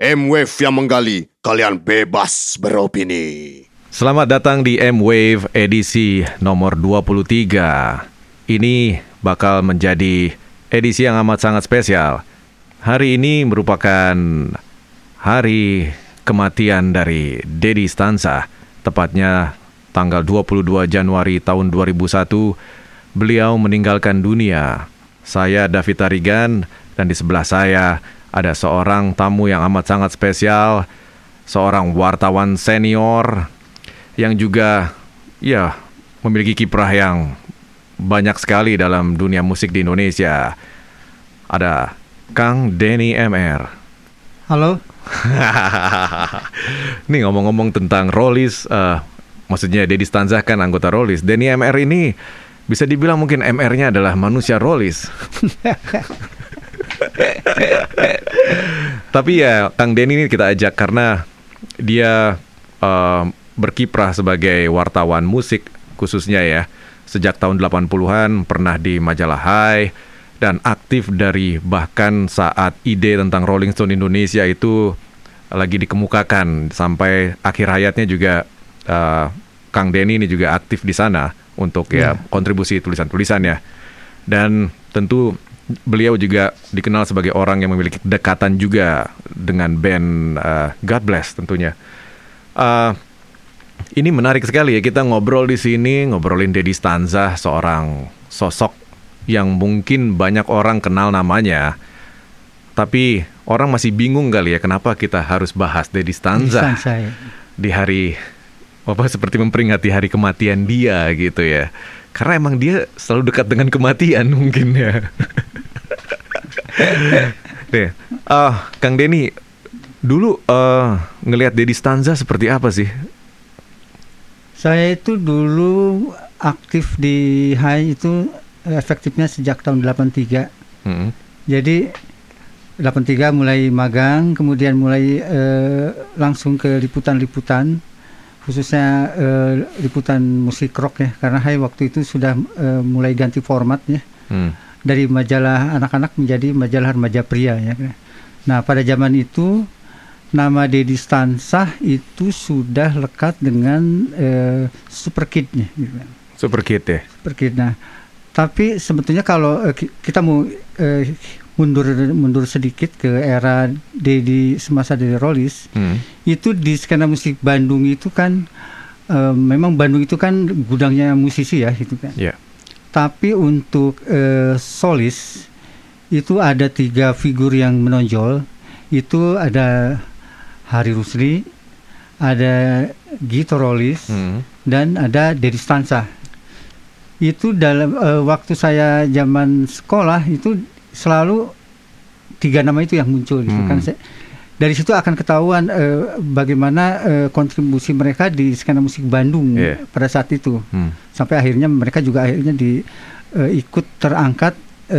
M-Wave yang menggali, kalian bebas beropini. Selamat datang di M-Wave edisi nomor 23. Ini bakal menjadi edisi yang amat sangat spesial. Hari ini merupakan hari kematian dari Dedi Stanza. Tepatnya tanggal 22 Januari tahun 2001, beliau meninggalkan dunia. Saya David Tarigan, dan di sebelah saya ada seorang tamu yang amat sangat spesial, seorang wartawan senior yang juga memiliki kiprah yang banyak sekali dalam dunia musik di Indonesia. Ada Kang Denny MR. Halo. Nih ngomong-ngomong tentang Rollies, maksudnya Dedi Stanza kan anggota Rollies. Denny MR ini bisa dibilang mungkin MR-nya adalah manusia Rollies. Tapi ya Kang Denny ini kita ajak karena dia berkiprah sebagai wartawan musik khususnya ya. Sejak tahun 80-an pernah di majalah Hai dan aktif dari bahkan saat ide tentang Rolling Stone Indonesia itu lagi dikemukakan sampai akhir hayatnya juga. Kang Denny ini juga aktif di sana untuk kontribusi tulisan-tulisannya. Dan tentu beliau juga dikenal sebagai orang yang memiliki kedekatan juga dengan band God Bless tentunya. Ini menarik sekali ya, kita ngobrol di sini, ngobrolin Dedi Stanza, seorang sosok yang mungkin banyak orang kenal namanya, tapi orang masih bingung kali ya kenapa kita harus bahas Dedi Stanza di hari seperti memperingati hari kematian dia gitu ya. Karena emang dia selalu dekat dengan kematian mungkin ya. Nih, Kang Denny, dulu ngelihat Dedi Stanza seperti apa sih? Saya itu dulu aktif di Hai itu efektifnya sejak tahun 83. Jadi 83 mulai magang, kemudian mulai langsung ke liputan-liputan, khususnya liputan musik rock ya, karena Hai waktu itu sudah mulai ganti format ya. Dari majalah anak-anak menjadi majalah remaja pria ya. Nah, pada zaman itu nama Dedi Stanza itu sudah lekat dengan Super Kid-nya gitu. Super Kid ya. Super Kid. Nah, tapi sebetulnya kalau kita mau mundur sedikit ke era Dedi semasa Dedi Rollies, itu di skena musik Bandung itu kan memang Bandung itu kan gudangnya musisi ya gitu kan. Yeah. Tapi untuk solis itu ada 3 figur yang menonjol. Itu ada Hari Rusli, ada Gito Rollies, dan ada Dedi Stanza. Itu dalam waktu saya zaman sekolah itu selalu 3 nama itu yang muncul gitu kan. Dari situ akan ketahuan bagaimana kontribusi mereka di skena musik Bandung pada saat itu. Sampai akhirnya mereka juga ikut terangkat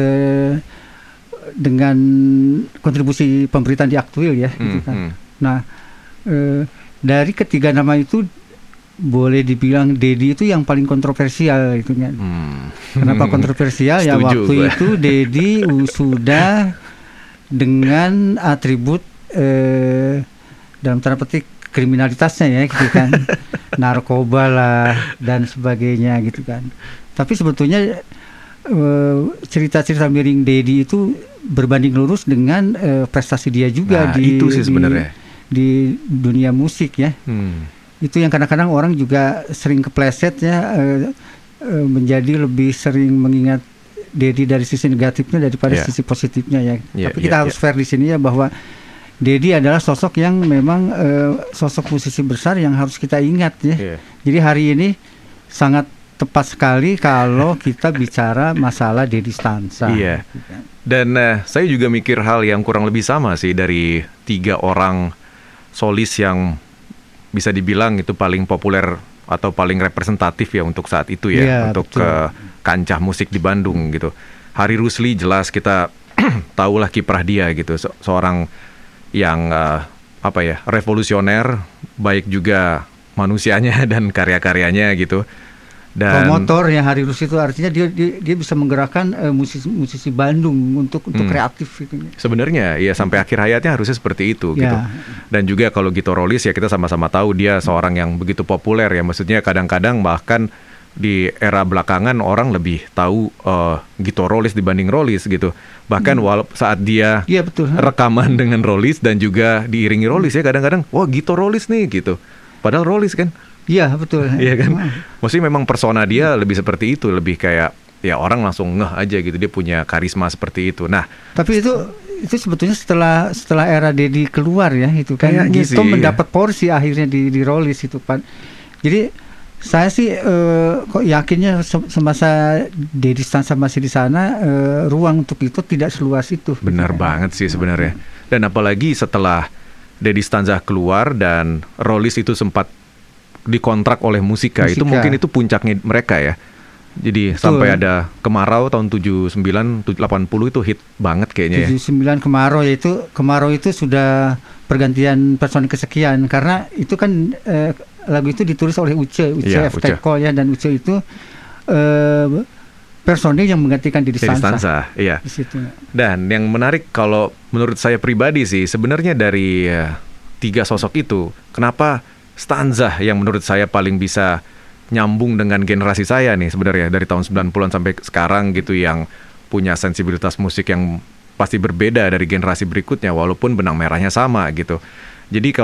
dengan kontribusi pemberitaan di Aktuil ya gitu kan. Nah, dari ketiga nama itu boleh dibilang Dedi itu yang paling kontroversial gitu kan. Kenapa kontroversial? Ya waktu itu Dedi sudah dengan atribut dalam tanda petik kriminalitasnya ya gitu kan. Narkoba lah dan sebagainya gitu kan. Tapi sebetulnya cerita-cerita miring Dedi itu berbanding lurus dengan prestasi dia juga itu sih sebenarnya di dunia musik ya. Itu yang kadang-kadang orang juga sering kepleset ya, menjadi lebih sering mengingat Dedi dari sisi negatifnya daripada sisi positifnya ya. Tapi kita harus fair di sini ya, bahwa Dedi adalah sosok yang memang sosok musisi besar yang harus kita ingat ya. Jadi hari ini sangat tepat sekali kalau kita bicara masalah Dedi Stanza. Iya. Dan saya juga mikir hal yang kurang lebih sama sih dari 3 orang solis yang bisa dibilang itu paling populer atau paling representatif ya untuk saat itu ya, untuk kancah musik di Bandung gitu. Hari Rusli jelas kita tahulah kiprah dia gitu, seorang yang revolusioner, baik juga manusianya dan karya-karyanya gitu. Dan promotor ya Hari Rus itu artinya dia bisa menggerakkan musisi Bandung untuk kreatif gitu. Sebenarnya ya sampai akhir hayatnya harusnya seperti itu gitu. Dan juga kalau Gito Rolis ya kita sama-sama tahu dia seorang yang begitu populer ya. Maksudnya kadang-kadang bahkan di era belakangan orang lebih tahu Gito Rolis dibanding Rolis gitu. Bahkan saat dia betul. rekaman dengan Rolis dan juga diiringi Rolis ya kadang-kadang wah Gito Rolis nih gitu. Padahal Rolis kan. Iya betul. Iya kan. Maksudnya memang persona dia lebih seperti itu, lebih kayak ya orang langsung ngeh aja gitu, dia punya karisma seperti itu. Nah, tapi itu sebetulnya setelah era Dedi keluar ya itu kan Gito mendapat porsi akhirnya di Rolis itu Pak. Jadi saya sih kok yakinnya semasa Dedi Stanza masih di sana ruang untuk itu tidak seluas itu. Benar gitu, banget sih sebenarnya. Dan apalagi setelah Dedi Stanza keluar dan Rolis itu sempat dikontrak oleh Musika. Itu mungkin itu puncaknya mereka ya. Jadi betul. Sampai ada Kemarau tahun 79, 80 itu hit banget kayaknya 79 ya. Kemarau itu sudah pergantian personil kesekian karena itu kan lagu itu ditulis oleh Uce F. Teko ya, dan Uce itu personil yang menggantikan Dedi Stanza. Iya. Dan yang menarik kalau menurut saya pribadi sih sebenarnya dari 3 sosok itu kenapa Stanza yang menurut saya paling bisa nyambung dengan generasi saya nih sebenarnya dari tahun 90-an sampai sekarang gitu yang punya sensibilitas musik yang pasti berbeda dari generasi berikutnya walaupun benang merahnya sama gitu. Jadi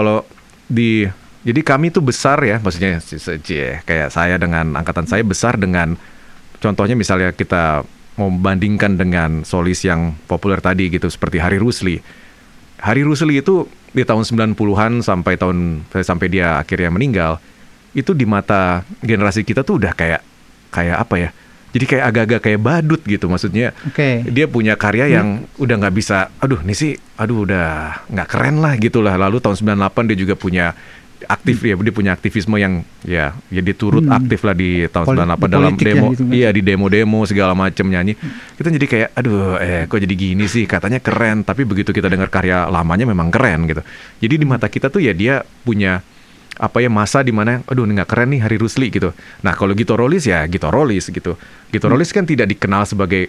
jadi kami tuh besar ya, maksudnya kayak saya dengan angkatan saya besar dengan contohnya misalnya kita mau membandingkan dengan solis yang populer tadi gitu seperti Hari Rusli. Hari Rusli itu di tahun 90-an sampai dia akhirnya meninggal, itu di mata generasi kita tuh udah kayak apa ya? Jadi kayak agak-agak kayak badut gitu, maksudnya. Dia punya karya yang udah nggak bisa, udah nggak keren lah gitulah. Lalu tahun 98 dia juga punya dia punya aktivisme yang ya dia turut aktif lah di tahun 98 dalam demo, ya, gitu, di demo-demo segala macam nyanyi. Kita jadi kayak kok jadi gini sih, katanya keren, tapi begitu kita dengar karya lamanya memang keren gitu. Jadi di mata kita tuh ya dia punya masa di mana ini nggak keren nih Hari Rusli gitu. Nah kalau Gito Rolis ya Gito Rolis gitu. Gito Rolis kan tidak dikenal sebagai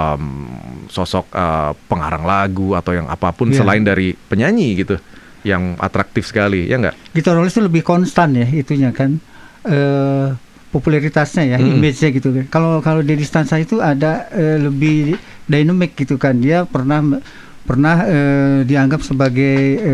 sosok pengarang lagu atau yang apapun selain dari penyanyi gitu yang atraktif sekali, ya nggak? Gito Rolis itu lebih konstan ya itunya kan popularitasnya ya, image-nya gitu kan. Kalau Dedi Stanza itu ada lebih dynamic gitu kan. Dia pernah dianggap sebagai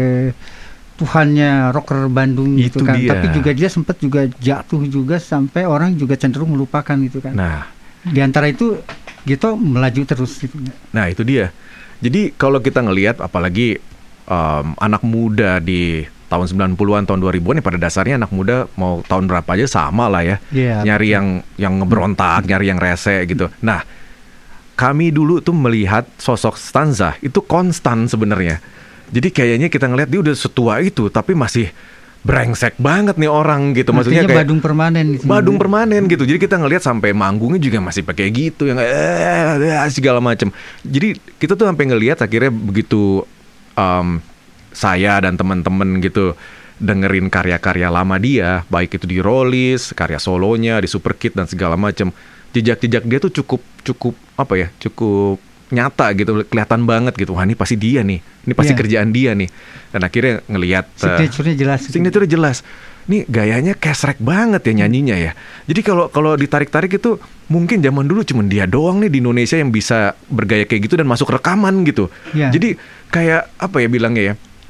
Tuhannya rocker Bandung gitu kan. Tapi juga dia sempat juga jatuh juga sampai orang juga cenderung melupakan gitu kan. Nah, di antara itu Gito melaju terus gitu. Nah, itu dia. Jadi kalau kita ngelihat apalagi anak muda di tahun 90-an, tahun 2000-an ya pada dasarnya anak muda mau tahun berapa aja sama lah ya. Nyari yang ngeberontak, nyari yang rese gitu. Nah, kami dulu tuh melihat sosok Stanza itu konstan sebenarnya. Jadi kayaknya kita ngelihat dia udah setua itu tapi masih brengsek banget nih orang gitu. Maksudnya kayak Badung permanen gitu. Badung permanen gitu. Jadi kita ngelihat sampai manggungnya juga masih pakai gitu yang segala macam. Jadi kita tuh sampai ngelihat akhirnya begitu saya dan teman-teman gitu dengerin karya-karya lama dia, baik itu di Rolis, karya solonya, di Super Kid dan segala macam. Jejak-jejak dia tuh cukup nyata gitu, kelihatan banget gitu. Wah, ini pasti dia nih. Ini pasti kerjaan dia nih. Dan akhirnya ngelihat signature jelas. Ini gayanya kesrek banget ya nyanyinya ya. Jadi kalau ditarik-tarik itu mungkin zaman dulu cuma dia doang nih di Indonesia yang bisa bergaya kayak gitu dan masuk rekaman gitu. Jadi kayak bilangnya ya,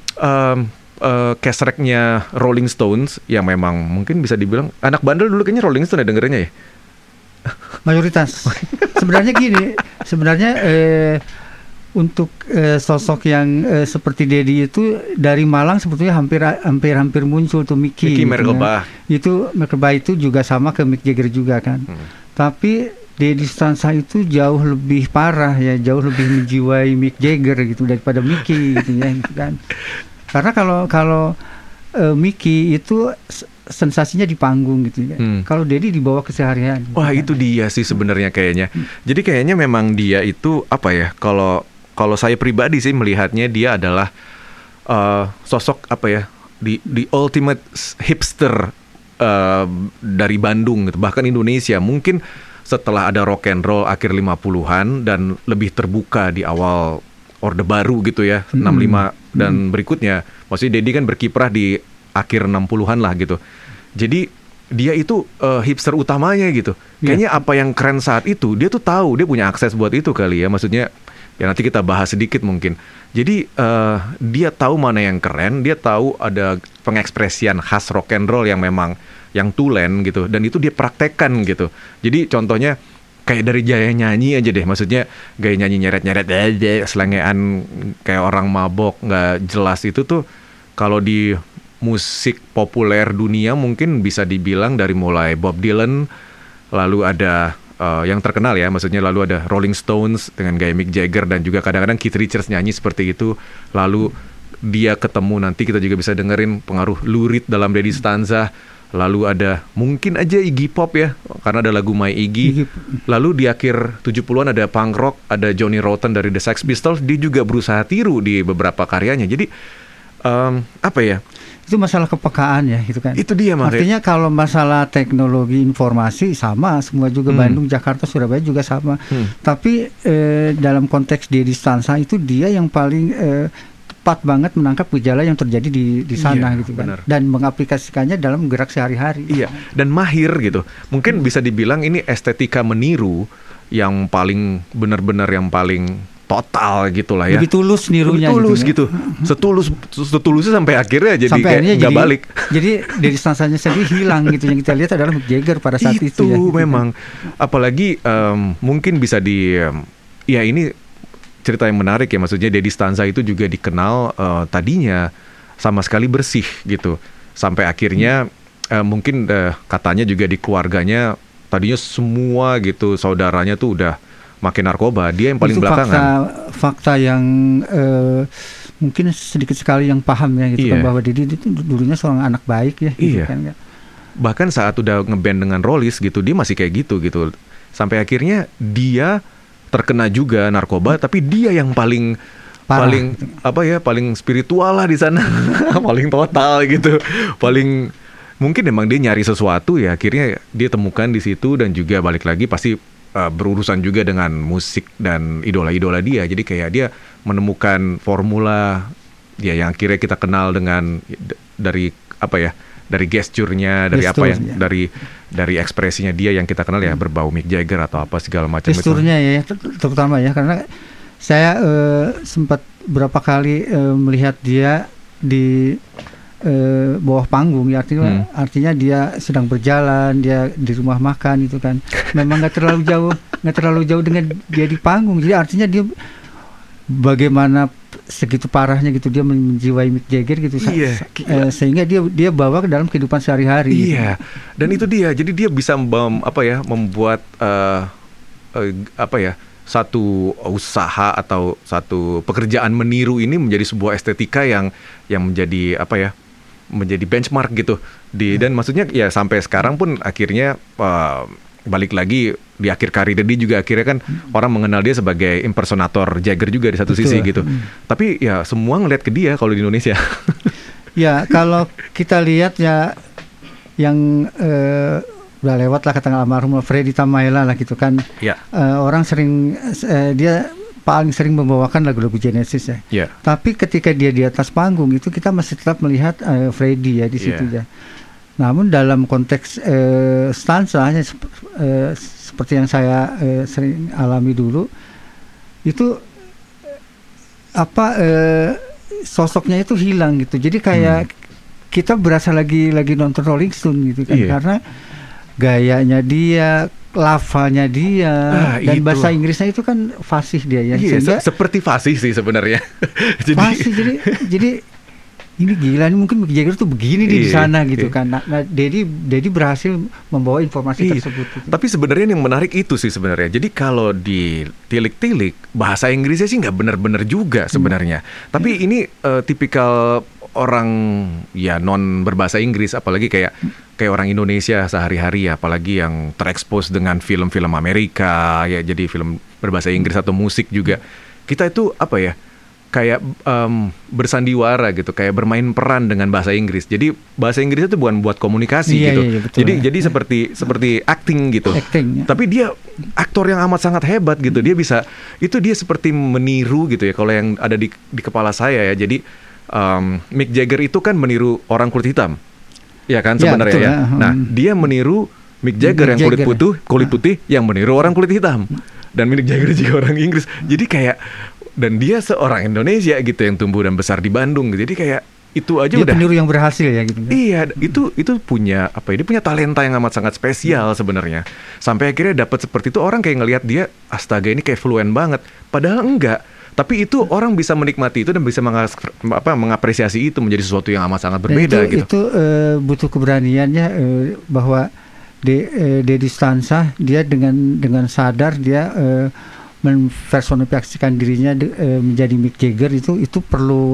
kesreknya Rolling Stones yang memang mungkin bisa dibilang anak bandel dulu kayaknya Rolling Stones ya dengerinnya ya. Mayoritas. Sebenarnya untuk sosok yang seperti Dedi itu dari Malang sebetulnya hampir muncul tuh Mickey Merkelbach. Itu Merkelbach itu juga sama ke Mick Jagger juga kan. Tapi Dedi Stanza itu jauh lebih parah ya, jauh lebih menjiwai Mick Jagger gitu daripada Mickey gitu ya gitu kan. Karena kalau Mickey itu sensasinya di panggung gitu ya. Kalau Dedi dibawa keseharian. Wah, itu dia sih sebenarnya kayaknya. Jadi kayaknya memang dia itu kalau saya pribadi sih melihatnya dia adalah sosok the ultimate hipster dari Bandung gitu, bahkan Indonesia mungkin setelah ada rock and roll akhir 50-an dan lebih terbuka di awal Orde Baru gitu ya, 65 dan berikutnya. Maksudnya Dedi kan berkiprah di akhir 60-an lah gitu. Jadi dia itu hipster utamanya gitu. Kayaknya apa yang keren saat itu, dia tuh tahu, dia punya akses buat itu kali ya. Maksudnya ya nanti kita bahas sedikit mungkin. Jadi dia tahu mana yang keren, dia tahu ada pengekspresian khas rock and roll yang memang yang tulen gitu, dan itu dia praktekkan gitu. Jadi contohnya kayak dari gaya nyanyi aja deh, maksudnya gaya nyanyi nyeret-nyeret aja, selengean kayak orang mabok nggak jelas itu tuh kalau di musik populer dunia mungkin bisa dibilang dari mulai Bob Dylan, lalu ada yang terkenal ya, maksudnya lalu ada Rolling Stones dengan gaya Mick Jagger, dan juga kadang-kadang Keith Richards nyanyi seperti itu. Lalu dia ketemu, nanti kita juga bisa dengerin pengaruh Lou Reed dalam Daddy Stanza. Lalu ada mungkin aja Iggy Pop ya, karena ada lagu My Iggy. Lalu di akhir 70-an ada punk rock, ada Johnny Rotten dari The Sex Pistols. Dia juga berusaha tiru di beberapa karyanya. Jadi apa ya, itu masalah kepekaan ya gitu kan. itu dia makanya. Artinya kalau masalah teknologi informasi sama semua juga, Bandung, Jakarta, Surabaya juga sama. Tapi dalam konteks Daddy Stanza itu dia yang paling tepat banget menangkap gejala yang terjadi di sana gitu kan. Benar. Dan mengaplikasikannya dalam gerak sehari-hari. Iya, dan mahir gitu. Mungkin bisa dibilang ini estetika meniru yang paling benar-benar, yang paling total gitulah ya. Lebih tulus nirunya. Lebih tulus gitu. Setulusnya sampai akhirnya jadi kayak nggak balik. Jadi dari stansanya sendiri hilang gitu. Yang kita lihat adalah Mick Jagger pada saat itu ya. Itu memang. Apalagi mungkin bisa ya ini cerita yang menarik ya, maksudnya Daddy Stanza itu juga dikenal tadinya sama sekali bersih gitu. Sampai akhirnya mungkin katanya juga di keluarganya tadinya semua gitu saudaranya tuh udah makin narkoba, dia yang paling itu belakangan. Fakta yang mungkin sedikit sekali yang paham ya gitu kan, bahwa Daddy itu dulunya seorang anak baik ya gitu kan. Bahkan saat udah ngeband dengan Rollies gitu, dia masih kayak gitu. Sampai akhirnya dia terkena juga narkoba, tapi dia yang paling parah, paling spiritual lah di sana. Paling total gitu. Paling mungkin emang dia nyari sesuatu ya, akhirnya dia temukan di situ, dan juga balik lagi pasti berurusan juga dengan musik dan idola-idola dia. Jadi kayak dia menemukan formula ya yang akhirnya kita kenal dengan dari dari gesturnya, dari dari ekspresinya dia yang kita kenal ya, berbau Mick Jagger atau apa segala macam. Gesturnya ya terutama ya, karena saya sempat berapa kali melihat dia di bawah panggung ya, artinya dia sedang berjalan, dia di rumah makan itu kan, memang nggak terlalu jauh dengan dia di panggung. Jadi artinya dia bagaimana segitu parahnya gitu dia menjiwai Mick Jagger gitu, sehingga dia bawa ke dalam kehidupan sehari-hari. Iya, gitu. Dan itu dia. Jadi dia bisa membuat satu usaha atau satu pekerjaan meniru ini menjadi sebuah estetika yang menjadi menjadi benchmark gitu. Dan maksudnya ya sampai sekarang pun akhirnya balik lagi di akhir karir dia juga akhirnya kan orang mengenal dia sebagai impersonator Jagger juga di satu sisi gitu. Tapi ya semua ngeliat ke dia kalau di Indonesia. Ya kalau kita lihat ya yang udah lewat lah, katakanlah almarhum Freddy Tamaela lah gitu kan. Orang sering dia paling sering membawakan lagu-lagu Genesis ya. Tapi ketika dia di atas panggung itu kita masih tetap melihat Freddy ya di situ ya. Namun dalam konteks stanza seperti yang saya sering alami dulu itu sosoknya itu hilang gitu. Jadi kayak kita berasa lagi nonton Rolling Stone gitu kan, karena gayanya dia, lafalnya dia, dan bahasa Inggrisnya itu kan fasih dia ya. Seperti fasih sih sebenarnya. Fasih, jadi ini gila, ini mungkin Mick Jagger tuh begini di sana gitu kan. Nah, Daddy berhasil membawa informasi tersebut. Gitu. Tapi sebenarnya yang menarik itu sih sebenarnya. Jadi kalau ditilik-tilik bahasa Inggrisnya sih nggak benar-benar juga sebenarnya. Tapi ini tipikal orang ya non berbahasa Inggris, apalagi kayak orang Indonesia sehari-hari ya, apalagi yang terekspos dengan film-film Amerika ya, jadi film berbahasa Inggris atau musik juga. Kita itu kayak bersandiwara gitu, kayak bermain peran dengan bahasa Inggris. Jadi bahasa Inggris itu bukan buat komunikasi gitu. Iya, betul, jadi seperti acting gitu. Acting, ya. Tapi dia aktor yang amat sangat hebat gitu. Dia seperti meniru gitu ya. Kalau yang ada di kepala saya ya. Jadi Mick Jagger itu kan meniru orang kulit hitam. Ya kan sebenarnya ya. Nah, dia meniru Mick Jagger yang kulit putih yang meniru orang kulit hitam. Dan Mick Jagger juga orang Inggris. Jadi kayak, dan dia seorang Indonesia gitu yang tumbuh dan besar di Bandung. Jadi kayak itu aja dia udah peniru yang berhasil ya gitu. Iya, itu punya apa ya? Dia punya talenta yang amat sangat spesial sebenarnya. Sampai akhirnya dapat seperti itu, orang kayak ngelihat dia, astaga ini kayak fluent banget. Padahal enggak. Tapi itu orang bisa menikmati itu dan bisa mengapresiasi itu menjadi sesuatu yang amat sangat berbeda gitu. Itu butuh keberaniannya bahwa Dedi Stanza dia dengan sadar dia mempersonifikasikan dirinya menjadi Mick Jagger itu perlu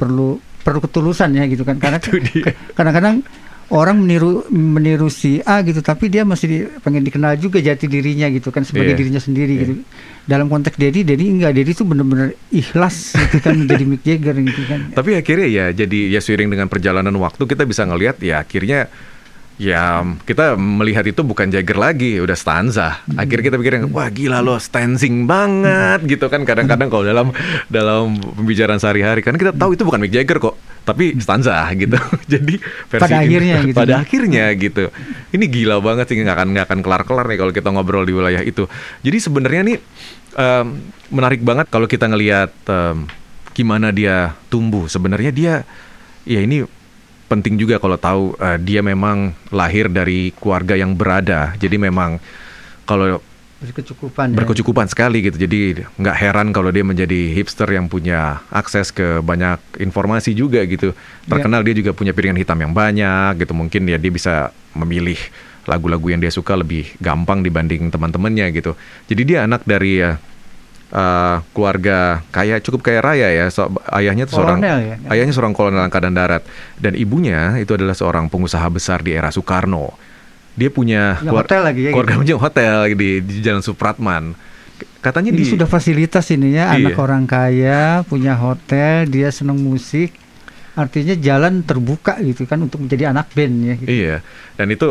ketulusan ya gitu kan, karena kadang-kadang orang meniru si A gitu, tapi dia masih pengen dikenal juga jati dirinya gitu kan sebagai dirinya sendiri gitu. Dalam konteks Dedi itu benar-benar ikhlas gitu kan menjadi Mick Jagger gitu kan. Tapi akhirnya ya seiring dengan perjalanan waktu kita bisa ngelihat ya akhirnya ya kita melihat itu bukan Jagger lagi, udah Stanza. Akhirnya kita pikir, wah gila loh, stanzing banget gitu kan. Kadang-kadang kalau dalam pembicaraan sehari-hari, karena kita tahu itu bukan Mick Jagger kok, tapi Stanza gitu. Jadi versi pada akhirnya gitu. Ini gila banget sih, nggak akan kelar-kelar nih kalau kita ngobrol di wilayah itu. Jadi sebenarnya nih menarik banget kalau kita ngelihat gimana dia tumbuh. Sebenarnya dia ya ini penting juga kalau tahu dia memang lahir dari keluarga yang berada. Jadi memang kalau berkecukupan sekali gitu. Jadi nggak heran kalau dia menjadi hipster yang punya akses ke banyak informasi juga gitu. Terkenal dia juga punya piringan hitam yang banyak gitu. Mungkin ya dia bisa memilih lagu-lagu yang dia suka lebih gampang dibanding teman-temannya gitu. Jadi dia anak dari keluarga cukup kaya raya ya. Ayahnya seorang kolonel angkatan darat dan ibunya itu adalah seorang pengusaha besar di era Soekarno. Dia punya hotel lagi ya, keluarga punya hotel di Jalan Supratman. Katanya ini sudah fasilitas ini ya, anak orang kaya punya hotel, dia senang musik. Artinya jalan terbuka gitu kan untuk menjadi anak band ya gitu. Iya. Dan itu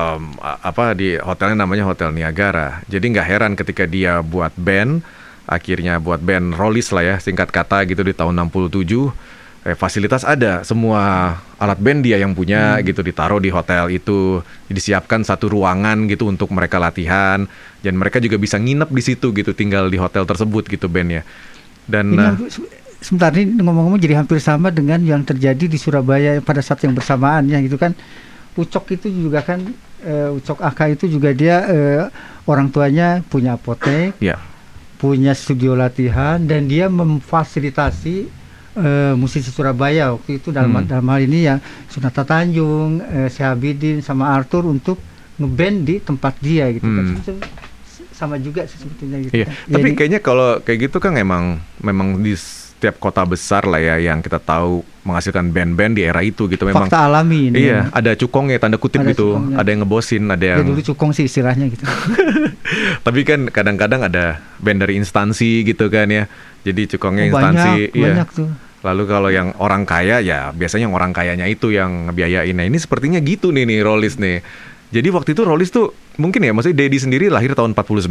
di hotelnya namanya Hotel Niagara. Jadi nggak heran ketika dia buat band, akhirnya buat band Rollies lah ya, singkat kata gitu, di tahun 67. Fasilitas ada, semua alat band dia yang punya gitu, ditaruh di hotel itu, disiapkan satu ruangan gitu untuk mereka latihan, dan mereka juga bisa nginep di situ gitu, tinggal di hotel tersebut gitu bandnya. Dan sebentar ini ngomong-ngomong jadi hampir sama dengan yang terjadi di Surabaya pada saat yang bersamaan ya gitu kan. Ucok itu juga kan, Ucok Aka itu juga dia orang tuanya punya apotek, punya studio latihan, dan dia memfasilitasi musisi Surabaya waktu itu dalam hal ini ya Sunata Tanjung, Syahabidin sama Arthur untuk ngeband di tempat dia gitu kan. Sama juga sebetulnya gitu. Iya. Tapi kayaknya kalau kayak gitu kan memang di setiap kota besar lah ya yang kita tahu menghasilkan band-band di era itu gitu. Memang fakta alami ini. Iya, ada cukongnya, tanda kutip gitu. Cukongnya. Ada yang ngebosin, ada yang dulu cukong sih istilahnya gitu. Tapi kan kadang-kadang ada band dari instansi gitu kan ya. Jadi cukongnya instansi. Banyak tuh. Lalu kalau yang orang kaya ya biasanya yang orang kayanya itu yang ngebiayain. Nah ini sepertinya gitu nih Rollies nih. Jadi waktu itu Rollies tuh mungkin ya, maksudnya Dedi sendiri lahir tahun 49.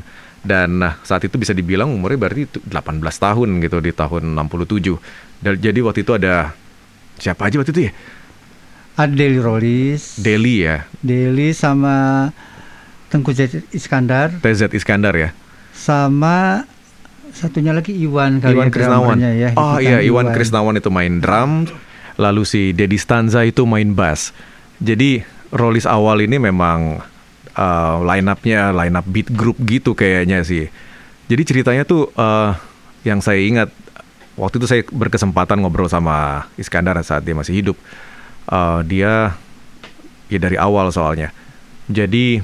Dan saat itu bisa dibilang umurnya berarti 18 tahun gitu di tahun 67. Dan jadi waktu itu ada siapa aja waktu itu ya? Ada Deli Rollies. Deli ya. Deli sama Tengku Iskandar. TZ Iskandar ya. Sama satunya lagi Iwan Krisnawan. Ya, oh iya, Iwan Krisnawan itu main drum. Lalu si Dedi Stanza itu main bass. Jadi Rollies awal ini memang line up beat group gitu kayaknya sih. Jadi ceritanya tuh yang saya ingat waktu itu saya berkesempatan ngobrol sama Iskandar saat dia masih hidup. Dia ya dari awal soalnya. Jadi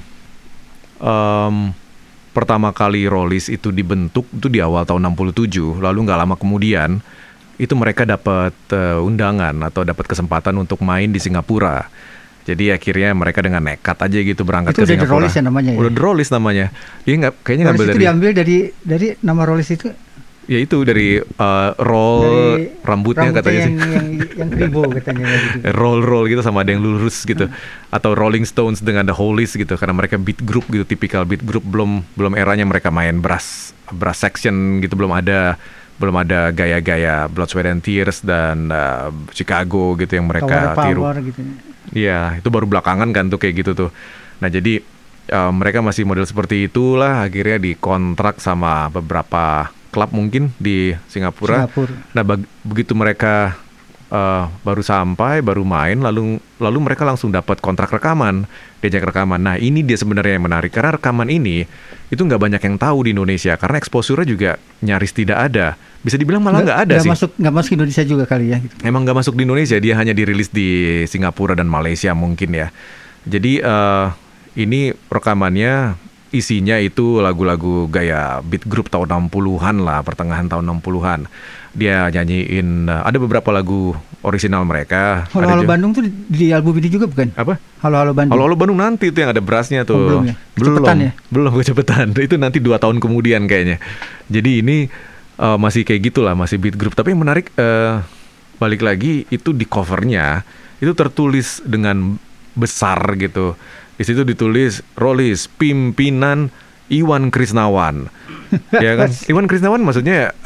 pertama kali Rollies itu dibentuk itu di awal tahun 67. Lalu nggak lama kemudian itu mereka dapat undangan atau dapat kesempatan untuk main di Singapura. Jadi akhirnya mereka dengan nekat aja gitu berangkat ke Singapura. Itu udah The Rollies ya namanya ya? Udah The Rollies namanya. Iya kayaknya ngambil dari... itu diambil dari nama Rollies itu? Ya itu dari roll rambutnya katanya sih. Yang kribo katanya gitu. Roll gitu sama ada yang lurus gitu. Atau Rolling Stones dengan The Hollies gitu, karena mereka beat group gitu, tipikal beat group, belum eranya mereka main brass section gitu, belum ada gaya-gaya Blood, Sweat and Tears dan Chicago gitu yang mereka tiru. Gitu. Iya, itu baru belakangan kan tuh kayak gitu tuh. Nah, jadi mereka masih model seperti itulah, akhirnya dikontrak sama beberapa klub mungkin di Singapura. Nah, begitu mereka baru sampai, baru main, lalu mereka langsung dapat kontrak rekaman, diajak rekaman. Nah, ini dia sebenarnya yang menarik, karena rekaman ini itu nggak banyak yang tahu di Indonesia, karena exposure-nya juga nyaris tidak ada. Bisa dibilang malah nggak ada sih. Nggak masuk Indonesia juga kali ya. Gitu. Emang nggak masuk di Indonesia, dia hanya dirilis di Singapura dan Malaysia mungkin ya. Jadi ini rekamannya isinya itu lagu-lagu gaya beat group tahun 60-an lah, pertengahan tahun 60-an. Dia nyanyiin ada beberapa lagu orisinal mereka. Halo Bandung tuh di album ini juga bukan? Apa? Halo Bandung. Halo Bandung nanti itu yang ada brassnya tuh. Belum ya? Kecepetan ya? Belum kecepetan. Itu nanti 2 tahun kemudian kayaknya. Jadi ini masih kayak gitulah, masih beat group. Tapi yang menarik balik lagi itu di covernya itu tertulis dengan besar gitu. Di situ ditulis Rollies pimpinan Iwan Krisnawan. Ya kan? Iwan Krisnawan maksudnya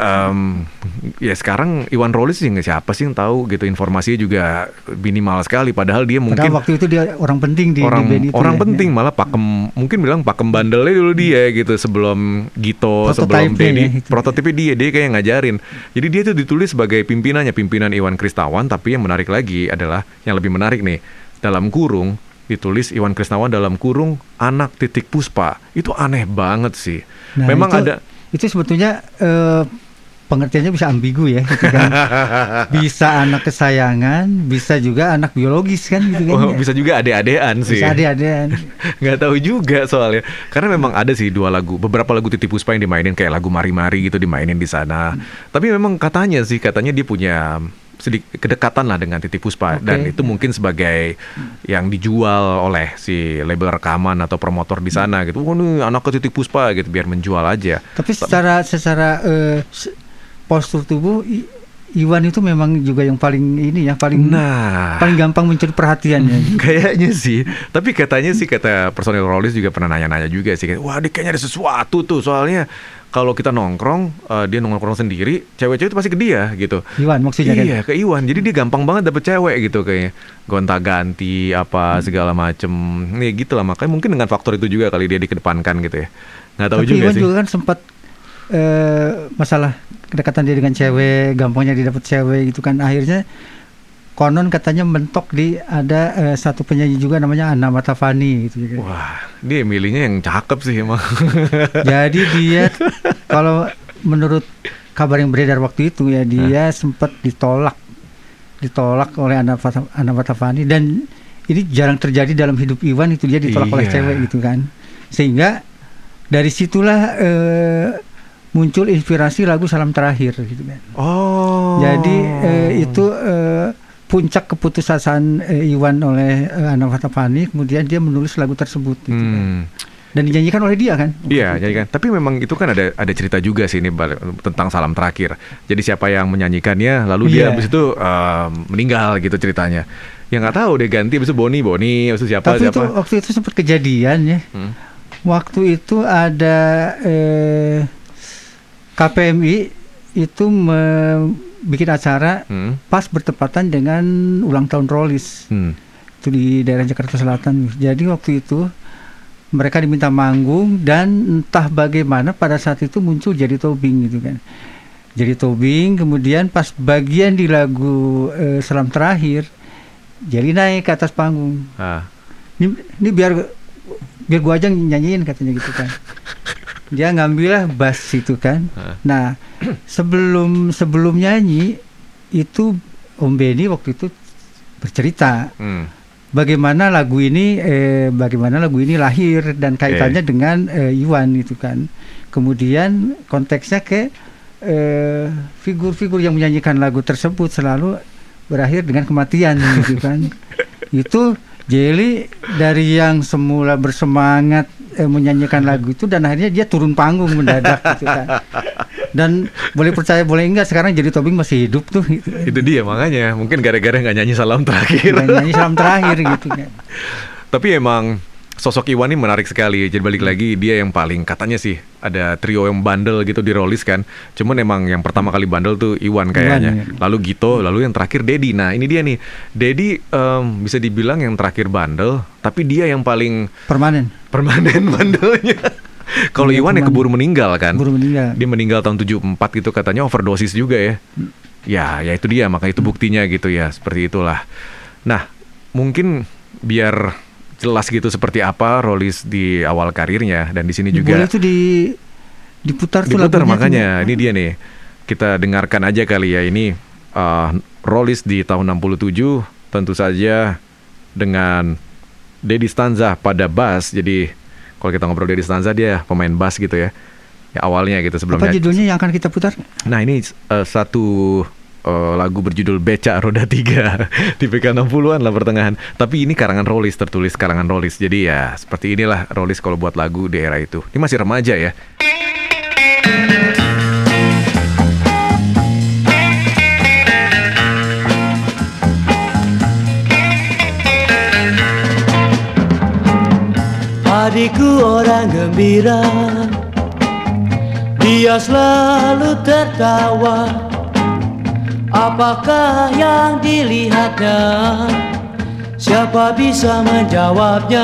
ya sekarang Iwan Rollies sih siapa sih yang tahu gitu, informasinya juga minimal sekali, padahal dia mungkin waktu itu dia orang penting di band itu. Orang penting malah pakem, mungkin bilang pakem bandelnya dulu dia gitu, sebelum Gito, sebelum Dedi, prototipnya dia kayak ngajarin. Jadi dia itu ditulis sebagai pimpinan Iwan Krisnawan, tapi yang menarik lagi adalah yang lebih menarik nih, dalam kurung ditulis Iwan Krisnawan dalam kurung anak titik Puspa. Itu aneh banget sih. Nah, memang itu sebetulnya pengertiannya bisa ambigu ya gitu kan. Bisa anak kesayangan, bisa juga anak biologis kan gitu kan. Bisa juga ade-adean sih. Bisa ade-adean. Nggak tahu juga soalnya. Karena memang ada sih beberapa lagu Titiek Puspa yang dimainin, kayak lagu Mari-Mari gitu dimainin di sana. Tapi memang katanya dia punya sedikit kedekatan lah dengan Titiek Puspa, dan itu mungkin sebagai yang dijual oleh si label rekaman atau promotor di sana gitu. Nih anak ke Titiek Puspa gitu, biar menjual aja. Tapi secara postur tubuh Iwan itu memang juga yang paling paling gampang mencuri perhatiannya. Kayaknya sih. Tapi katanya sih, kata personil Rollies juga pernah nanya-nanya juga sih, wah dia kayaknya ada sesuatu tuh, soalnya kalau kita nongkrong, dia nongkrong sendiri, cewek-cewek itu pasti ke dia gitu. Iwan maksudnya kan? Iya, ke Iwan. Jadi dia gampang banget dapet cewek gitu, kayaknya gonta-ganti apa segala macem. Nih gitu lah, makanya mungkin dengan faktor itu juga kali dia dikedepankan gitu ya. Nggak tahu juga Iwan sih. Juga kan sempat masalah kedekatan dia dengan cewek, gampangnya dia dapet cewek gitu kan. Akhirnya konon katanya mentok di ada satu penyanyi juga namanya Anna Matavani gitu. Wah, dia milihnya yang cakep sih emang. Jadi dia kalau menurut kabar yang beredar waktu itu ya, dia sempat ditolak oleh Anna Matavani, dan ini jarang terjadi dalam hidup Iwan, itu dia ditolak oleh cewek gitu kan. Sehingga dari situlah muncul inspirasi lagu Salam Terakhir gitu kan. Jadi itu puncak keputusasaan Iwan oleh Anna Matavani, kemudian dia menulis lagu tersebut gitu kan. Dan dinyanyikan oleh dia kan? Iya, nyanyikan. Tapi memang itu kan ada cerita juga sih ini tentang Salam Terakhir. Jadi siapa yang menyanyikannya, lalu dia habis itu meninggal gitu ceritanya. Ya nggak tahu, dia ganti habis itu Boni, habis itu siapa. Tapi itu waktu itu sempat kejadian ya. Waktu itu ada KPMI itu bikin acara pas bertepatan dengan ulang tahun Rollies. Itu di daerah Jakarta Selatan. Jadi waktu itu mereka diminta manggung, dan entah bagaimana pada saat itu muncul Jadi Tobing gitu kan. Jadi Tobing, kemudian pas bagian di lagu Salam Terakhir, Jelly naik ke atas panggung. Ini biar gua aja nyanyiin katanya gitu kan. Dia ngambillah bass itu kan. Nah, sebelum nyanyi itu Om Benny waktu itu bercerita bagaimana lagu ini lahir dan kaitannya dengan Iwan itu kan. Kemudian konteksnya ke figur-figur yang menyanyikan lagu tersebut selalu berakhir dengan kematian gitu kan. Itu Jelly dari yang semula bersemangat menyanyikan lagu itu, dan akhirnya dia turun panggung mendadak gitu kan. Dan boleh percaya boleh enggak sekarang Jerry Tobing masih hidup tuh. Itu dia makanya. Mungkin gara-gara nggak nyanyi salam terakhir. Nggak nyanyi salam terakhir gitu kan. Tapi emang sosok Iwan ini menarik sekali. Jadi balik lagi dia yang paling katanya sih ada trio yang bandel gitu di Rollies kan. Cuman emang yang pertama kali bandel tuh Iwan kayaknya. Iwan, ya. Lalu Gito, lalu yang terakhir Dedi. Nah ini dia nih. Dedi bisa dibilang yang terakhir bandel, tapi dia yang paling permanen bandelnya. Kalau Iwan ya keburu meninggal kan. Keburu meninggal. Dia meninggal tahun 74 gitu katanya overdosis juga ya. Ya itu dia makanya itu buktinya gitu ya. Seperti itulah. Nah mungkin biar jelas gitu seperti apa Rollies di awal karirnya dan di sini juga boleh itu diputar makanya ini dia nih kita dengarkan aja kali ya ini Rollies di tahun 67 tentu saja dengan Dedi Stanza pada bass. Jadi kalau kita ngobrol Dedi Stanza dia pemain bass gitu ya awalnya gitu sebelumnya. Apa judulnya yang akan kita putar? Nah ini satu lagu berjudul Becak Roda 3 di PK 60-an lah pertengahan. Tapi ini karangan Rollies, tertulis karangan Rollies. Jadi ya seperti inilah Rollies kalau buat lagu di era itu. Ini masih remaja ya. Adikku orang gembira, dia selalu tertawa. Apakah yang dilihatnya? Siapa bisa menjawabnya?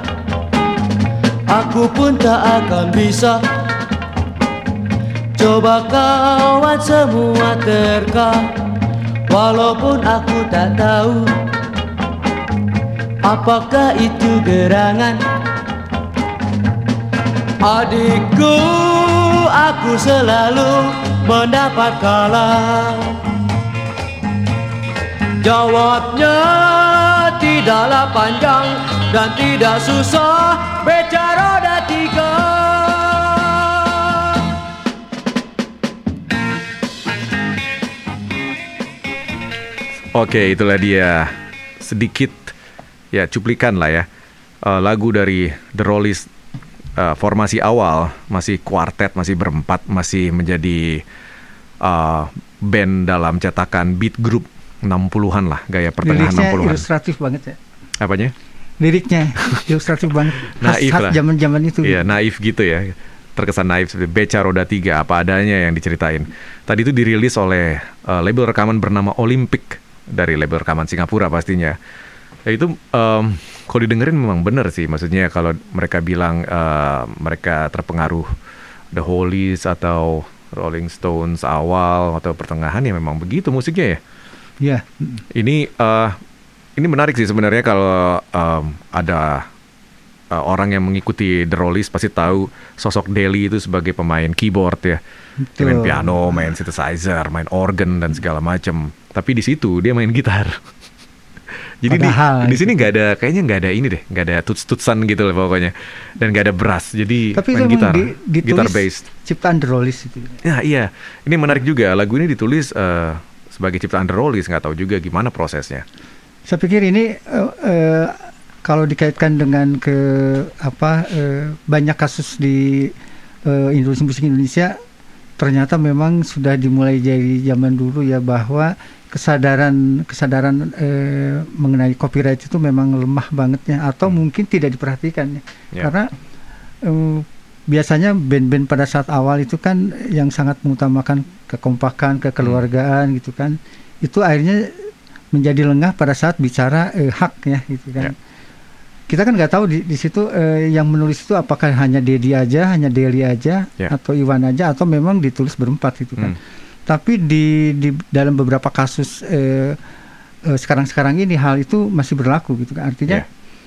Aku pun tak akan bisa. Coba kawan semua terka, walaupun aku tak tahu apakah itu gerangan. Adikku, aku selalu mendapat kalah. Jawabnya tidaklah panjang dan tidak susah, becak roda 3. Oke, itulah dia sedikit ya cuplikan lah ya lagu dari The Rollies. Formasi awal masih kuartet, masih berempat, masih menjadi band dalam cetakan beat group 60-an lah, gaya pertengahan Liriknya 60-an. ilustratif banget ya. Apanya? Liriknya ilustratif banget. Naif lah. Zaman-zaman itu. Iya, naif gitu ya. Terkesan naif seperti Becak Roda 3 apa adanya yang diceritain. Tadi itu dirilis oleh label rekaman bernama Olympic dari label rekaman Singapura pastinya. Ya itu kalau didengerin memang benar sih. Maksudnya kalau mereka bilang mereka terpengaruh The Hollies atau Rolling Stones awal atau pertengahan ya memang begitu musiknya ya. Iya. Ini menarik sih sebenarnya kalau ada orang yang mengikuti The Rollies pasti tahu sosok Deli itu sebagai pemain keyboard ya. Dia main piano, main synthesizer, main organ dan segala macam. Tapi di situ dia main gitar. Jadi di sini kayaknya nggak ada ini deh, nggak ada tuts-tutsan gitu lah pokoknya, dan nggak ada brass. Jadi tapi main gitar, gitar bass. Ciptaan The Rollies itu. Ya iya, ini menarik juga. Lagu ini ditulis sebagai ciptaan The Rollies, nggak tahu juga gimana prosesnya. Saya pikir ini kalau dikaitkan dengan banyak kasus di industri musik Indonesia, ternyata memang sudah dimulai dari zaman dulu ya, bahwa kesadaran mengenai copyright itu memang lemah bangetnya, atau mungkin tidak diperhatikan ya. Karena biasanya band-band pada saat awal itu kan yang sangat mengutamakan kekompakan, kekeluargaan gitu kan, itu akhirnya menjadi lengah pada saat bicara hak ya gitu kan. Kita kan nggak tahu di situ yang menulis itu apakah hanya Dedi aja, hanya Deli aja, atau Iwan aja, atau memang ditulis berempat gitu kan. Tapi di dalam beberapa kasus sekarang ini hal itu masih berlaku gitu kan. Artinya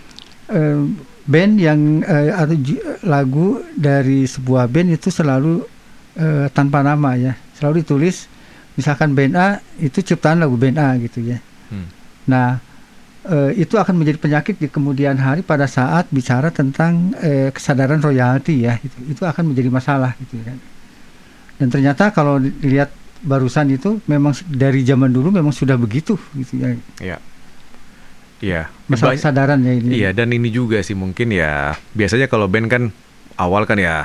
band yang atau lagu dari sebuah band itu selalu tanpa nama ya, selalu ditulis misalkan band A itu ciptaan lagu band A gitu ya. Nah itu akan menjadi penyakit di kemudian hari pada saat bicara tentang kesadaran royalti ya, itu akan menjadi masalah gitu kan. Dan ternyata kalau dilihat barusan itu memang dari zaman dulu memang sudah begitu gitu ya. Iya. Iya. Masalah kesadaran ya ini. Iya, dan ini juga sih mungkin ya biasanya kalau band kan awal kan ya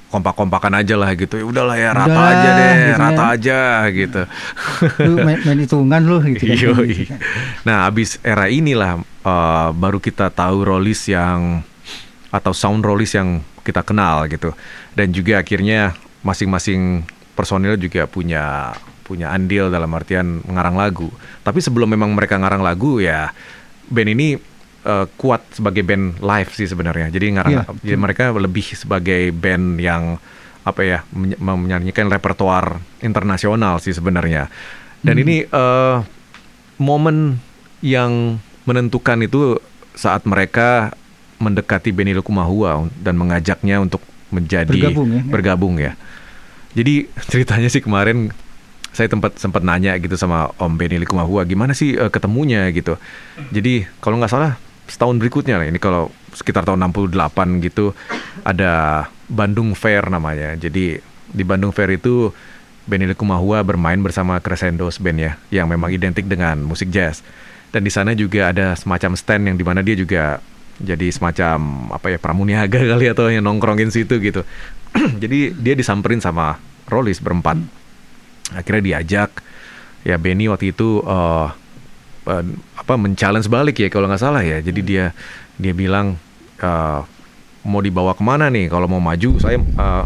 kompak-kompakan aja lah gitu. Ya udahlah ya rata Udahlah, aja deh, gitu rata ya. aja gitu. Lu main hitungan lu gitu kan. Yoi. Nah, abis era inilah baru kita tahu Rollies atau sound Rollies yang kita kenal gitu. Dan juga akhirnya masing-masing personil juga punya andil dalam artian mengarang lagu. Tapi sebelum memang mereka ngarang lagu ya band ini kuat sebagai band live sih sebenarnya. Jadi jadi mereka lebih sebagai band yang menyanyikan repertoar internasional sih sebenarnya. Dan ini momen yang menentukan itu saat mereka mendekati Benny Likumahua dan mengajaknya untuk menjadi bergabung ya. Jadi ceritanya sih kemarin saya sempat nanya gitu sama Om Benny Likumahua, gimana sih ketemunya gitu. Jadi kalau nggak salah setahun berikutnya lah, ini kalau sekitar tahun 68 gitu, ada Bandung Fair namanya. Jadi di Bandung Fair itu Benny Likumahua bermain bersama Crescendos Band ya, yang memang identik dengan musik jazz. Dan di sana juga ada semacam stand yang dimana dia juga jadi semacam pramuniaga kali atau yang nongkrongin situ gitu. Jadi dia disamperin sama Rollies berempat. Akhirnya diajak ya Benny waktu itu men-challenge balik ya kalau nggak salah ya. Jadi dia bilang mau dibawa kemana nih? Kalau mau maju saya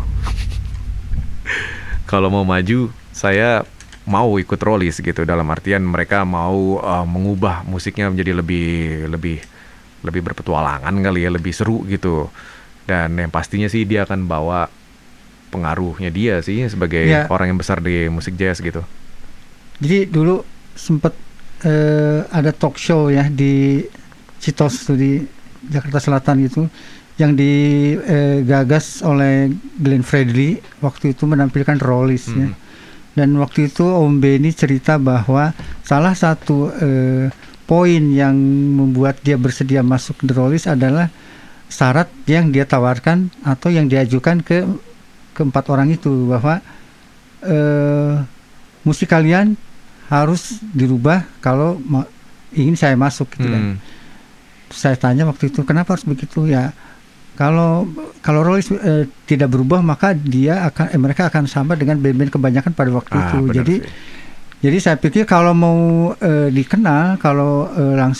saya mau ikut Rollies gitu. Dalam artian mereka mau mengubah musiknya menjadi lebih berpetualangan kali ya, lebih seru gitu. Dan yang pastinya sih dia akan bawa pengaruhnya dia sih sebagai orang yang besar di musik jazz gitu. Jadi dulu sempat ada talk show ya di Citos di Jakarta Selatan itu yang digagas oleh Glenn Fredly, waktu itu menampilkan Rollies ya. Dan waktu itu Om Benny cerita bahwa salah satu poin yang membuat dia bersedia masuk The Rollies adalah syarat yang dia tawarkan atau yang diajukan ke keempat orang itu, bahwa musik kalian harus dirubah kalau ingin saya masuk gitu kan. Saya tanya waktu itu kenapa harus begitu ya, kalau Rollies tidak berubah maka mereka akan sama dengan band-band kebanyakan pada waktu itu. Jadi saya pikir kalau mau dikenal, kalau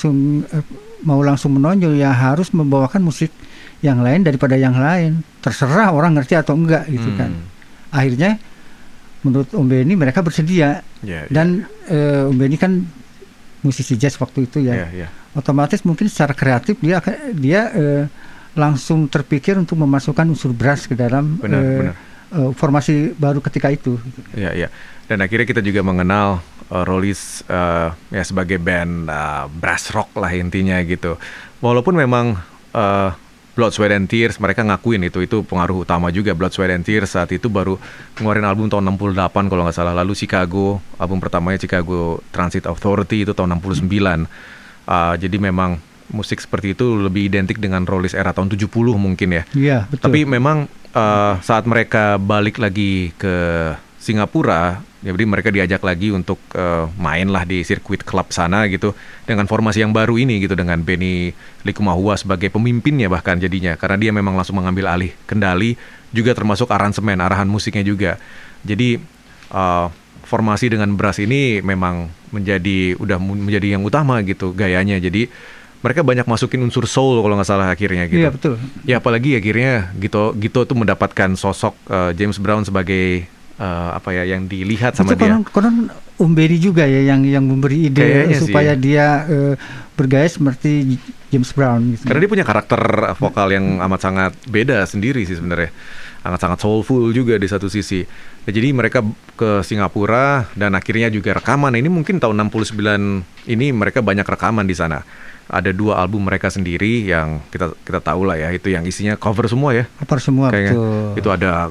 mau langsung menonjol ya harus membawakan musik yang lain daripada yang lain. Terserah orang ngerti atau enggak gitu kan. Akhirnya menurut Om Benny mereka bersedia. Dan Om Benny kan musisi jazz waktu itu ya. Otomatis mungkin secara kreatif dia langsung terpikir untuk memasukkan unsur brass ke dalam formasi baru ketika itu. Iya. Dan akhirnya kita juga mengenal Rollies ya sebagai band brass rock lah intinya gitu. Walaupun memang Blood, Sweat and Tears mereka ngakuin itu pengaruh utama juga. Blood, Sweat and Tears saat itu baru ngeluarin album tahun 68 kalau nggak salah. Lalu Chicago, album pertamanya Chicago Transit Authority itu tahun 69. Jadi memang musik seperti itu lebih identik dengan Rollies era tahun 70 mungkin ya. Iya, betul. Tapi memang saat mereka balik lagi ke Singapura, jadi mereka diajak lagi untuk main lah di sirkuit klub sana gitu dengan formasi yang baru ini gitu, dengan Benny Likumahua sebagai pemimpinnya bahkan jadinya, karena dia memang langsung mengambil alih kendali juga termasuk aransemen, arahan musiknya juga. Jadi formasi dengan brass ini memang udah menjadi yang utama gitu gayanya. Jadi mereka banyak masukin unsur soul kalau nggak salah akhirnya gitu. Iya betul. Ya apalagi akhirnya Gito tuh mendapatkan sosok James Brown sebagai yang dilihat sama itu dia. Konon Om Benny juga ya yang memberi ide kayaknya supaya sih, dia bergaya seperti James Brown gitu. Karena dia punya karakter vokal yang amat sangat beda sendiri sih sebenarnya. Sangat soulful juga di satu sisi. Nah, jadi mereka ke Singapura dan akhirnya juga rekaman. Ini mungkin tahun 69 ini mereka banyak rekaman di sana. Ada 2 album mereka sendiri yang kita tahu lah ya, itu yang isinya cover semua ya. Cover semua kayaknya. Betul. Itu ada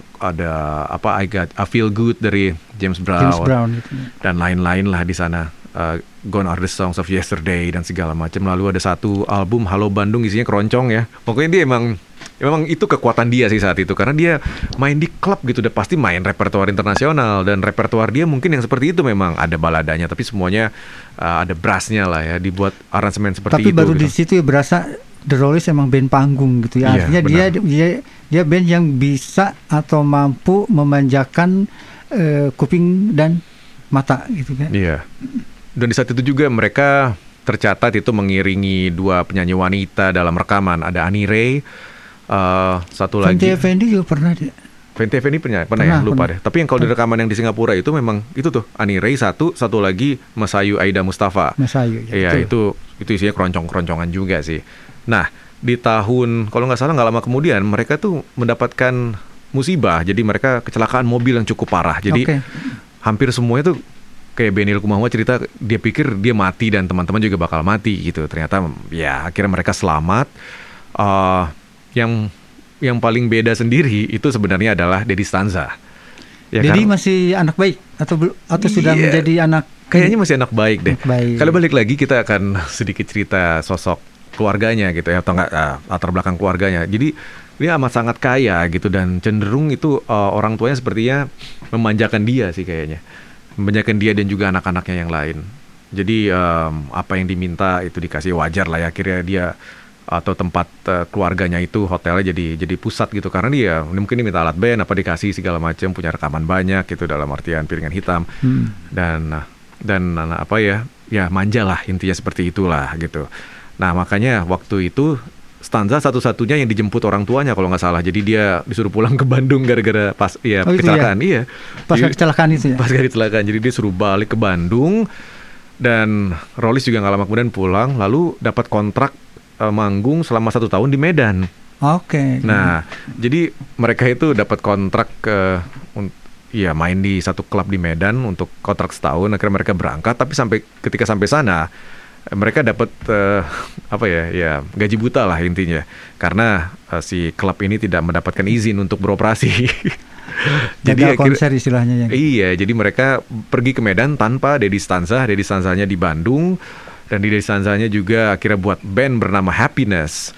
I Feel Good dari James Brown gitu. Dan lain-lain lah di sana. Gone Are the Songs of Yesterday dan segala macam. Lalu ada satu album Halo Bandung, isinya keroncong ya. Pokoknya dia memang itu kekuatan dia sih saat itu, karena dia main di klub gitu, udah pasti main repertoar internasional, dan repertoar dia mungkin yang seperti itu, memang ada baladanya tapi semuanya ada brassnya lah ya, dibuat aransemen seperti tapi itu. Tapi baru gitu. di situ ya berasa The Rollies emang band panggung gitu ya. Iya, Artinya dia band yang bisa atau mampu memanjakan kuping dan mata gitu kan. Iya. Dan di saat itu juga mereka tercatat itu mengiringi 2 penyanyi wanita dalam rekaman. Ada Annie Ray, satu lagi. Fenty Effendy juga pernah dia. Fenty Effendy pernah ya? Lupa deh. Tapi yang kalau di rekaman yang di Singapura itu memang itu tuh Annie Ray satu lagi Masayu Aida Mustafa. Masayu. Iya, itu isinya keroncong-keroncongan juga sih. Nah, di tahun kalau nggak salah nggak lama kemudian mereka tuh mendapatkan musibah. Jadi mereka kecelakaan mobil yang cukup parah. Jadi hampir semuanya tuh kayak Benny Likumahua cerita, dia pikir dia mati dan teman-teman juga bakal mati gitu. Ternyata ya akhirnya mereka selamat. Yang paling beda sendiri itu sebenarnya adalah Dedi Stanza. Ya, Dedi masih anak baik atau sudah menjadi anak? Kayaknya masih anak baik deh. Baik. Kalau balik lagi kita akan sedikit cerita sosok keluarganya gitu ya, atau enggak latar belakang keluarganya. Jadi dia amat sangat kaya gitu dan cenderung itu orang tuanya sepertinya memanjakan dia sih kayaknya. Memanjakan dia dan juga anak-anaknya yang lain. Jadi apa yang diminta itu dikasih, wajar lah ya. Akhirnya dia atau tempat keluarganya itu hotelnya jadi pusat gitu, karena dia mungkin diminta alat band apa dikasih segala macam, punya rekaman banyak gitu dalam artian piringan hitam dan apa ya manja lah intinya, seperti itulah gitu. Nah makanya waktu itu Stanza satu-satunya yang dijemput orang tuanya kalau nggak salah, jadi dia disuruh pulang ke Bandung gara-gara kecelakaan. Iya. Pas kecelakaan itu ya. Pas kecelakaan, jadi dia suruh balik ke Bandung dan Rollies juga nggak lama kemudian pulang, lalu dapat kontrak manggung selama 1 tahun di Medan. Nah, jadi mereka itu dapat kontrak main di satu klub di Medan untuk kontrak setahun. Akhirnya mereka berangkat, tapi ketika sampai sana mereka dapat gaji buta lah intinya, karena si klub ini tidak mendapatkan izin untuk beroperasi. Jadi konser istilahnya ya. Iya, jadi mereka pergi ke Medan tanpa Dedi Stanzanya di Bandung. Dan di Stanzanya juga akhirnya buat band bernama Happiness.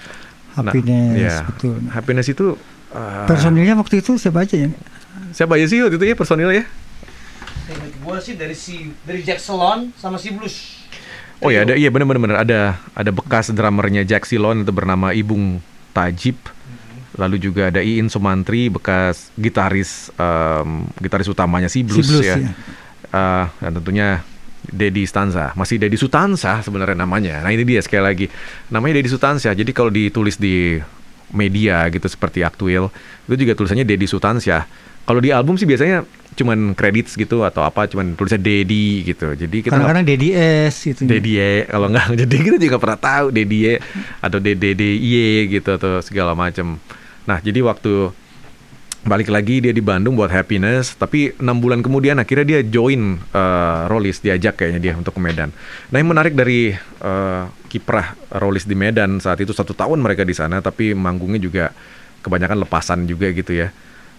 Betul. Happiness itu personilnya waktu itu siapa aja ya? Siapa aja sih waktu itu ya personilnya? Gue sih dari Jack Salon sama si Blues. Oh ya, ada benar ada bekas drummernya Jack Silon itu bernama Ibung Tajib. Lalu juga ada Iin Sumantri, bekas gitaris utamanya si Blues ya. Dan tentunya Dedi Stanza, masih Dedi Sutansa sebenarnya namanya. Nah ini dia sekali lagi, namanya Dedi Sutansa. Jadi kalau ditulis di media gitu seperti Aktuil, itu juga tulisannya Dedi Sutansa. Kalau di album sih biasanya cuman credits gitu atau apa, cuman tulisnya Dedi gitu. Jadi kita kadang-kadang Dedi S gitu. Dedi E, kalau enggak jadi kita juga pernah tahu Dedi E atau DDY gitu atau segala macam. Nah jadi waktu balik lagi dia di Bandung buat Happiness, tapi 6 bulan kemudian akhirnya dia join Rollies, diajak kayaknya dia untuk ke Medan. Nah yang menarik dari kiprah Rollies di Medan saat itu 1 tahun mereka di sana, tapi manggungnya juga kebanyakan lepasan juga gitu ya.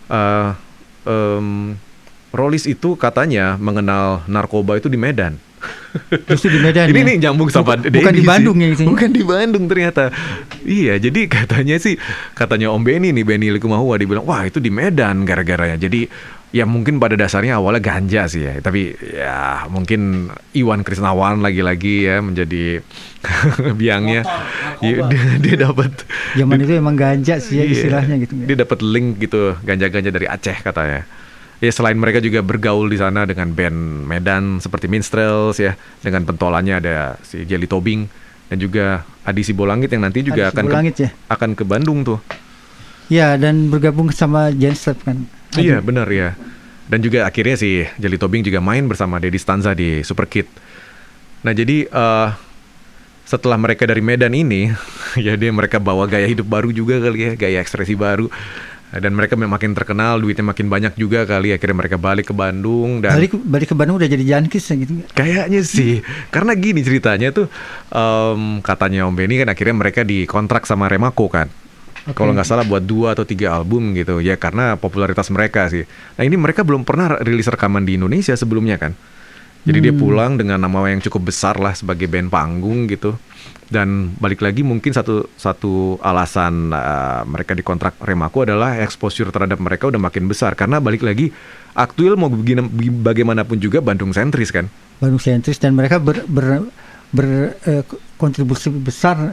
Rollies itu katanya mengenal narkoba itu di Medan. Justru di Medan. Ini nih nyambung sama bukan di Bandung ya itu. Bukan di Bandung ternyata. Iya, jadi katanya Om Benny Likumahua dibilang, wah itu di Medan gara-garanya. Jadi ya mungkin pada dasarnya awalnya ganja sih ya, tapi ya mungkin Iwan Krisnawan lagi-lagi ya menjadi biangnya. Dia dapat. Zaman itu emang ganja sih ya istilahnya gitu. Dia dapat link gitu, ganja-ganja dari Aceh katanya. Ya selain mereka juga bergaul di sana dengan band Medan seperti Minstrels ya, dengan pentolannya ada si Jelly Tobing dan juga Adi Sibolangit yang nanti juga akan ke Bandung tuh. Ya, dan bergabung sama Genstep kan. Iya benar ya. Dan juga akhirnya si Jelly Tobing juga main bersama Dedi Stanza di Super Kid. Nah jadi setelah mereka dari Medan ini, ya mereka bawa gaya hidup baru juga kali ya, gaya ekspresi baru. Dan mereka makin terkenal, duitnya makin banyak juga kali. Akhirnya mereka balik ke Bandung dan balik ke Bandung udah jadi jankis gitu. Kayaknya sih, karena gini ceritanya tuh, katanya Om Benny kan akhirnya mereka dikontrak sama Remaco kan. Kalau nggak salah buat 2 atau 3 album gitu ya, karena popularitas mereka sih. Nah ini mereka belum pernah rilis rekaman di Indonesia sebelumnya kan. Jadi dia pulang dengan nama yang cukup besar lah sebagai band panggung gitu. Dan balik lagi mungkin satu alasan mereka dikontrak Remaco adalah exposure terhadap mereka udah makin besar. Karena balik lagi Aktuil mau bagaimanapun juga Bandung sentris kan. Bandung sentris dan mereka berkontribusi besar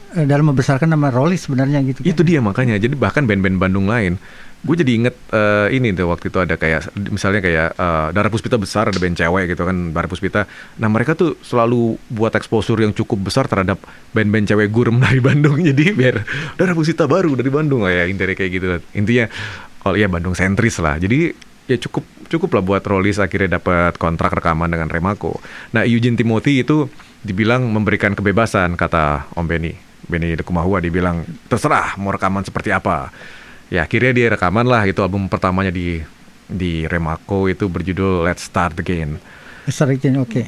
dalam membesarkan nama Rollies sebenarnya gitu. Itu dia makanya. Jadi bahkan band-band Bandung lain, gue jadi inget ini tuh waktu itu ada kayak misalnya kayak Dara Puspita besar, ada band cewek gitu kan, Dara Puspita. Nah mereka tuh selalu buat exposure yang cukup besar terhadap band-band cewek gurem dari Bandung. Jadi biar Dara Puspita baru dari Bandung ya, intinya kayak gitu. Intinya kalau ya Bandung sentris lah. Jadi ya cukup lah buat Rollies akhirnya dapat kontrak rekaman dengan Remako. Nah Eugene Timothy itu dibilang memberikan kebebasan, kata Om Benny Likumahua, dibilang terserah mau rekaman seperti apa. Ya akhirnya dia rekaman lah, itu album pertamanya di Remako, itu berjudul Let's Start Again. Oke.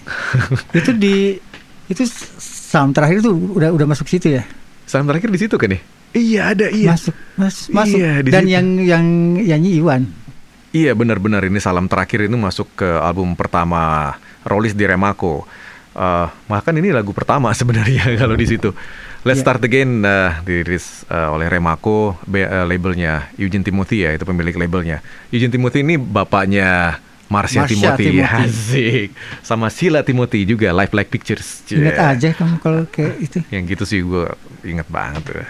itu sound terakhir itu udah masuk situ ya? Sound terakhir di situ kan ya? Iya ada, iya. Masuk. Iya, dan situ. yang nyanyi Iwan. Iya benar-benar, ini Salam Terakhir itu masuk ke album pertama Rollies di Remako. Bahkan ini lagu pertama sebenarnya kalau di situ. Let's Start Again dirilis oleh Remako, labelnya Eugene Timothy ya, itu pemilik labelnya. Eugene Timothy ini bapaknya Marcia Timothy. Asik. Sama Sheila Timothy juga, Life Like Pictures. Ingat aja kamu kalau kayak itu. Yang gitu sih gue inget banget tuh.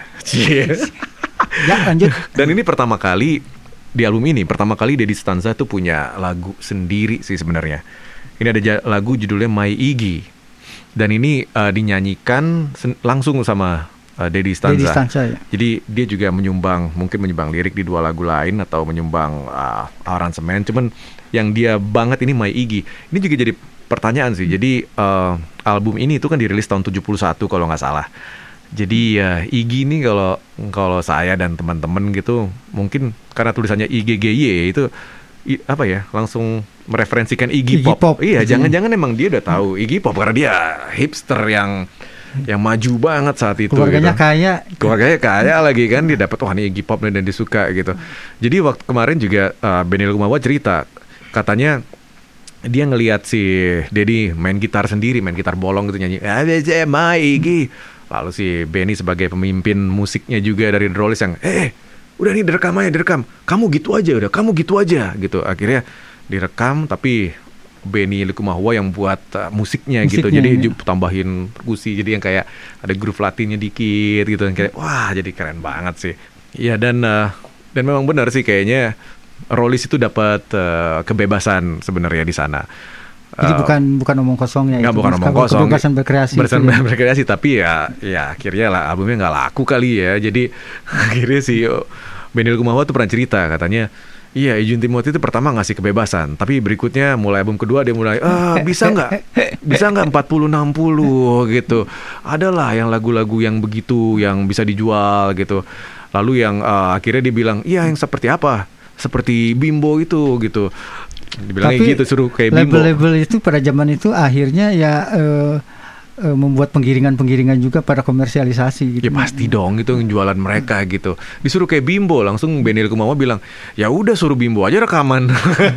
Ya lanjut. Dan ini pertama kali di album ini, Deddy Stanza tuh punya lagu sendiri sih sebenarnya. Ini ada lagu judulnya My Iggy. Dan ini dinyanyikan langsung sama Deddy Stanza ya. Jadi dia juga mungkin menyumbang lirik di 2 lagu lain atau menyumbang aransemen. Cuman yang dia banget ini My Iggy. Ini juga jadi pertanyaan sih. Jadi album ini itu kan dirilis tahun 71 kalau nggak salah. Jadi Iggy ini kalau saya dan teman-teman gitu mungkin karena tulisannya IGGY itu apa ya, langsung mereferensikan Iggy Pop. Iya, jangan-jangan emang dia udah tahu Iggy Pop karena dia hipster yang maju banget saat itu. Keluarganya gitu. Keluarganya kaya lagi kan, dia dapat wah ini Iggy Pop dan disuka gitu. Jadi waktu kemarin juga Benny Likumahua cerita, katanya dia ngelihat si Deddy main gitar sendiri, main gitar bolong gitu, nyanyi My Iggy. Lalu si Benny sebagai pemimpin musiknya juga dari The Rollies yang udah nih direkam. Kamu gitu aja gitu. Akhirnya direkam, tapi Benny Likumahua yang buat musiknya gitu. Jadi tambahin perkusi, jadi yang kayak ada groove latinnya dikit gitu, yang kayak wah jadi keren banget sih. Iya, dan memang benar sih kayaknya Rollies itu dapat kebebasan sebenarnya di sana. Jadi bukan omong kosong ya. Bukan omong kosong. Kebebasan berkreasi. Berkreasi, tapi ya akhirnya lah albumnya nggak laku kali ya. Jadi akhirnya si Benny Likumahua tuh pernah cerita, katanya iya Eugene Timothy itu pertama ngasih kebebasan, tapi berikutnya mulai album kedua dia mulai bisa nggak 40-60 gitu. Adalah yang lagu-lagu yang begitu yang bisa dijual gitu. Lalu yang akhirnya dia bilang iya yang seperti apa? Seperti Bimbo itu gitu. Dibilangnya gitu, suruh kayak Bimbo. Label-label itu pada zaman itu akhirnya ya membuat penggiringan juga pada komersialisasi gitu. Ya pasti dong, itu yang jualan mereka gitu. Disuruh kayak Bimbo, langsung Benny Likumahua bilang, ya udah suruh Bimbo aja rekaman.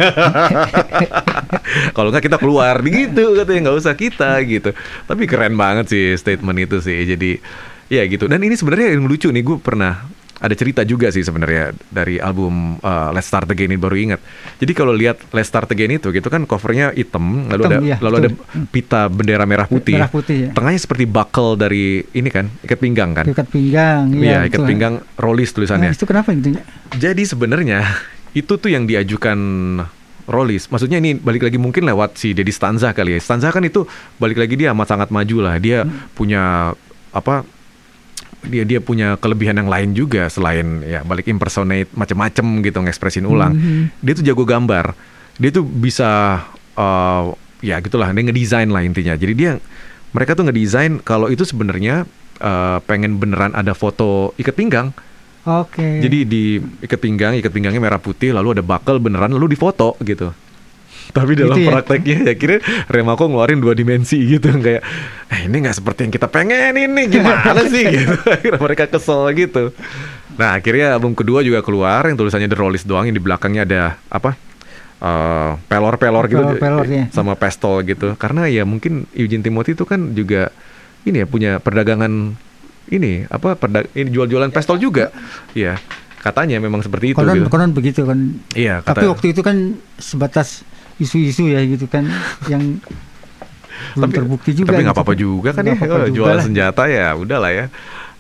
Kalau nggak kita keluar gitu, katanya nggak usah kita gitu. Tapi keren banget sih statement itu sih. Jadi ya gitu. Dan ini sebenarnya yang lucu nih, gue pernah ada cerita juga sih sebenarnya dari album Let's Start Again ini, baru ingat. Jadi kalau lihat Let's Start Again itu gitu kan covernya hitam, lalu ada pita bendera merah putih. Ya. Tengahnya seperti buckle dari ini kan, ikat pinggang kan? Ikat pinggang. Iya, ikat pinggang Rollies tulisannya. Nah, itu kenapa gitu? Jadi sebenarnya itu tuh yang diajukan Rollies. Maksudnya ini balik lagi mungkin lewat si Deddy Stanza kali ya. Stanza kan itu balik lagi dia amat sangat maju lah. Dia punya dia punya kelebihan yang lain juga selain ya balik impersonate macem-macem gitu, ngekspresin ulang. Dia tuh jago gambar. Dia tuh bisa ya gitulah, dia ngedesain lah intinya. Jadi mereka tuh ngedesain kalau itu sebenarnya pengen beneran ada foto ikat pinggang. Oke. Jadi di ikat pinggangnya merah putih, lalu ada buckle beneran, lalu difoto gitu. Tapi dalam prakteknya ya kira Remako ngeluarin 2 dimensi gitu, kayak ini nggak seperti yang kita pengen, ini gimana sih gitu. Akhirnya mereka kesel gitu. Nah akhirnya album kedua juga keluar yang tulisannya The Rollies doang, yang di belakangnya ada pelor gitu, sama pistol gitu. Karena ya mungkin Eugene Timothy itu kan juga ini ya punya perdagangan ini ini jual-jualan pistol juga. Iya, katanya memang seperti itu. Konon begitu kan. Iya. Tapi waktu itu kan sebatas isu-isu ya gitu kan, yang belum terbukti juga. Tapi nggak gitu. apa-apa juga kan ya, jualan senjata ya udahlah ya.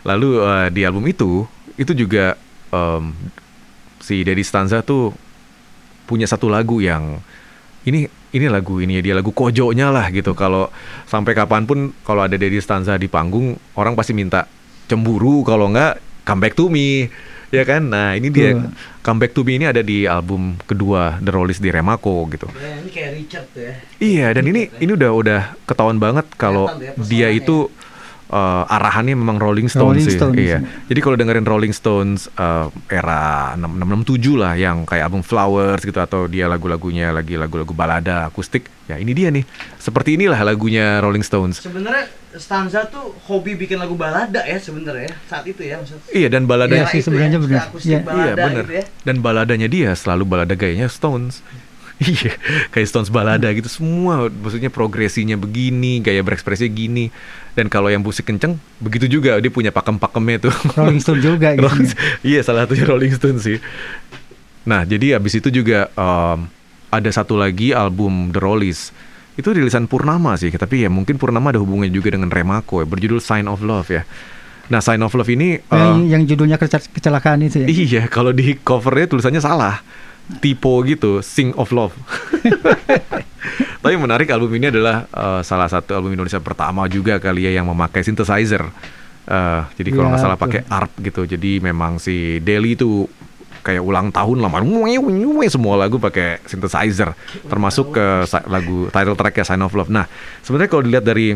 Lalu di album itu juga si Daddy Stanza tuh punya satu lagu yang ini lagu ini ya, dia lagu kojonya lah gitu. Kalau sampai kapanpun kalau ada Daddy Stanza di panggung, orang pasti minta cemburu, kalau enggak Come Back to Me, ya kan? Nah ini dia Come Back to Me ini ada di album kedua The Rollies di Remaco gitu. Ya, ini kayak Richard tuh ya. Iya, dan ini udah ketahuan banget kalau dia itu arahannya memang Rolling Stones sih. Iya. Jadi kalau dengerin Rolling Stones era 6667 lah, yang kayak album Flowers gitu, atau dia lagu-lagunya lagi lagu-lagu balada akustik, ya ini dia nih. Seperti inilah lagunya Rolling Stones. Sebenarnya Stanza tuh hobi bikin lagu balada ya sebenarnya saat itu ya, maksudnya. Iya, dan balada sih sebenarnya benar. Iya, benar. Gitu ya. Dan baladanya dia selalu balada gayanya Stones. Iya, kayak Stones balada gitu semua, maksudnya progresinya begini, gaya berekspresinya gini. Dan kalau yang musik kenceng, begitu juga, dia punya pakem-pakemnya tuh. Rolling Stone juga gitu. Iya, salah satunya Rolling Stone sih. Nah, jadi abis itu juga ada satu lagi album The Rollies. Itu rilisan Purnama sih, tapi ya mungkin Purnama ada hubungannya juga dengan Remaco ya, berjudul Sign of Love ya. Nah, Sign of Love ini yang judulnya kecelakaan itu ya. Iya, kalau di covernya tulisannya salah. Typo gitu, Sing of Love. Tapi menarik, album ini adalah salah satu album Indonesia pertama juga kali ya yang memakai synthesizer. Jadi kalau nggak salah pakai ARP gitu. Jadi memang si Deli itu kayak ulang tahun lama, semua lagu pakai synthesizer, termasuk ke lagu title track ya Sign of Love. Nah, sebenarnya kalau dilihat dari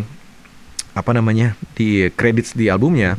di credits di albumnya,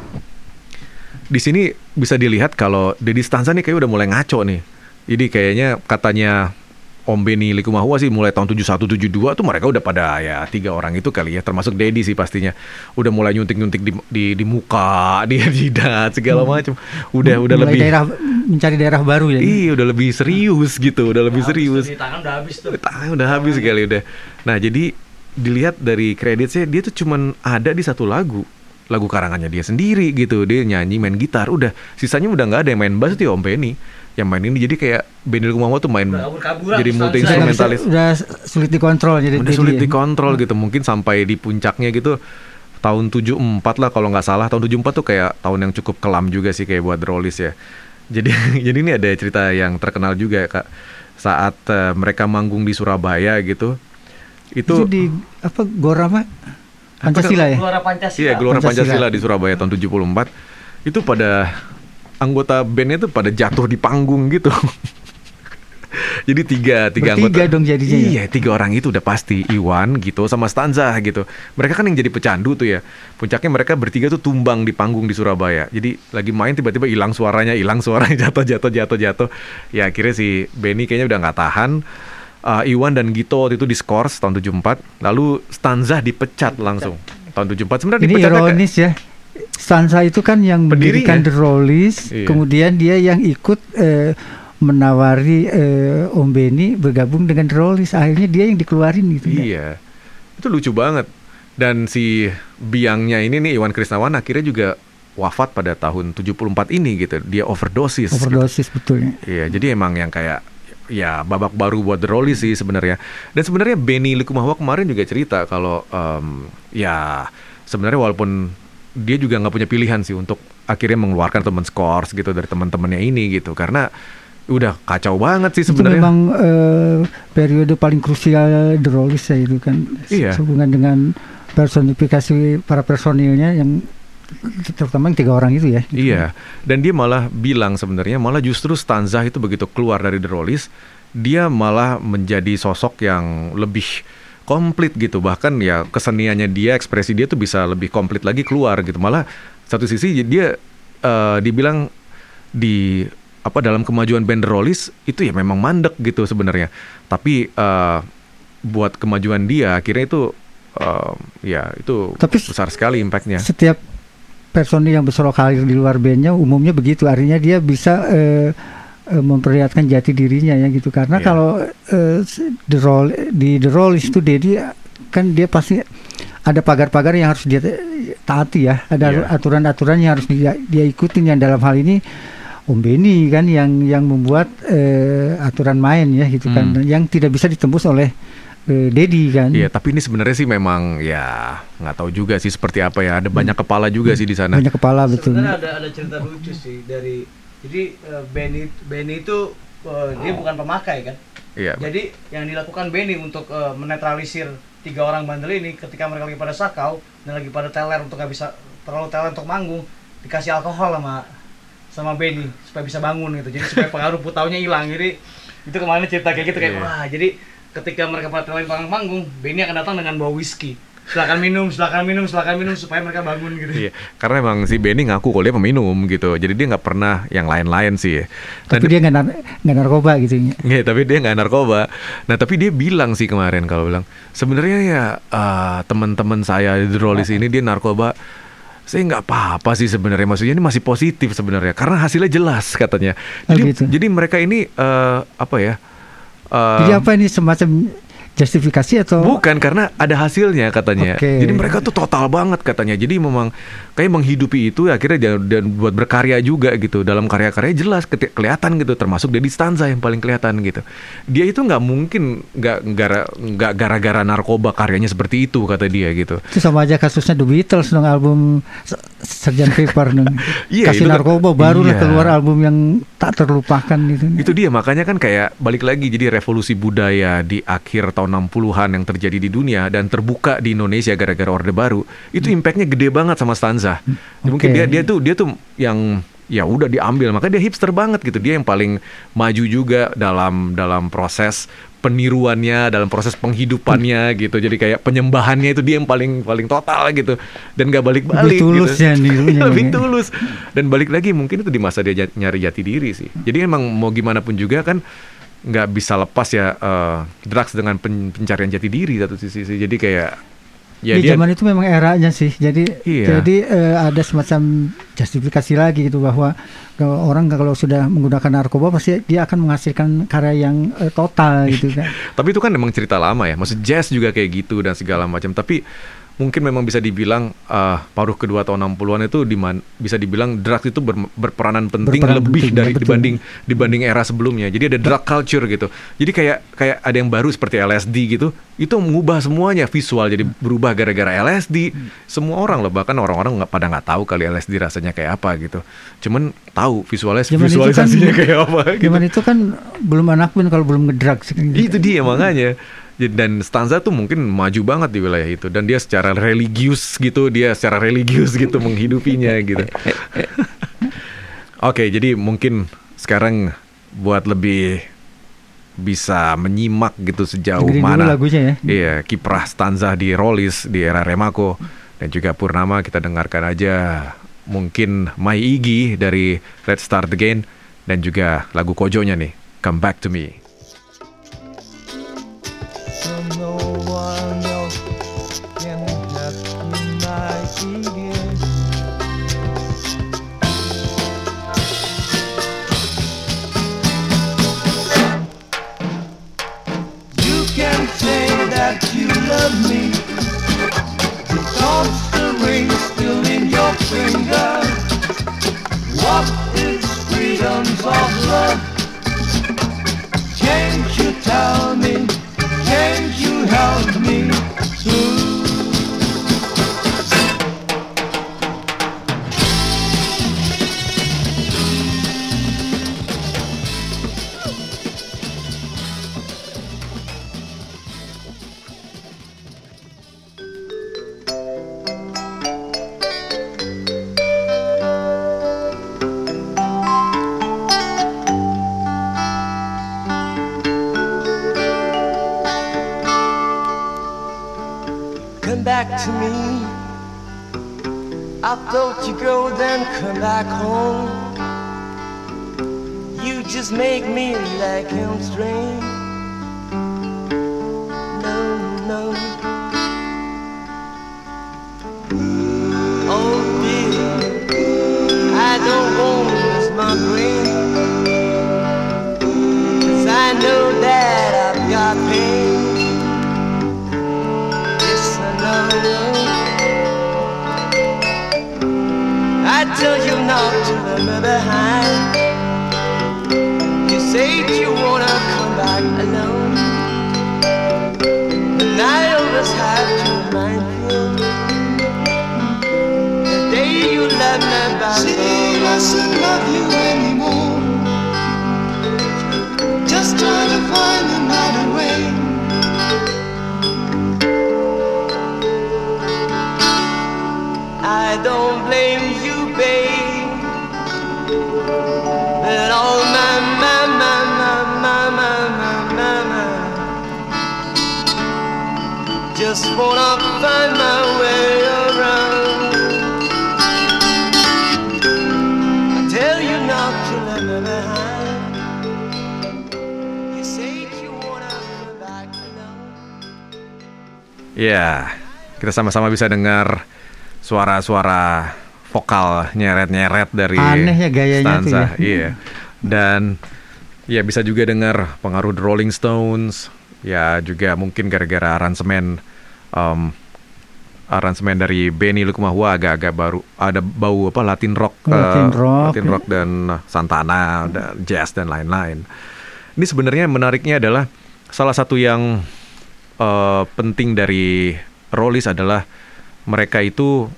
di sini bisa dilihat kalau Daddy Stanza nih kayak udah mulai ngaco nih. Jadi kayaknya katanya Om Benny Likumahua sih mulai tahun 71-72 tuh mereka udah pada ya 3 orang itu kali ya, termasuk Daddy sih pastinya. Udah mulai nyuntik-nyuntik di muka, di jidat segala macam. Udah mulai lebih mencari daerah baru ya. Iya, udah lebih serius gitu, udah lebih serius. Tangan udah habis tuh. Tangan udah habis sekali udah. Nah, jadi dilihat dari kreditnya dia tuh cuman ada di satu lagu karangannya dia sendiri gitu. Dia nyanyi, main gitar, udah. Sisanya udah nggak ada yang main bass tuh ya Om Benny yang main ini. Jadi kayak Benny Likumahua tuh main jadi multi instrumentalis. Udah sulit dikontrol jadi. Udah sulit dikontrol gitu. Mungkin sampai di puncaknya gitu tahun 74 lah kalau nggak salah. Tahun 74 tuh kayak tahun yang cukup kelam juga sih kayak buat The Rollies ya. Jadi ini ada cerita yang terkenal juga ya, Kak. Saat mereka manggung di Surabaya gitu. Itu di Gora Pancasila ya? Gelora Pancasila. Iya, Gelora Pancasila di Surabaya tahun 74. Itu pada anggota bandnya tuh pada jatuh di panggung gitu. Jadi tiga anggota dong jadinya. Iya, 3 orang itu udah pasti, Iwan gitu sama Stanza gitu. Mereka kan yang jadi pecandu tuh ya. Puncaknya mereka bertiga tuh tumbang di panggung di Surabaya. Jadi lagi main tiba-tiba hilang suaranya, jatuh. Ya akhirnya si Benny kayaknya udah nggak tahan. Iwan dan Gito waktu itu diskors tahun 74. Lalu Stanza dipecat langsung tahun 74. Sebenarnya ini ironis ya. Stanza itu kan yang mendirikan The Rollies, iya. Kemudian dia yang ikut menawari Om Benny bergabung dengan The Rollies. Akhirnya dia yang dikeluarin gitu. Iya, itu lucu banget. Dan si biangnya ini nih Iwan Krisnawan akhirnya juga wafat pada tahun 74 ini gitu. Dia overdosis gitu. Betulnya. Iya, jadi emang yang kayak ya babak baru buat The Rollies sih sebenarnya. Dan sebenarnya Benny Likumahua kemarin juga cerita kalau ya sebenarnya walaupun dia juga nggak punya pilihan sih untuk akhirnya mengeluarkan teman scores gitu dari teman-temannya ini gitu, karena udah kacau banget sih sebenarnya. Itu memang periode paling krusial The Rollies ya itu kan. Iya. Sehubungan dengan personifikasi para personilnya yang terutama yang 3 orang itu ya. Iya. Dan dia malah bilang sebenarnya malah justru Stanza itu begitu keluar dari The Rollies, dia malah menjadi sosok yang lebih komplit gitu, bahkan ya keseniannya dia, ekspresi dia tuh bisa lebih komplit lagi keluar gitu. Malah satu sisi dia dibilang dalam kemajuan band The Rollies itu ya memang mandek gitu sebenarnya, tapi buat kemajuan dia akhirnya itu ya itu tapi besar sekali impactnya. Setiap personil yang bersolok karir di luar bandnya umumnya begitu, artinya dia bisa memperlihatkan jati dirinya ya gitu, karena kalau di The Rollies itu Daddy kan dia pasti ada pagar-pagar yang harus dia taati ya, ada aturan-aturan yang harus dia ikutin, yang dalam hal ini Om Benny kan yang membuat aturan main ya gitu kan, yang tidak bisa ditembus oleh Dedi kan. Iya, tapi ini sebenarnya sih memang ya nggak tahu juga sih seperti apa ya. Ada banyak kepala juga sih di sana. Banyak kepala betul. Sebenarnya ada cerita lucu sih dari jadi Benny itu dia bukan pemakai kan. Iya. Jadi yang dilakukan Benny untuk menetralisir 3 orang bandel ini ketika mereka lagi pada sakau dan lagi pada teler untuk nggak bisa terlalu teler untuk manggung, dikasih alkohol sama Benny supaya bisa bangun gitu. Jadi supaya pengaruh putaunya hilang. Jadi itu kemarin cerita kayak gitu kayak wah, jadi ketika mereka pada teler panggung, Benny akan datang dengan bawa whisky. Silakan minum supaya mereka bangun gitu. Iya, karena emang si Benny ngaku kalau dia peminum gitu, jadi dia nggak pernah yang lain-lain sih. Tapi dia nggak narkoba gitu. Iya, tapi dia nggak narkoba. Nah, tapi dia bilang sih kemarin kalau bilang sebenarnya ya teman-teman saya di Rollies ini dia narkoba. Saya nggak apa-apa sih sebenarnya, maksudnya ini masih positif sebenarnya karena hasilnya jelas katanya. Jadi mereka ini apa ya? Jadi apa ini semacam justifikasi atau? Bukan, karena ada hasilnya katanya. Jadi mereka tuh total banget katanya. Jadi memang kayak menghidupi itu akhirnya dan buat berkarya juga gitu. Dalam karya-karya jelas kelihatan gitu, termasuk Dedi Stanza yang paling kelihatan gitu. Dia itu nggak mungkin nggak gara-gara narkoba karyanya seperti itu kata dia gitu. Itu sama aja kasusnya The Beatles dong, album Sgt. Pepper dong. Kasih narkoba barulah keluar album yang tak terlupakan gitu. Itu dia, makanya kan kayak balik lagi jadi revolusi budaya di akhir tahun 60-an yang terjadi di dunia dan terbuka di Indonesia gara-gara Orde Baru. Itu impactnya gede banget sama Stanza. Mungkin dia tuh yang ya udah diambil, makanya dia hipster banget gitu. Dia yang paling maju juga dalam proses peniruannya, dalam proses penghidupannya gitu. Jadi kayak penyembahannya itu dia yang paling total gitu. Dan gak balik-balik gitu. Tulus ya nirunya. Lebih tulus. Dan balik lagi mungkin itu di masa dia nyari jati diri sih. Jadi emang mau gimana pun juga kan nggak bisa lepas ya drugs dengan pencarian jati diri satu sisi. Jadi kayak ya di zaman itu memang eranya sih. Jadi ada semacam justifikasi lagi gitu bahwa orang kalau sudah menggunakan narkoba pasti dia akan menghasilkan karya yang total gitu kan. Tapi itu kan memang cerita lama ya. Maksud jazz juga kayak gitu dan segala macam. Tapi mungkin memang bisa dibilang paruh kedua tahun 60-an itu bisa dibilang drugs itu berperanan penting lebih dari dibanding era sebelumnya. Jadi ada drug culture gitu. Jadi kayak ada yang baru seperti LSD gitu. Itu mengubah semuanya, visual jadi berubah gara-gara LSD. Semua orang loh, bahkan orang-orang nggak tahu kali LSD rasanya kayak apa gitu. Cuman tahu visualisasinya kayak apa gitu. Zaman itu kan belum anak pun kalau belum ngedrugs gitu. Itu dia makanya. Dan Stanza tuh mungkin maju banget di wilayah itu. Dan dia secara religius gitu menghidupinya gitu. Oke, jadi mungkin sekarang buat lebih bisa menyimak gitu sejauh mana lagunya ya. Iya, kiprah Stanza di Rollies di era Remako. Dan juga Purnama kita dengarkan aja mungkin My Iggy dari Let's Start Again. Dan juga lagu Kojonya nih, Come Back to Me. You love me. The thoughts, the ring still in your finger. What is freedom's of love? Can't you tell me? Can't you help me through? Come back to me. I thought you go, then come back home. You just make me like hamstring. No. Oh dear, I don't want to lose my brain. 'Cause I know that I've got pain. I tell you not to leave me behind. You say you wanna come back alone. just have to remind him the day you left me back. See, I shouldn't love you anymore. Just trying to find another way. I don't blame you, babe, but all my just wanna find my way around. I tell you not to let me behind. You say you wanna go back now. Ya, kita sama-sama bisa dengar suara-suara vokal nyeret-nyeret dari Aneh ya gayanya tuh stanza. ya. Iya. Dan ya bisa juga dengar pengaruh The Rolling Stones. Ya juga mungkin gara-gara aransemen dari Benny Likumahua agak-agak baru, ada bau apa Latin rock, Latin rock dan Santana dan jazz dan lain-lain. Ini sebenarnya menariknya adalah salah satu yang penting dari Rollies adalah mereka itu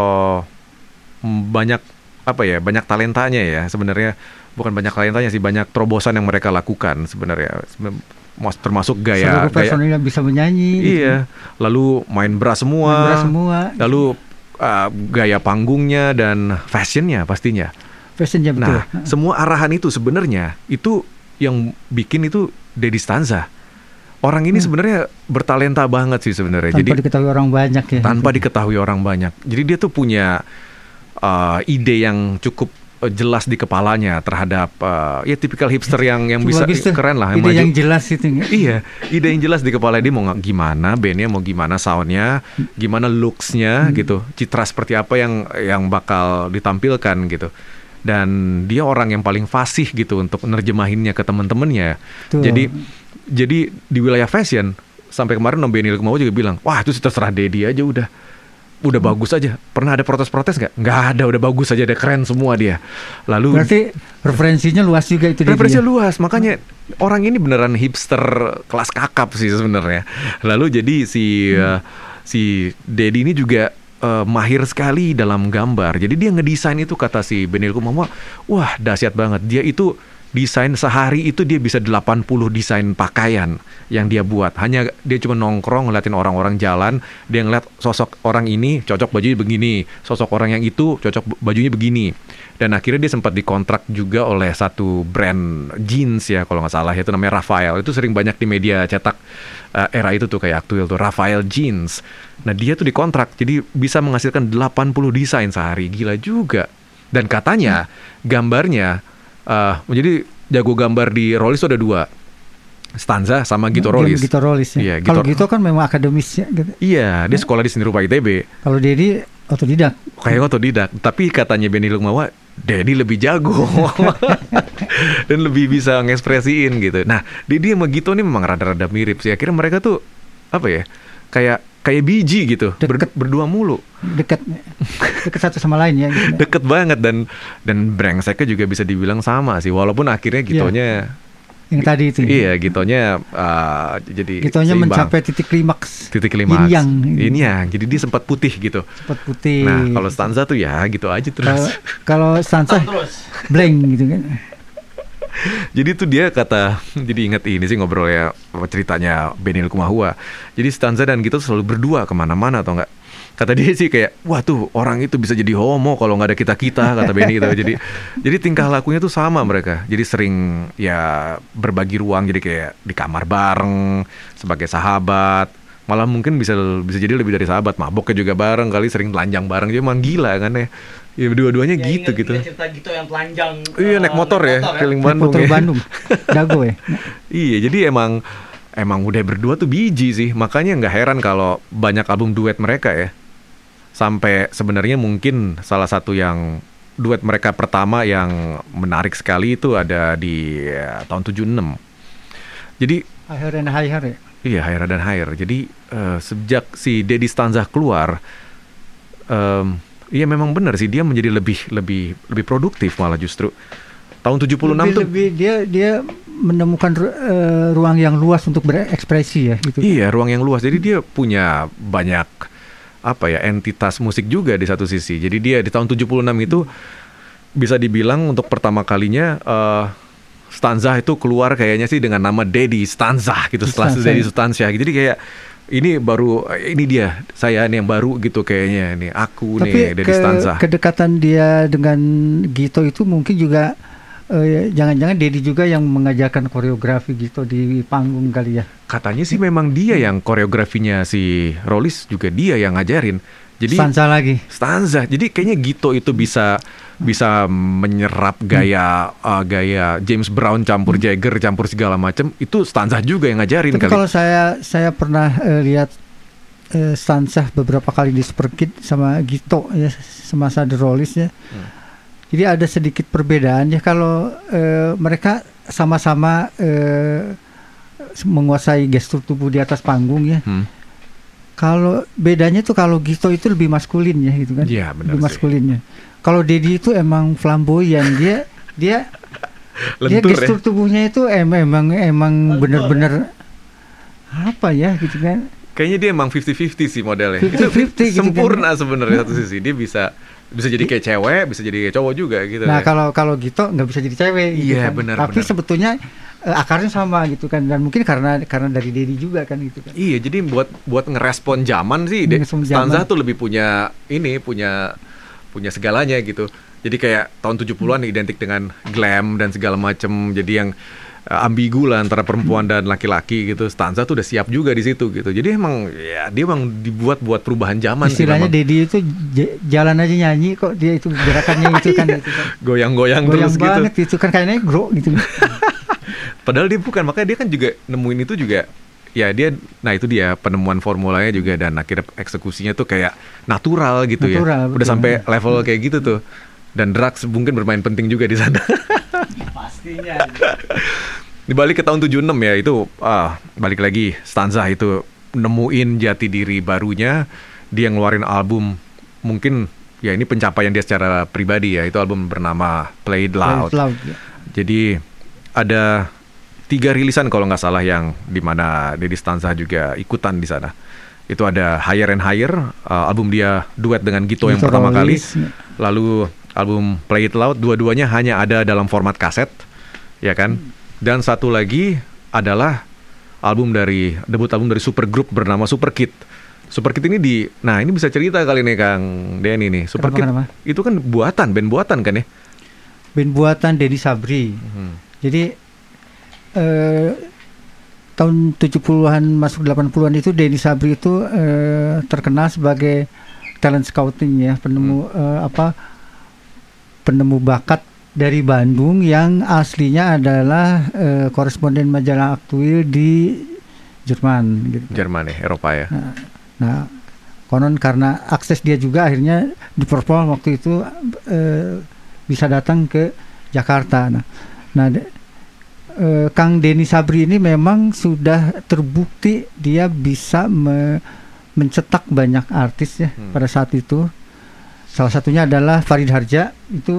banyak banyak talentanya ya sebenarnya, bukan banyak talentanya sih, banyak terobosan yang mereka lakukan sebenarnya. Termasuk gaya personilnya bisa menyanyi. Iya, gitu. Lalu main brass semua. Lalu gaya panggungnya dan fashionnya pastinya. Fashionnya betul. Nah, semua arahan itu sebenarnya itu yang bikin itu Deddy Stanza. Orang ini sebenarnya bertalenta banget sih sebenarnya. Tanpa diketahui orang banyak ya. Tanpa diketahui orang banyak. Jadi dia tuh punya ide yang cukup jelas di kepalanya terhadap ya tipikal hipster yang bisa keren lah, ide yang jelas itu. Iya, ide yang jelas di kepala dia, mau gimana bandnya, mau gimana soundnya, gimana looksnya gitu, citra seperti apa yang bakal ditampilkan gitu. Dan dia orang yang paling fasih gitu untuk nerjemahinnya ke teman-temannya. Jadi di wilayah fashion sampai kemarin Om Benny Likumahua juga bilang, wah itu terserah Deddy aja udah bagus aja. Pernah ada protes-protes nggak? Nggak ada, udah bagus aja, udah keren semua dia. Lalu berarti referensinya luas juga itu. Referensinya luas, makanya orang ini beneran hipster kelas kakap sih sebenarnya. Lalu jadi si Deddy ini juga mahir sekali dalam gambar. Jadi dia ngedesain itu, kata si Benny Likumahua, wah dahsyat banget. Dia itu desain sehari itu dia bisa 80 desain pakaian yang dia buat. Hanya dia cuma nongkrong ngeliatin orang-orang jalan, dia ngeliat sosok orang ini cocok bajunya begini, sosok orang yang itu cocok bajunya begini. Dan akhirnya dia sempat dikontrak juga oleh satu brand jeans ya kalau nggak salah, itu namanya Raphael. Itu sering banyak di media cetak era itu tuh, kayak Aktuil tuh, Raphael Jeans. Nah dia tuh dikontrak jadi bisa menghasilkan 80 desain sehari. Gila juga. Dan katanya gambarnya jadi jago gambar di Rollies itu ada 2, Stanza sama Gito Rollies. Gito Rollies ya. Iya, kalau Gito kan memang akademis ya gitu. Iya, dia sekolah di seni rupa ITB. Kalau Deddy otodidak. Kayak otodidak, tapi katanya Benny Likumahua, Deddy lebih jago dan lebih bisa ngekspresiin gitu. Nah, Deddy sama Gito ini memang rada-rada mirip sih. Akhirnya mereka tuh apa ya? Kayak biji gitu, berdua mulu. Dekat satu sama lain ya. Gitu. Deket banget dan brengseknya juga bisa dibilang sama sih. Walaupun akhirnya Gitonya yang tadi itu. Iya, Gitonya jadi Gitonya seimbang. Mencapai titik klimaks. Ini yang. Jadi dia sempat putih gitu. Sempat putih. Nah, kalau Stanza tuh ya gitu aja terus. Kalau Stanza blank gitu kan. Jadi tuh dia jadi inget ini sih ngobrol ya ceritanya Benny Likumahua. Jadi Stanza dan Gito selalu berdua kemana-mana atau enggak. Kata dia sih kayak, wah tuh orang itu bisa jadi homo kalau nggak ada kita, kata Benny gitu. Jadi tingkah lakunya tuh sama mereka. Jadi sering ya berbagi ruang, jadi kayak di kamar bareng sebagai sahabat. Malah mungkin bisa jadi lebih dari sahabat, maboknya juga bareng kali, sering telanjang bareng. Jadi emang gila kan ya. Ya dua-duanya ya, gitu. Cerita gitu yang telanjang. Iya, naik motor ya, keliling Bandung. Motor Bandung. Dago ya. Iya, jadi emang udah berdua tuh biji sih. Makanya nggak heran kalau banyak album duet mereka ya. Sampai sebenarnya mungkin salah satu yang duet mereka pertama yang menarik sekali itu ada di tahun 76. Jadi Higher and Higher ya? Iya, Higher dan Higher. Jadi sejak si Deddy Stanza keluar, iya memang benar sih dia menjadi lebih produktif malah justru. Tahun 76 tuh. Lebih dia menemukan ruang yang luas untuk berekspresi ya gitu. Iya, ruang yang luas. Jadi dia punya banyak entitas musik juga di satu sisi. Jadi dia di tahun 76 itu bisa dibilang untuk pertama kalinya Stanza itu keluar kayaknya sih dengan nama Dedi Stanza gitu, setelah Dedi Stanza. Jadi kayak ini dia, saya nih yang baru gitu kayaknya nih, aku nih Dedi Stanza. Kedekatan dia dengan Gito itu mungkin juga jangan-jangan Dedi juga yang mengajarkan koreografi Gito di panggung kali ya. Katanya sih memang dia yang koreografinya, si Rollis juga dia yang ngajarin. Jadi Stanza. Jadi kayaknya Gito itu bisa menyerap gaya James Brown campur Jagger campur segala macam, itu Stanza juga yang ngajarin. Tapi kalau saya pernah lihat Stanza beberapa kali di Super Kid sama Gito ya semasa The Rollis ya. Jadi ada sedikit perbedaan ya, kalau mereka sama-sama menguasai gestur tubuh di atas panggung ya. Kalau bedanya tuh kalau Gito itu lebih maskulin ya gitu kan. Iya, benar lebih maskulinnya. Kalau Dedi itu emang flamboyan, dia gestur tubuhnya itu emang bener-bener apa ya gitu kan. Kayaknya dia emang 50-50 sih modelnya. 50-50 gitu sempurna kan. Sebenarnya satu sisi dia bisa jadi kayak cewek, bisa jadi kayak cowok juga gitu. Nah, kalau Gito nggak bisa jadi cewek gitu iya, kan. benar. Tapi sebetulnya akarnya sama gitu kan, dan mungkin karena dari Dedi juga kan gitu kan. Iya, jadi buat ngerespon zaman sih Stanza tuh lebih punya segalanya gitu. Jadi kayak tahun 70-an identik dengan glam dan segala macam. Jadi yang ambigu lah antara perempuan dan laki-laki gitu. Stanza tuh udah siap juga di situ gitu. Jadi emang ya dia emang dibuat buat perubahan zaman. Istilahnya Dedi itu jalan aja nyanyi kok, dia itu gerakannya itu kan gitu kan. Goyang-goyang terus gitu. Goyang banget itu kan kayaknya negro gitu. Padahal dia bukan, makanya dia kan juga nemuin itu juga. Ya dia, nah itu dia penemuan formulanya juga, dan akhirnya eksekusinya tuh kayak natural gitu ya. Udah betul. Sampai level kayak gitu tuh. Dan drugs mungkin bermain penting juga di sana. Pastinya. Dibalik ke tahun 76 ya, itu balik lagi Stanza itu nemuin jati diri barunya. Dia ngeluarin album, mungkin ya ini pencapaian dia secara pribadi ya. Itu album bernama Play It Loud. Ya. Jadi ada 3 rilisan kalau nggak salah yang dimana Dedi Stanza juga ikutan di sana. Itu ada Higher and Higher, album dia duet dengan Gito yang pertama kali. Lalu album Play It Loud, dua-duanya hanya ada dalam format kaset, ya kan? Dan satu lagi adalah debut album dari supergroup bernama Super Kid. Super Kid ini ini bisa cerita kali nih Kang Denny nih. Super Kid itu kan band buatan kan ya? Band buatan Dedi Sabri. Jadi tahun 70-an masuk 80-an itu Dedi Sabri itu terkenal sebagai talent scouting ya, penemu bakat dari Bandung yang aslinya adalah koresponden majalah Aktuil di Jerman gitu. Jerman ya, Eropa ya. Nah, konon karena akses dia juga akhirnya di perform waktu itu bisa datang ke Jakarta. Nah, Kang Denny Sabri ini memang sudah terbukti dia bisa mencetak banyak artis ya pada saat itu. Salah satunya adalah Farid Harja, itu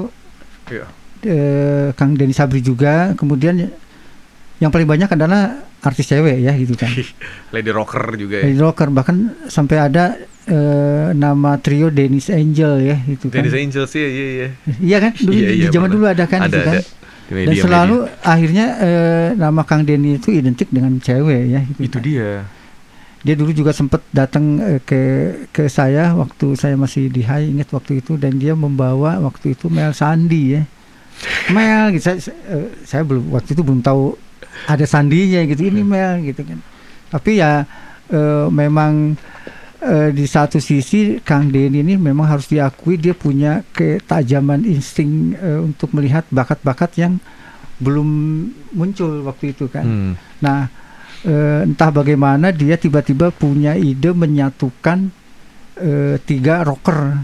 Kang Denny Sabri juga. Kemudian yang paling banyak adalah artis cewek ya gitu kan. Lady Rocker juga ya. Lady Rocker, bahkan sampai ada nama trio Dennis Angel ya gitu kan. Dennis Angel sih iya. Iya kan? Dulu di zaman dulu ada kan gitu kan. Dan selalu akhirnya nama Kang Denny itu identik dengan cewek ya gitu. Itu dia. Dia dulu juga sempat datang ke saya waktu saya masih di Hai, ingat waktu itu, dan dia membawa waktu itu Mel Sandi ya. Mel gitu, saya waktu itu belum tahu ada sandinya gitu, ini Mel gitu kan. Tapi ya memang di satu sisi Kang Denny ini memang harus diakui dia punya ketajaman insting untuk melihat bakat-bakat yang belum muncul waktu itu kan. Nah, entah bagaimana dia tiba-tiba punya ide menyatukan 3 rocker,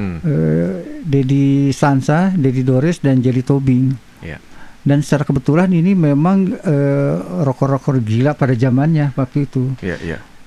Dedi Stanza, Dedi Dores, dan Jelly Tobing. Dan secara kebetulan ini memang rocker-rocker gila pada zamannya waktu itu.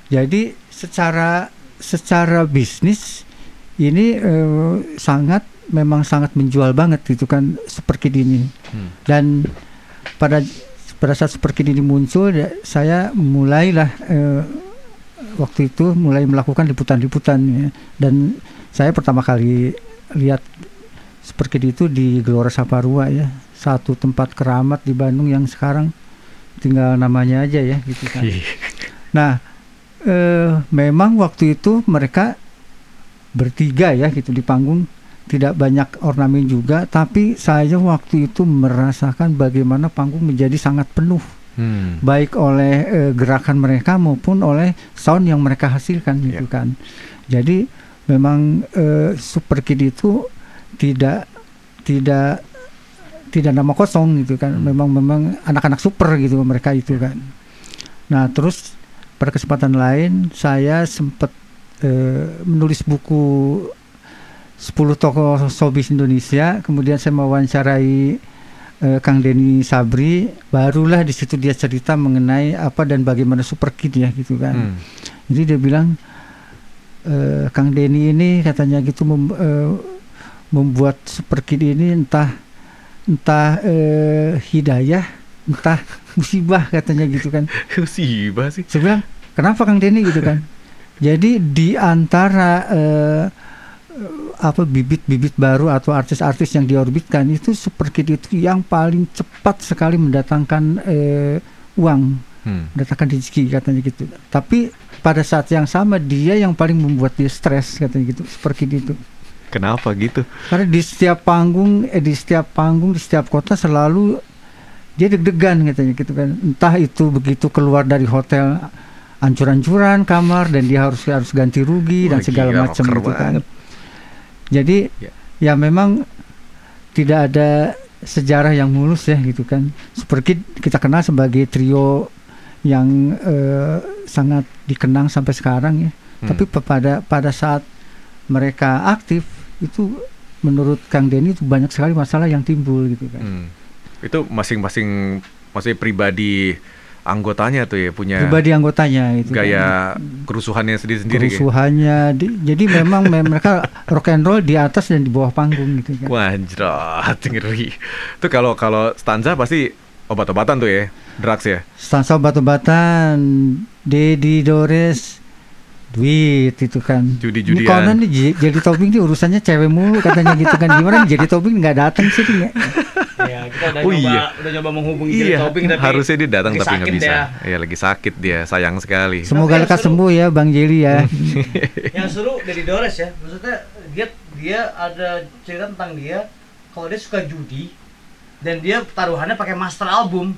Jadi secara bisnis ini sangat memang sangat menjual banget gitu kan Super Kid ini. Dan pada saat Super Kid ini muncul, saya mulailah waktu itu mulai melakukan liputan-liputan ya. Dan saya pertama kali lihat Super Kid itu di Gelora Saparua ya, satu tempat keramat di Bandung yang sekarang tinggal namanya aja ya gitu kan. Nah, memang waktu itu mereka bertiga ya gitu di panggung, tidak banyak ornamen juga, tapi saya waktu itu merasakan bagaimana panggung menjadi sangat penuh, baik oleh gerakan mereka maupun oleh sound yang mereka hasilkan gitu kan. Jadi memang Super Kid itu tidak nama kosong gitu kan. Memang anak-anak super gitu mereka itu kan. Nah, terus pada kesempatan lain saya sempat menulis buku 10 tokoh showbiz Indonesia. Kemudian saya mewawancarai Kang Denny Sabri. Barulah di situ dia cerita mengenai apa dan bagaimana Super Kid ya gitu kan. Jadi dia bilang Kang Denny ini katanya gitu membuat Super Kid ini entah hidayah, entah musibah katanya gitu kan. Musibah sih. Saya bilang kenapa Kang Denny gitu kan. Jadi di antara bibit-bibit baru atau artis-artis yang diorbitkan itu Super Kid itu yang paling cepat sekali mendatangkan uang, mendatangkan rezeki katanya gitu. Tapi pada saat yang sama dia yang paling membuat dia stres katanya gitu, Super Kid itu. Kenapa gitu? Karena di setiap panggung, di setiap kota selalu dia deg-degan katanya gitu kan. Entah itu begitu keluar dari hotel ancur-ancuran kamar dan dia harus ganti rugi dan segala macam gitu kan. Jadi ya memang tidak ada sejarah yang mulus ya gitu kan. Super Kid kita kenal sebagai trio yang sangat dikenang sampai sekarang ya. Tapi pada saat mereka aktif itu menurut Kang Denny itu banyak sekali masalah yang timbul gitu kan. Itu masing-masing maksudnya pribadi anggotanya tuh ya, punya pribadi anggotanya itu gaya kan. Kerusuhannya sendiri-sendiri. Kerusuhannya jadi memang mereka rock and roll di atas dan di bawah panggung gitu kan. Wajrat, ngeri. Itu kalau stanza pasti obat-obatan tuh ya, drugs ya. Stanza obat-obatan, Dedi Dores, duit itu kan. Judi-judian. Ini konon nih jadi toping nih urusannya cewek mulu katanya gitu kan. Gimana nih jadi toping nggak datang sih nih? Ya, kita udah nyoba menghubungi Jadi Toping tapi harusnya dia datang tapi nggak bisa. Ya. Lagi sakit dia, sayang sekali. Semoga lekas sembuh ya Bang Jelly ya. Yang seru dari Dores ya, maksudnya dia ada cerita tentang dia kalau dia suka judi dan dia taruhannya pakai master album.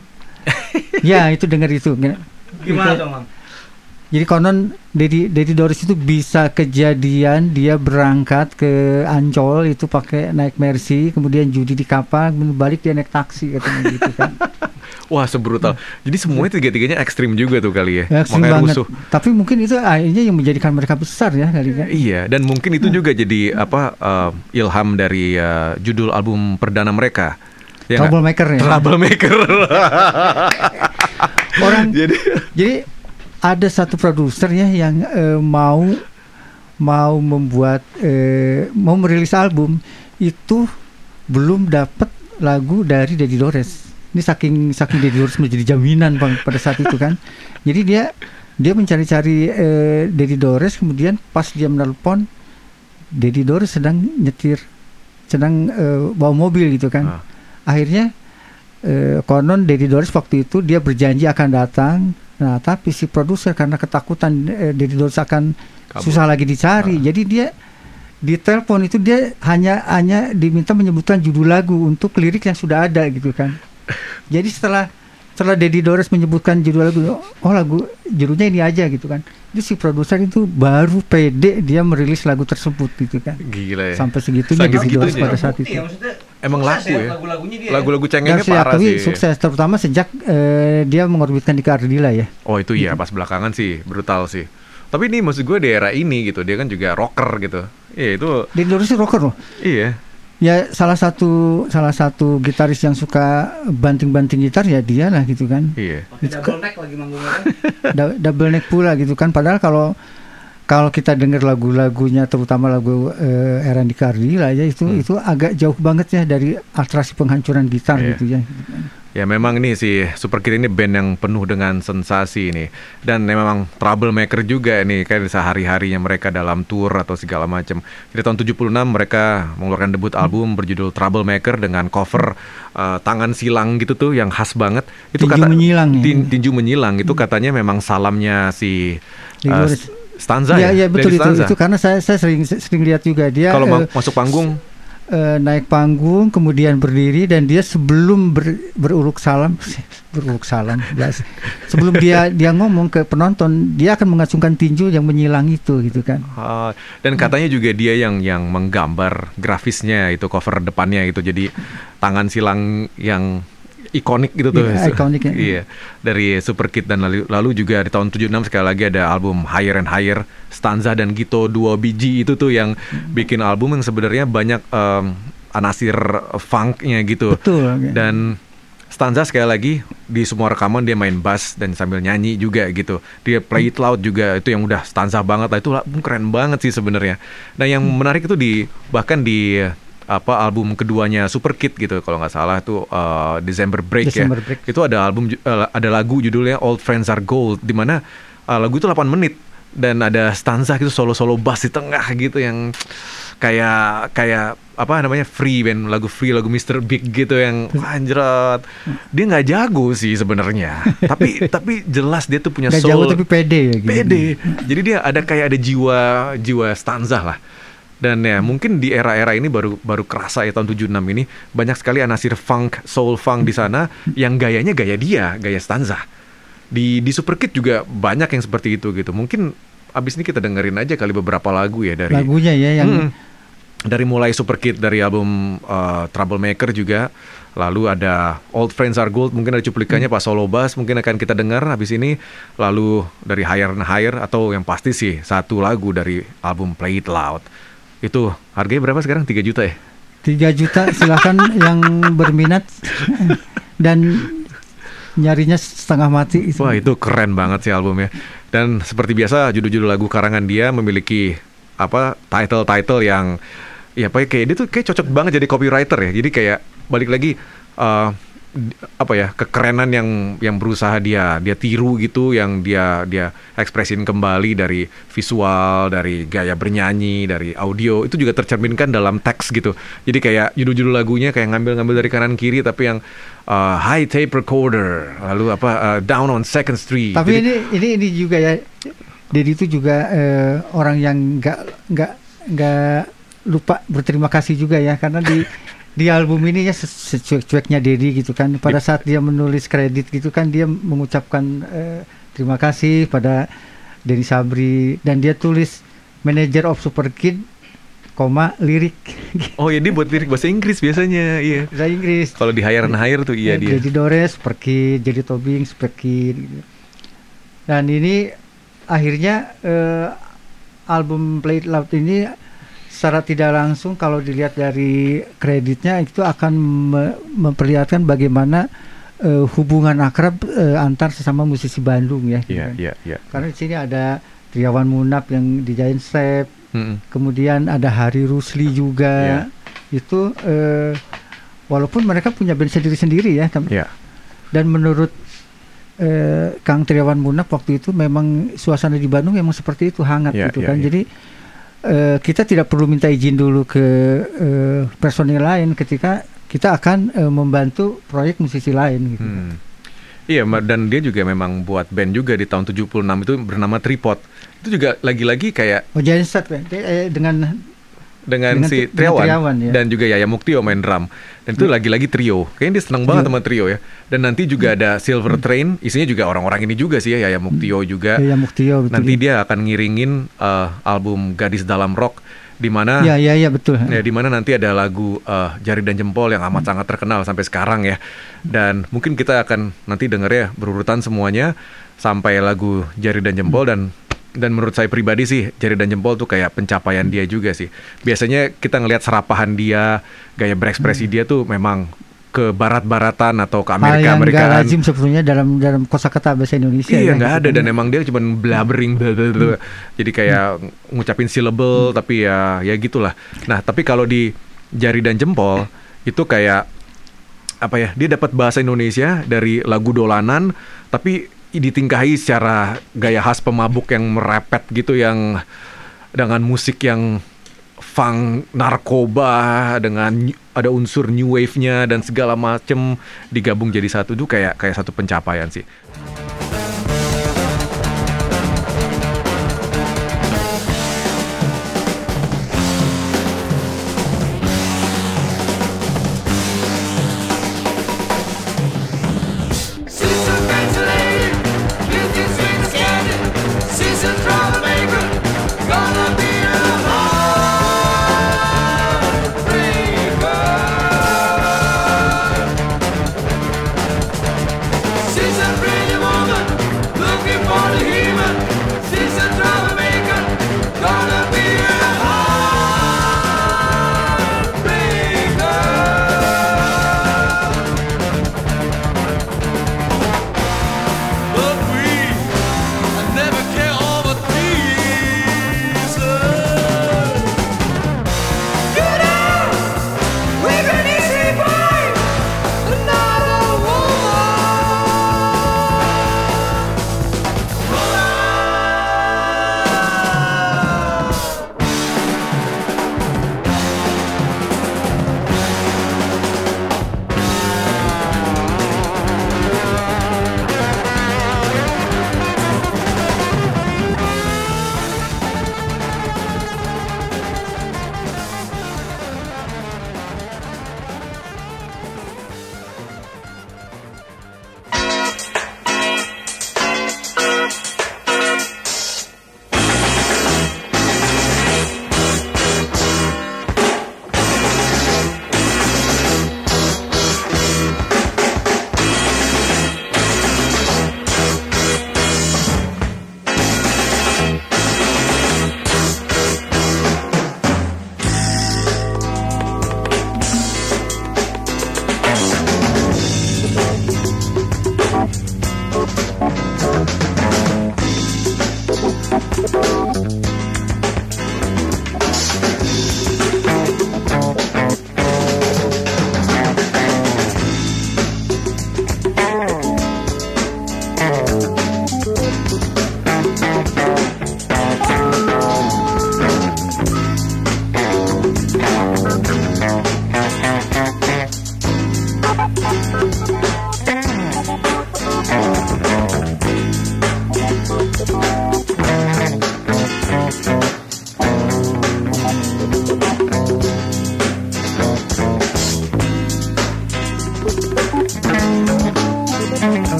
Ya itu dengar itu. Gimana tuh Mang? Jadi konon Dedi Dores itu bisa kejadian dia berangkat ke Ancol itu pakai naik Mercy, kemudian judi di kapal, kemudian balik dia naik taksi katanya gitu kan. Wah sebrutal. Jadi semuanya tiga-tiganya ekstrim juga tuh kali ya. Ekstrim makanya banget. rusuh. Tapi mungkin itu akhirnya yang menjadikan mereka besar ya kali kan. Iya, dan mungkin itu juga jadi ilham dari judul album perdana mereka. Ya Troublemaker ya. Troublemaker. Orang jadi ada satu produser ya yang mau membuat mau merilis album itu belum dapat lagu dari Dedi Dores. Ini saking Dedi Dores menjadi jaminan Bang pada saat itu kan. Jadi dia mencari-cari Dedi Dores, kemudian pas dia menelpon Dedi Dores sedang bawa mobil gitu kan. Akhirnya konon Dedi Dores waktu itu dia berjanji akan datang. Nah, tapi si produser karena ketakutan Dedi Dores akan susah lagi dicari, jadi dia di telepon itu dia hanya diminta menyebutkan judul lagu untuk lirik yang sudah ada gitu kan. Jadi setelah Dedi Dores menyebutkan judul lagu, lagu judulnya ini aja gitu kan. Jadi si produser itu baru pede dia merilis lagu tersebut gitu kan. Gila ya. Sampai segitunya Dedi Dores pada saat itu. Emang laku ya. Lagu-lagunya dia. Lagu-lagu cengengnya parah sih. Sukses terutama sejak dia mengorbitkan di Ardila ya. Oh itu iya, pas belakangan sih brutal sih. Tapi ini maksud gue di era ini gitu, dia kan juga rocker gitu. Iya itu. Dedi Dores itu rocker loh. Iya. Ya salah satu gitaris yang suka banting-banting gitar ya dia lah gitu kan. Iya. Pakai double neck lagi manggungnya kan. Double neck pula gitu kan. Padahal kalau kalau kita dengar lagu-lagunya, terutama lagu era Andika Ardila ya, itu agak jauh banget ya dari atraksi penghancuran gitar gitu ya. Ya memang ini si Superkid ini band yang penuh dengan sensasi ini, dan memang troublemaker juga ini kan sehari-harinya mereka dalam tour atau segala macam. Jadi tahun 76 mereka mengeluarkan debut album berjudul Troublemaker dengan cover tangan silang gitu tuh yang khas banget. Itu Tinju menyilang ya. Tinju menyilang itu katanya memang salamnya si Stanza ya. Iya betul Stanza. itu karena saya sering lihat juga dia kalau masuk panggung. Naik panggung kemudian berdiri dan dia sebelum beruruk salam sebelum dia ngomong ke penonton dia akan mengacungkan tinju yang menyilang itu gitu kan. Dan katanya juga dia yang menggambar grafisnya itu cover depannya itu jadi tangan silang yang ikonik gitu tuh. Ikonik ya. Iya. Dari Superkid dan lalu juga di tahun 76 sekali lagi ada album Higher and Higher, Stanza dan Gito 2 biji itu tuh yang bikin album yang sebenarnya banyak anasir funknya gitu. Betul. Dan Stanza sekali lagi di semua rekaman dia main bass dan sambil nyanyi juga gitu. Dia play it loud juga, itu yang udah stanza banget lah, itu keren banget sih sebenarnya. Nah yang menarik itu bahkan di album keduanya Superkid gitu kalau nggak salah itu December Break. Itu ada ada lagu judulnya Old Friends Are Gold, di mana lagu itu 8 menit dan ada stanza gitu solo bass di tengah gitu yang kayak free band, lagu Mr. Big gitu yang anjrot. Dia nggak jago sih sebenarnya, tapi jelas dia tuh punya soul. Nggak jago tapi pede ya gitu. Pede. Jadi dia ada jiwa stanza lah. Dan ya mungkin di era-era ini baru kerasa ya tahun 76 ini banyak sekali anasir funk, soul funk di sana yang gayanya gaya stanza. Di Superkid juga banyak yang seperti itu gitu. Mungkin abis ini kita dengerin aja kali beberapa lagu ya dari lagunya ya yang dari mulai Superkid dari album Troublemaker juga. Lalu ada Old Friends Are Gold, mungkin ada cuplikannya pas solo bass mungkin akan kita dengar habis ini. Lalu dari Higher and Higher atau yang pasti sih satu lagu dari album Play It Loud. Itu harganya berapa sekarang? 3 juta ya? 3 juta silakan yang berminat dan nyarinya setengah mati. Wah itu keren banget sih albumnya. Dan seperti biasa judul-judul lagu karangan dia memiliki title yang ya kayak dia tuh kayak cocok banget jadi copywriter ya. Jadi kayak balik lagi kekerenan yang berusaha dia tiru gitu, yang dia ekspresin kembali dari visual, dari gaya bernyanyi, dari audio, itu juga tercerminkan dalam teks gitu. Jadi kayak judul-judul lagunya kayak ngambil dari kanan kiri tapi yang high tape recorder, lalu down on Second Street. Tapi jadi, ini juga ya, Dedi itu juga orang yang nggak lupa berterima kasih juga ya, karena di album ini ya secuek-cueknya Dedi gitu kan, pada saat dia menulis kredit gitu kan dia mengucapkan terima kasih pada Denny Sabri dan dia tulis Manager of Superkid, lirik. Oh ya, dia buat lirik bahasa Inggris biasanya, iya. Bahasa Inggris. Kalau di Higher and Higher tuh dia. Jadi Dores Superkid, jadi Tobing Superkid gitu. Dan ini akhirnya album Play It Loud ini secara tidak langsung kalau dilihat dari kreditnya itu akan memperlihatkan bagaimana hubungan akrab antar sesama musisi Bandung ya. Iya. Karena di sini ada Triawan Munaf yang di Giant Step, kemudian ada Hari Rusli juga. Itu walaupun mereka punya band sendiri-sendiri ya. Dan menurut Kang Triawan Munaf waktu itu memang suasana di Bandung memang seperti itu, hangat gitu kan. Jadi kita tidak perlu minta izin dulu ke personil lain ketika kita akan membantu proyek musisi lain gitu. Iya, dan dia juga memang buat band juga di tahun 76 itu bernama Tripod. Itu juga lagi-lagi kayak Giant Step dengan si Triawan ya. Dan juga Yaya Muktio main drum. Dan itu lagi-lagi trio. Kayaknya dia senang banget sama trio ya. Dan nanti juga ada Silver Train, isinya juga orang-orang ini juga sih ya, Yaya Muktio juga. Yaya Muktio, betul. Nanti dia akan ngiringin album Gadis Dalam Rock, di mana betul. Ya, di mana nanti ada lagu Jari dan Jempol yang amat sangat terkenal sampai sekarang ya. Dan mungkin kita akan nanti denger ya berurutan semuanya sampai lagu Jari dan Jempol. Dan menurut saya pribadi sih Jari dan Jempol tuh kayak pencapaian dia juga sih. Biasanya kita ngelihat serapahan dia, gaya berekspresi dia tuh memang ke barat-baratan atau ke Hal yang nggak Amerika-Amerikaan. lazim sebetulnya dalam kosakata bahasa Indonesia. Iya ya, nggak ada, gitu. dan emang dia cuma blabbering jadi kayak ngucapin syllable tapi ya gitulah. Nah tapi kalau di Jari dan Jempol itu kayak apa ya, dia dapat bahasa Indonesia dari lagu dolanan tapi ditingkahi secara gaya khas pemabuk yang merepet gitu, yang dengan musik yang funk, narkoba, dengan ada unsur new wave-nya dan segala macem digabung jadi satu. Itu kayak satu pencapaian sih.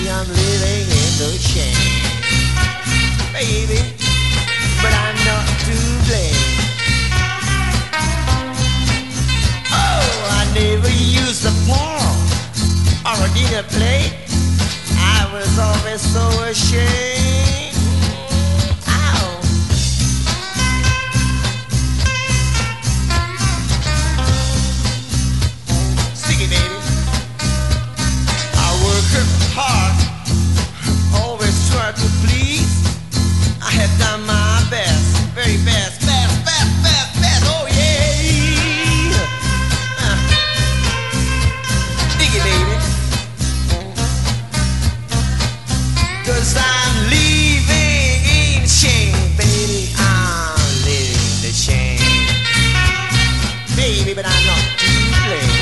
Baby, but I'm not too is so ashamed. Ow. Sticky, baby. I work hard, always try to please. I have done my best, very best, best, oh yeah. Dig it, baby. 'Cause I'm leaving in shame, baby. I'm leaving the shame, baby, but I'm not to blame.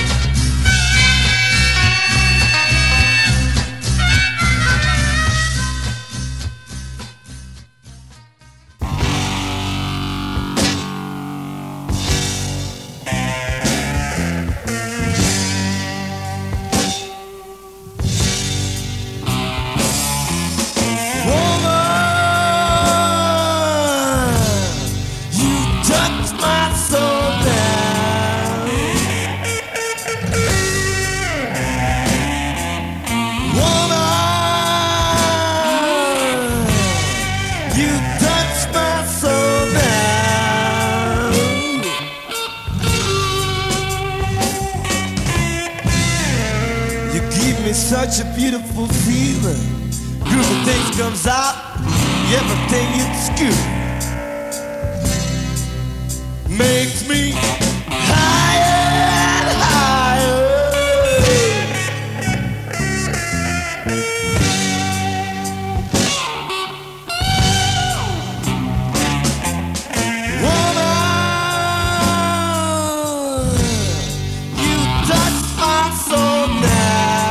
Such a beautiful feeling. Group of things comes out, everything is good. Makes me higher and higher. Woman, you touch my soul now.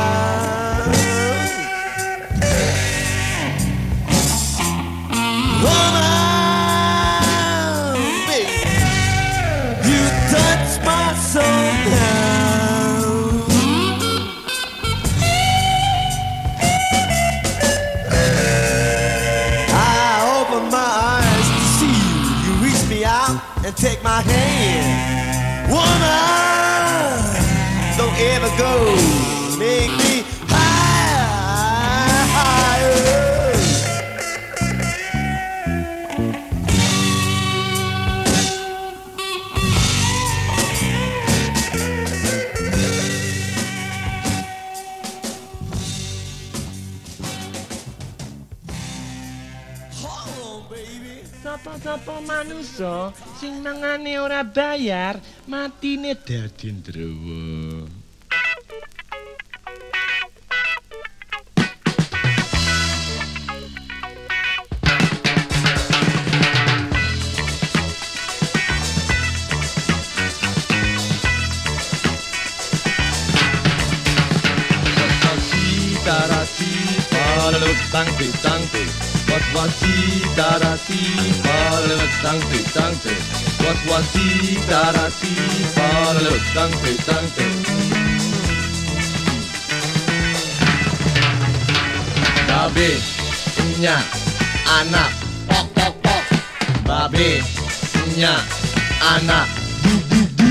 And take my hand, woman, don't ever go, make me higher. Sapa-sapa manusa sing mangane ora bayar, matine dadi ndrowo. Tarasi, palaluk tangte tangte. Was-wasi darasi, palaluk tangte tangte. Was-wasi darasi, palaluk tangte tangte. Babe punya anak, pok pok pok. Babe punya anak, bu bu bu.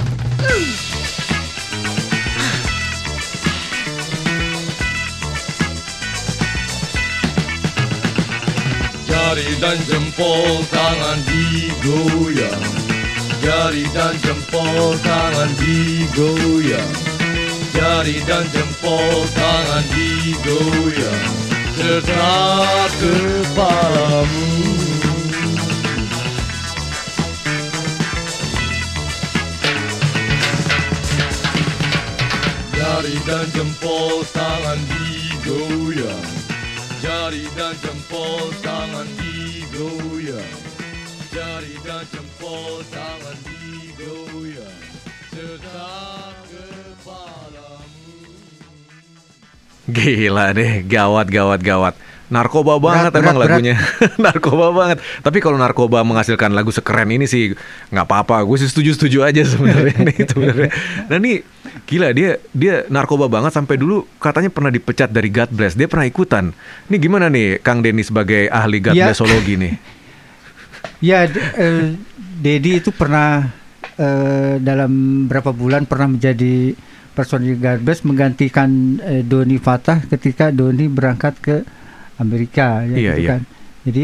Jari dan jempol tangan digoyang, jari dan jempol tangan digoyang, jari dan jempol tangan digoyang, serta kepalamu. Jari dan jempol tangan digoyang, jari dan jempol tangan digoyang, jari dan jempol tangan digoyang, serta kepalamu. Gila deh, gawat. Narkoba banget emang lagunya. Narkoba banget. Tapi kalau narkoba menghasilkan lagu sekeren ini sih nggak apa-apa. Gue sih setuju aja sebenarnya nih sebenarnya. Nah nih gila dia narkoba banget sampai dulu katanya pernah dipecat dari God Bless. Dia pernah ikutan. Ini gimana nih Kang Denny sebagai ahli God Blessologi nih? Ya, Dedi itu pernah dalam berapa bulan pernah menjadi personil God Bless menggantikan Doni Fatah ketika Doni berangkat ke Amerika ya Iya, gitu iya. kan. Jadi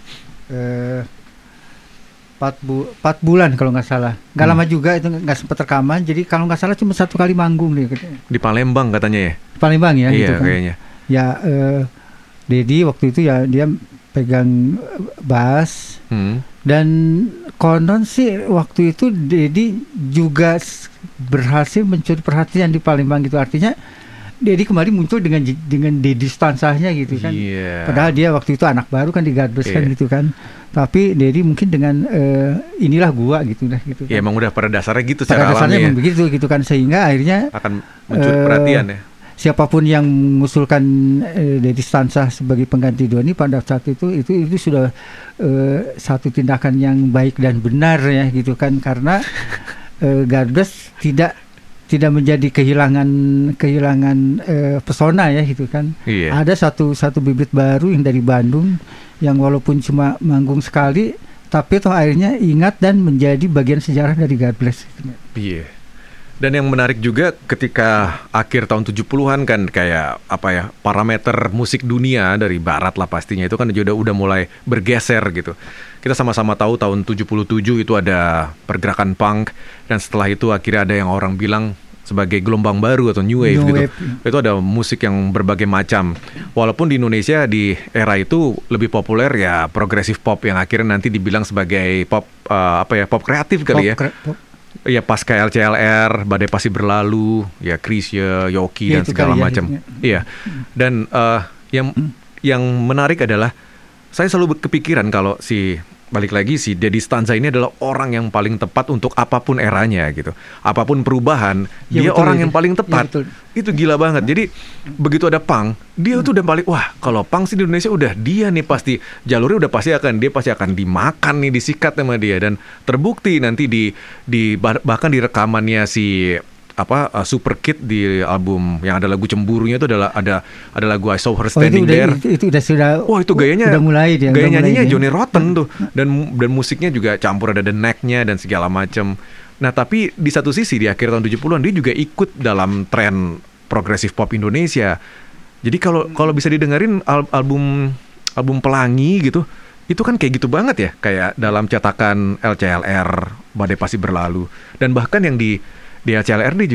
4 bulan kalau nggak salah, nggak lama juga itu, nggak sempat rekaman. Jadi kalau nggak salah cuma 1 kali manggung nih Di Palembang katanya ya. Palembang ya Iya gitu kan. kayaknya. Ya Dedi waktu itu ya dia pegang bass, dan konon sih waktu itu Dedi juga berhasil mencuri perhatian di Palembang gitu. Artinya Dedi kembali muncul dengan Dedi stansanya gitu kan. Iya. Padahal dia waktu itu anak baru kan di Godbless kan Iya. gitu kan. Tapi Dedi mungkin dengan inilah gua gitu dah gitu kan. Ya emang udah pada dasarnya gitu Pada secara dasarnya alami emang begitu gitu kan, sehingga akhirnya akan mencuri perhatian ya. siapapun yang mengusulkan Dedi Stansa sebagai pengganti Doni pada saat itu sudah satu tindakan yang baik dan benar ya gitu kan, karena Godbless tidak menjadi kehilangan pesona ya gitu kan. Iya. Ada satu bibit baru yang dari Bandung yang walaupun cuma manggung sekali tapi toh akhirnya ingat dan menjadi bagian sejarah dari Godbless gitu. Iya. Dan yang menarik juga ketika akhir tahun 70-an kan kayak apa ya, parameter musik dunia dari barat lah pastinya itu kan juga udah mulai bergeser gitu. Kita sama-sama tahu tahun 77 itu ada pergerakan punk, dan setelah itu akhirnya ada yang orang bilang sebagai gelombang baru atau new wave gitu. Itu ada musik yang berbagai macam. Walaupun di Indonesia di era itu lebih populer ya progressive pop yang akhirnya nanti dibilang sebagai pop pop kreatif kali ya. Ya pasca LCLR, Badai Pasti Berlalu, ya Chrisye, Yoki Ya, dan itu segala kali ya, macam. ya. Iya. Dan yang menarik adalah saya selalu kepikiran kalau balik lagi si Dedi Stanza ini adalah orang yang paling tepat untuk apapun eranya gitu. Apapun perubahan, Ya, dia betul orang itu. yang paling Ya, tepat. betul. Itu gila banget. Jadi begitu ada punk, dia tuh udah paling wah, kalau punk sih di Indonesia udah dia nih pasti jalurnya udah pasti akan dimakan nih, disikat sama dia, dan terbukti nanti bahkan di rekamannya si Super Kid di album yang ada lagu Cemburunya itu adalah ada lagu I Saw Her Standing There. Itu sudah. Wah, itu gayanya udah mulai dia. Gaya udah mulai nyanyinya dia. Johnny Rotten tuh, dan musiknya juga campur, ada the neck-nya dan segala macam. Nah, tapi di satu sisi di akhir tahun 70-an dia juga ikut dalam tren progressive pop Indonesia. Jadi kalau bisa didengerin album Pelangi gitu, itu kan kayak gitu banget ya, kayak dalam cetakan LCLR, Badai Pasti Berlalu, dan bahkan yang di LCLR dia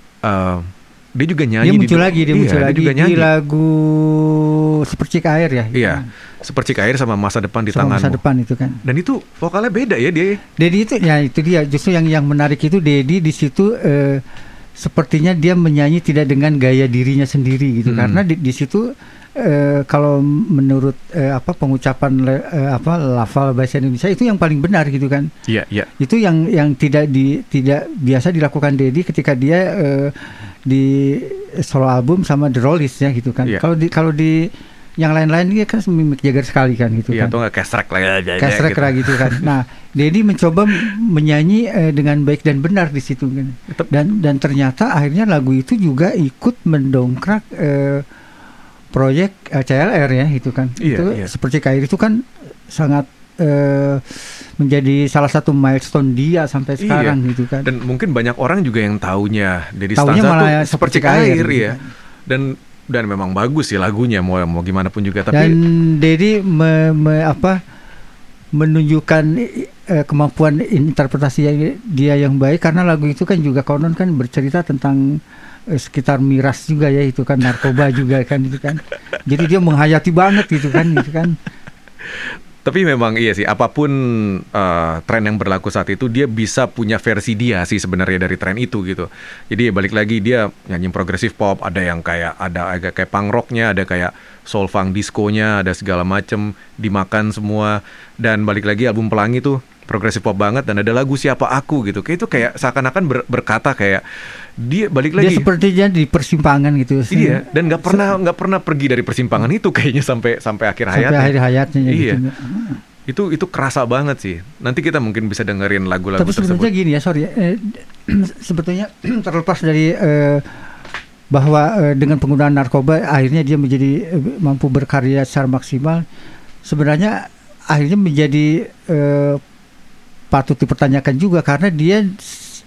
juga nyanyi. Dia muncul lagi dia juga nyanyi di lagu Sepercik Air ya. Iya, Sepercik Air sama Masa Depan di Sama Tanganmu. Masa Depan itu kan. Dan itu vokalnya beda ya dia. Dedi itu dia justru yang menarik itu Dedi di situ sepertinya dia menyanyi tidak dengan gaya dirinya sendiri gitu, karena di situ kalau menurut pengucapan lafal bahasa Indonesia itu yang paling benar gitu kan. Iya, iya. Itu yang tidak biasa dilakukan Dedi ketika dia di solo album sama The Rollies ya gitu kan. Iya. Kalau di yang lain-lain dia kan Mick Jagger sekali kan gitu Iya, kan. atau nggak kesrek lah ya. Kesrek lah gitu kan. Nah, Dedi mencoba menyanyi dengan baik dan benar di situ kan. Dan ternyata akhirnya lagu itu juga ikut mendongkrak proyek CLR ya gitu kan. Iya, Itu iya. Seperti Air itu kan sangat menjadi salah satu milestone dia sampai sekarang gitu kan. Dan mungkin banyak orang juga yang taunya Dedi Taunya Stanza malah tuh Seperti Seperti Air Air gitu ya. kan. Dan memang bagus sih lagunya, mau gimana pun juga, tapi Dan Dedi menunjukkan kemampuan interpretasi dia yang baik, karena lagu itu kan juga konon kan bercerita tentang sekitar miras juga ya, itu kan narkoba juga kan itu kan. Jadi dia menghayati banget gitu kan. Tapi memang iya sih, apapun tren yang berlaku saat itu, dia bisa punya versi dia sih sebenarnya dari tren itu gitu. Jadi balik lagi dia nyanyi progressive pop, ada yang ada agak kayak punk rocknya, ada kayak soul funk disco-nya, ada segala macem, dimakan semua. Dan balik lagi album Pelangi tuh progressive pop banget, dan ada lagu Siapa Aku gitu. Kayak itu kayak seakan-akan berkata kayak dia balik lagi. Dia sepertinya di persimpangan gitu. Iya, dan nggak pernah pergi dari persimpangan itu kayaknya sampai akhir hayatnya. Sampai akhir hayatnya Iya. gitu. Itu kerasa banget sih. Nanti kita mungkin bisa dengerin lagu-lagu Tapi tersebut. sebetulnya gini ya, sorry. Sebetulnya terlepas dari bahwa dengan penggunaan narkoba akhirnya dia menjadi mampu berkarya secara maksimal, sebenarnya akhirnya menjadi patut dipertanyakan juga, karena dia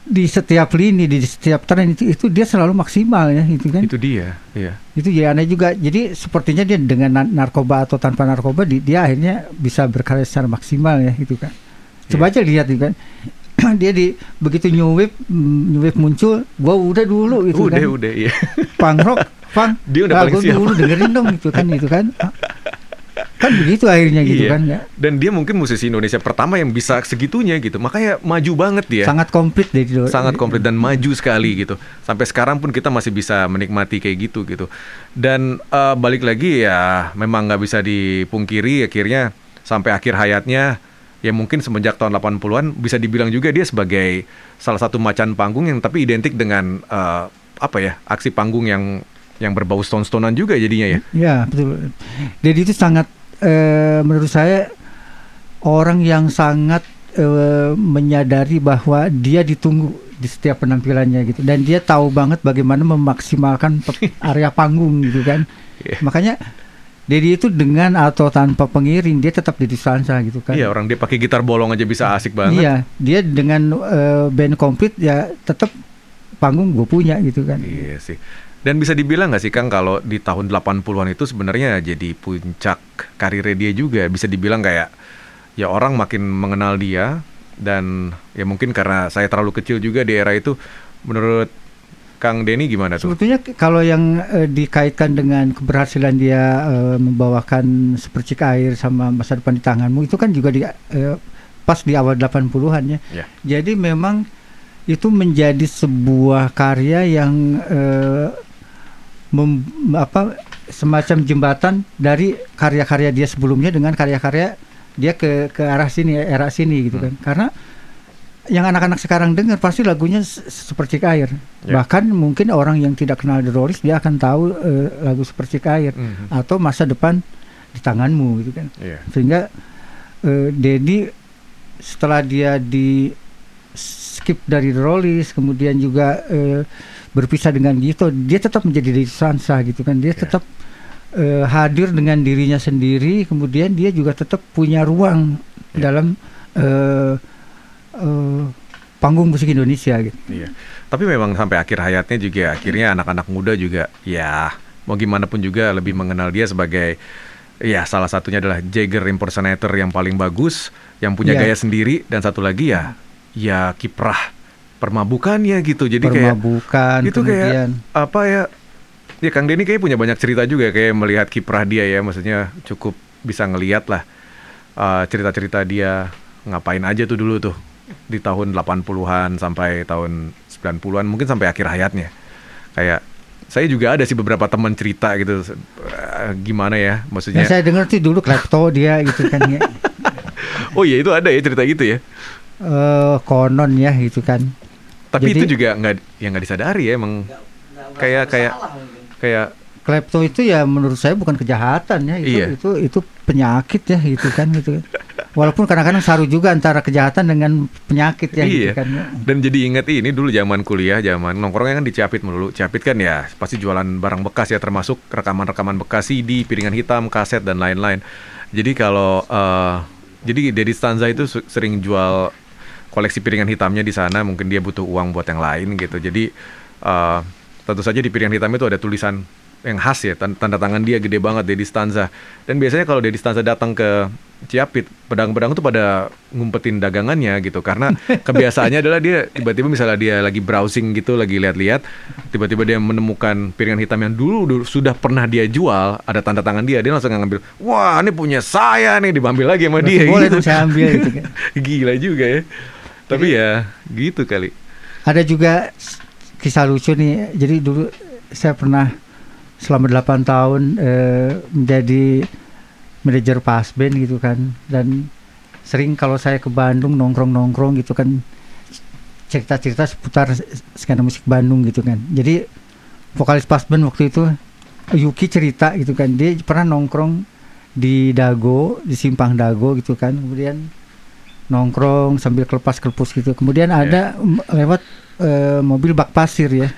di setiap lini, di setiap tren itu dia selalu maksimal ya, itu kan. Itu dia, iya. Itu jadi aneh juga. Jadi sepertinya dia dengan narkoba atau tanpa narkoba dia akhirnya bisa berkarya secara maksimal ya, itu kan. Coba aja lihat itu kan. Dia begitu new wave muncul, gua udah dulu itu kan. Udah iya. Punk rock, dia udah paling siap. Dulu dengerin dong itu kan kan begitu akhirnya gitu iya. kan ya. Dan dia mungkin musisi Indonesia pertama yang bisa segitunya gitu, makanya maju banget dia. Sangat komplit deh, sangat komplit dan maju sekali gitu. Sampai sekarang pun kita masih bisa menikmati kayak gitu. Dan balik lagi ya, memang nggak bisa dipungkiri akhirnya sampai akhir hayatnya ya, mungkin semenjak tahun 80-an bisa dibilang juga dia sebagai salah satu macan panggung yang tapi identik dengan aksi panggung yang berbau stone-stonean juga jadinya ya. Ya betul. Jadi itu sangat menurut saya orang yang sangat menyadari bahwa dia ditunggu di setiap penampilannya gitu, dan dia tahu banget bagaimana memaksimalkan area panggung gitu kan. Makanya Dedi itu dengan atau tanpa pengiring dia tetap jadi stanza gitu kan. Iya, orang dia pakai gitar bolong aja bisa asik banget. Iya, dia dengan band komplit ya tetap panggung gue punya gitu kan. Iya sih. Dan bisa dibilang nggak sih Kang, kalau di tahun 80-an itu sebenarnya jadi puncak karirnya dia juga. Bisa dibilang kayak ya orang makin mengenal dia. Dan ya mungkin karena saya terlalu kecil juga di era itu. Menurut Kang Denny gimana tuh? Sebetulnya kalau yang dikaitkan dengan keberhasilan dia membawakan Sepercik Air sama Masa Depan di Tanganmu, itu kan juga pas di awal 80-an ya. Jadi memang itu menjadi sebuah karya yang semacam jembatan dari karya-karya dia sebelumnya dengan karya-karya dia ke arah sini, era sini gitu kan. Karena yang anak-anak sekarang dengar pasti lagunya Sepercik Air. Bahkan mungkin orang yang tidak kenal The Rollies dia akan tahu lagu Sepercik Air atau Masa Depan di Tanganmu gitu kan. Sehingga Dedi setelah dia di skip dari The Rollies, kemudian juga berpisah dengan Gito, dia tetap menjadi Dedi Sansa gitu kan. Dia tetap hadir dengan dirinya sendiri, kemudian dia juga tetap punya ruang dalam panggung musik Indonesia gitu. Iya. Tapi memang sampai akhir hayatnya juga akhirnya anak-anak muda juga ya mau gimana pun juga lebih mengenal dia sebagai ya salah satunya adalah Jagger impersonator yang paling bagus, yang punya gaya sendiri, dan satu lagi ya kiprah permabukannya gitu. Jadi permabukan, kayak itu kayak apa ya? Ya Kang Denny kayak punya banyak cerita juga kayak melihat kiprah dia ya, maksudnya cukup bisa ngelihat lah cerita-cerita dia ngapain aja tuh dulu tuh di tahun 80-an sampai tahun 90-an, mungkin sampai akhir hayatnya. Kayak saya juga ada sih beberapa teman cerita gitu, gimana ya maksudnya. Saya dengar tuh dulu klepto dia gitu kan ya. Oh iya, itu ada ya cerita gitu ya. Konon ya gitu kan. Tapi jadi, itu juga nggak disadari ya emang. Kayak klepto itu ya menurut saya bukan kejahatan ya, itu penyakit ya gitu kan gitu. Walaupun kadang-kadang saru juga antara kejahatan dengan penyakit ya gitu kan. Dan jadi ingat ini dulu zaman kuliah, zaman nongkrongnya kan di Ciapit melulu. Ciapit kan ya pasti jualan barang bekas ya, termasuk rekaman-rekaman bekas CD, piringan hitam, kaset dan lain-lain. Jadi kalau jadi Dedi Stanza itu sering jual koleksi piringan hitamnya di sana, mungkin dia butuh uang buat yang lain gitu. Jadi tentu saja di piringan hitam itu ada tulisan yang khas ya, tanda tangan dia gede banget, Dedi Stanza. Dan biasanya kalau Dedi Stanza datang ke Ciapit, pedang-pedang tuh pada ngumpetin dagangannya gitu. Karena kebiasaannya adalah dia tiba-tiba misalnya dia lagi browsing gitu, lagi lihat-lihat, tiba-tiba dia menemukan piringan hitam yang dulu sudah pernah dia jual, ada tanda tangan dia langsung ngambil. Wah, ini punya saya nih, diambil lagi sama dia. Boleh gitu. Saya ambil gitu kan. Gila juga ya. Tapi ya gitu kali. Ada juga kisah lucu nih. Jadi dulu saya pernah selama 8 tahun menjadi manajer pas band gitu kan, dan sering kalau saya ke Bandung nongkrong gitu kan, cerita-cerita seputar skena musik Bandung gitu kan. Jadi vokalis pas band waktu itu Yuki cerita gitu kan, dia pernah nongkrong di Dago, di Simpang Dago gitu kan, kemudian nongkrong sambil kelepas-kelepus gitu, kemudian ada lewat mobil bak pasir ya.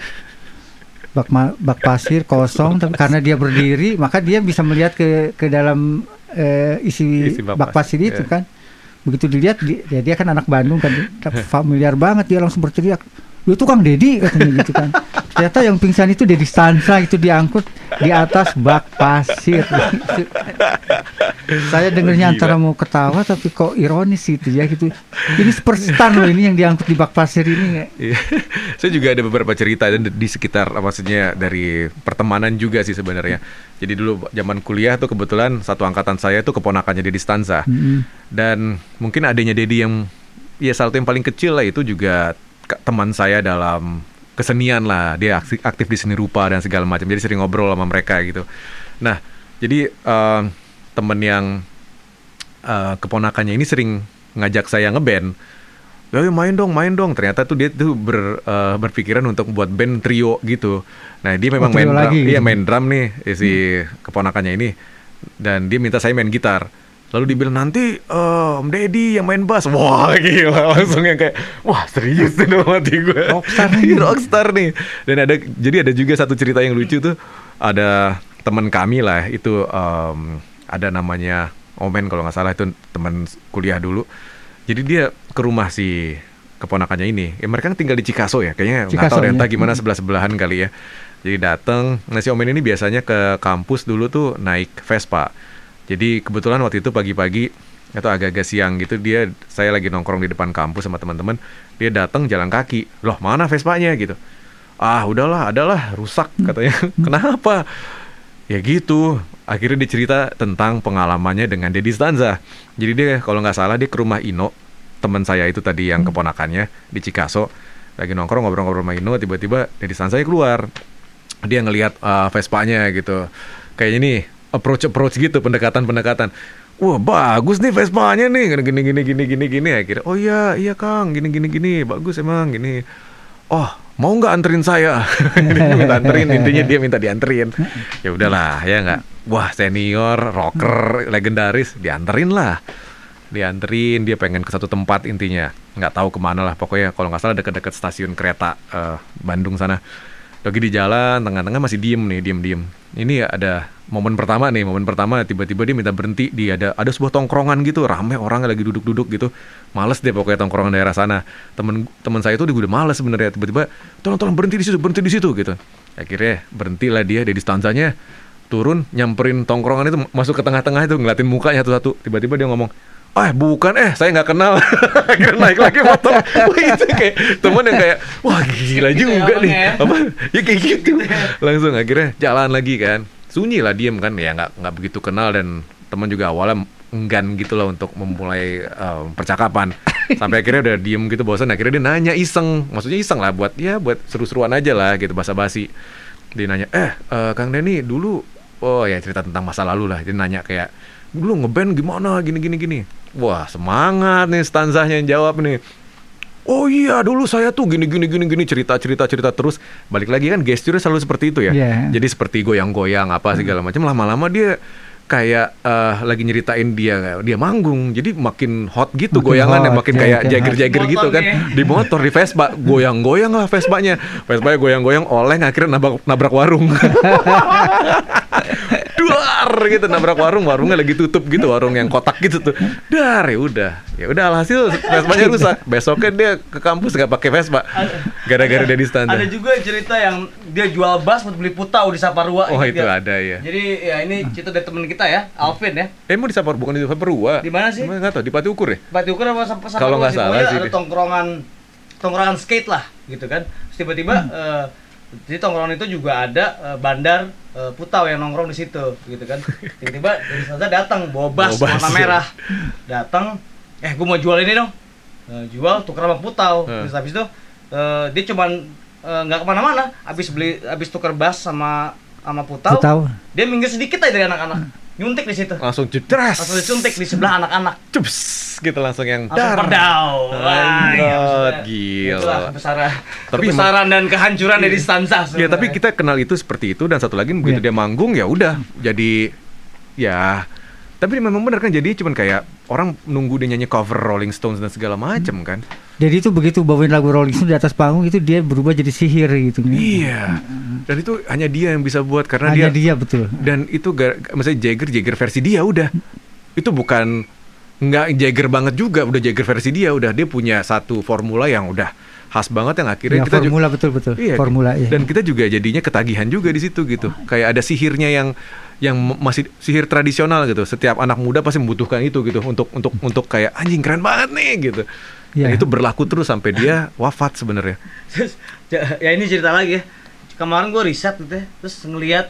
Bak pasir kosong, tapi karena dia berdiri maka dia bisa melihat ke dalam isi bak pasir itu kan. begitu dilihat dia kan anak Bandung kan, familiar banget, dia langsung berteriak, "Lu itu Kang Dedi," katanya gitu kan. Ternyata yang pingsan itu Dedi Stanza, itu diangkut di atas bak pasir. Saya dengernya antara mau ketawa tapi kok ironis gitu ya gitu. Ini superstar loh ini yang diangkut di bak pasir ini. Saya juga ada beberapa cerita di sekitar, maksudnya dari pertemanan juga sih sebenarnya. Jadi dulu zaman kuliah tuh kebetulan satu angkatan saya tuh keponakannya Dedi Stanza. Dan mungkin adanya Dedi yang ya salah satu yang paling kecil lah itu juga teman saya dalam kesenian lah. Dia aktif di seni rupa dan segala macam. Jadi sering ngobrol sama mereka gitu. Nah, jadi temen yang keponakannya ini sering ngajak saya ngeband. "Ayo main dong." Ternyata tuh dia tuh berpikiran untuk buat band trio gitu. Nah, dia memang main drum, dia main drum nih si keponakannya ini. Dan dia minta saya main gitar. Lalu dibilang, "Nanti Om Deddy yang main bass." Wah, gila, langsung yang kayak, wah serius tuh dalam hati gue. Rockstar nih. Dan jadi ada juga satu cerita yang lucu tuh. Ada teman kami lah, itu ada namanya Omen kalau nggak salah, itu teman kuliah dulu. Jadi dia ke rumah si keponakannya ini. Mereka kan tinggal di Cikaso ya, kayaknya nggak tahu entah gimana sebelah-sebelahan kali ya. Jadi datang, nah si Omen ini biasanya ke kampus dulu tuh naik Vespa. Jadi kebetulan waktu itu pagi-pagi atau agak-agak siang gitu, saya lagi nongkrong di depan kampus sama teman-teman. Dia datang jalan kaki. "Loh, mana Vespanya?" gitu. "Ah, udahlah, adalah rusak," katanya. "Kenapa?" Ya gitu. Akhirnya dia cerita tentang pengalamannya dengan Dedi Stanza. Jadi dia kalau nggak salah dia ke rumah Ino, teman saya itu tadi yang keponakannya di Cikaso. Lagi nongkrong ngobrol-ngobrol sama Ino, tiba-tiba Dedi Stanza keluar. Dia ngelihat Vespanya gitu. Kayak ini approach gitu, pendekatan. "Wah, bagus nih Vespanya nih, gini. Akhirnya, "Oh iya Kang, gini, bagus emang gini. Oh, mau nggak anterin saya?" Dia minta anterin, intinya dia minta dianterin. Ya udahlah, ya nggak. Wah, senior, rocker, legendaris, dianterin, dia pengen ke satu tempat intinya. Nggak tahu kemana lah, pokoknya kalau nggak salah dekat-dekat stasiun kereta Bandung sana. Lagi di jalan, tengah-tengah masih diem. Ini ada momen pertama tiba-tiba dia minta berhenti di ada sebuah tongkrongan gitu, rame orang lagi duduk-duduk gitu. Males deh pokoknya tongkrongan daerah sana. Teman saya itu udah males sebenarnya, tiba-tiba tolong berhenti di situ gitu. Akhirnya berhentilah dia di stanzanya, turun nyamperin tongkrongan itu, masuk ke tengah-tengah itu, ngeliatin mukanya satu-satu. Tiba-tiba dia ngomong, bukan, saya nggak kenal." Akhirnya naik lagi motor. Wah, itu kayak temen yang kayak, wah gila juga nih. Ya kayak gitu. Langsung akhirnya jalan lagi kan. Sunyi lah, diem kan, ya nggak begitu kenal, dan teman juga awalnya enggan gitu loh untuk memulai percakapan. Sampai akhirnya udah diem gitu, bosan. Akhirnya dia nanya maksudnya iseng lah, buat seru-seruan aja lah gitu, basa-basi. Dia nanya, Kang Denny dulu, cerita tentang masa lalu lah. Dia nanya kayak, "Dulu ngeband gimana, gini. Wah, semangat nih stanzanya yang jawab nih. "Oh iya, dulu saya tuh gini, cerita terus." Balik lagi kan, gesturnya selalu seperti itu ya. Jadi seperti goyang-goyang apa segala macam. Lama-lama dia kayak lagi nyeritain dia manggung. Jadi makin hot gitu, goyangannya makin kayak Jagger gitu kan. Di motor, di Vespa, goyang-goyang lah Vespanya goyang-goyang, oleng, akhirnya nabrak warung. Duar gitu, nabrak warungnya lagi tutup gitu, warung yang kotak gitu tuh. Ya udah alhasil Vespanya rusak. Besoknya dia ke kampus nggak pakai Vespa gara-gara dia di stand. Ada juga cerita yang dia jual bass buat beli putau di Saparua. Oh, itu ada ya. Jadi ya ini cerita dari teman kita ya, Alvin ya. Mau di Saparua, bukan di Saparua. Di mana sih? Nggak tahu, di Pati Ukur ya? Pati Ukur apa Saparua? Kalau nggak salah sih. Ada tongkrongan skate lah gitu kan. Terus tiba-tiba di tongkrongan itu juga ada bandar putau yang nongkrong di situ gitu kan. Tiba-tiba dari sana datang bawa bass warna merah. Datang, gue mau jual ini dong. Jual tukar sama putau. Terus habis itu dia cuman nggak kemana-mana. Habis tukar bass sama putau, dia minggir sedikit aja dari anak-anak. Nyuntik di situ. Langsung jedres. Langsung disuntik di sebelah anak-anak. Cups gitu langsung yang perdau. Gila. Kebesaran dan kehancuran dari stanza. Ya, tapi kita kenal itu seperti itu, dan satu lagi begitu dia manggung ya udah jadi ya. Tapi memang benar kan, jadi cuman kayak orang nunggu dia nyanyi cover Rolling Stones dan segala macam kan. Jadi itu begitu bawain lagu Rolling Stones di atas panggung itu dia berubah jadi sihir gitu. Iya. Dan itu hanya dia yang bisa buat, karena dia betul. Dan itu misalnya Jagger versi dia udah. Itu bukan nggak Jagger banget juga, udah Jagger versi dia punya satu formula yang udah khas banget yang akhirnya Ya, kita formula betul-betul. Iya, Formula ya. dan kita juga jadinya ketagihan juga di situ gitu. Kayak ada sihirnya yang masih sihir tradisional gitu. Setiap anak muda pasti membutuhkan itu gitu untuk kayak anjing keren banget nih gitu. Ya. Dan itu berlaku terus sampai dia wafat sebenarnya. Terus ya ini cerita lagi ya. Kemarin gue riset gitu ya, terus ngelihat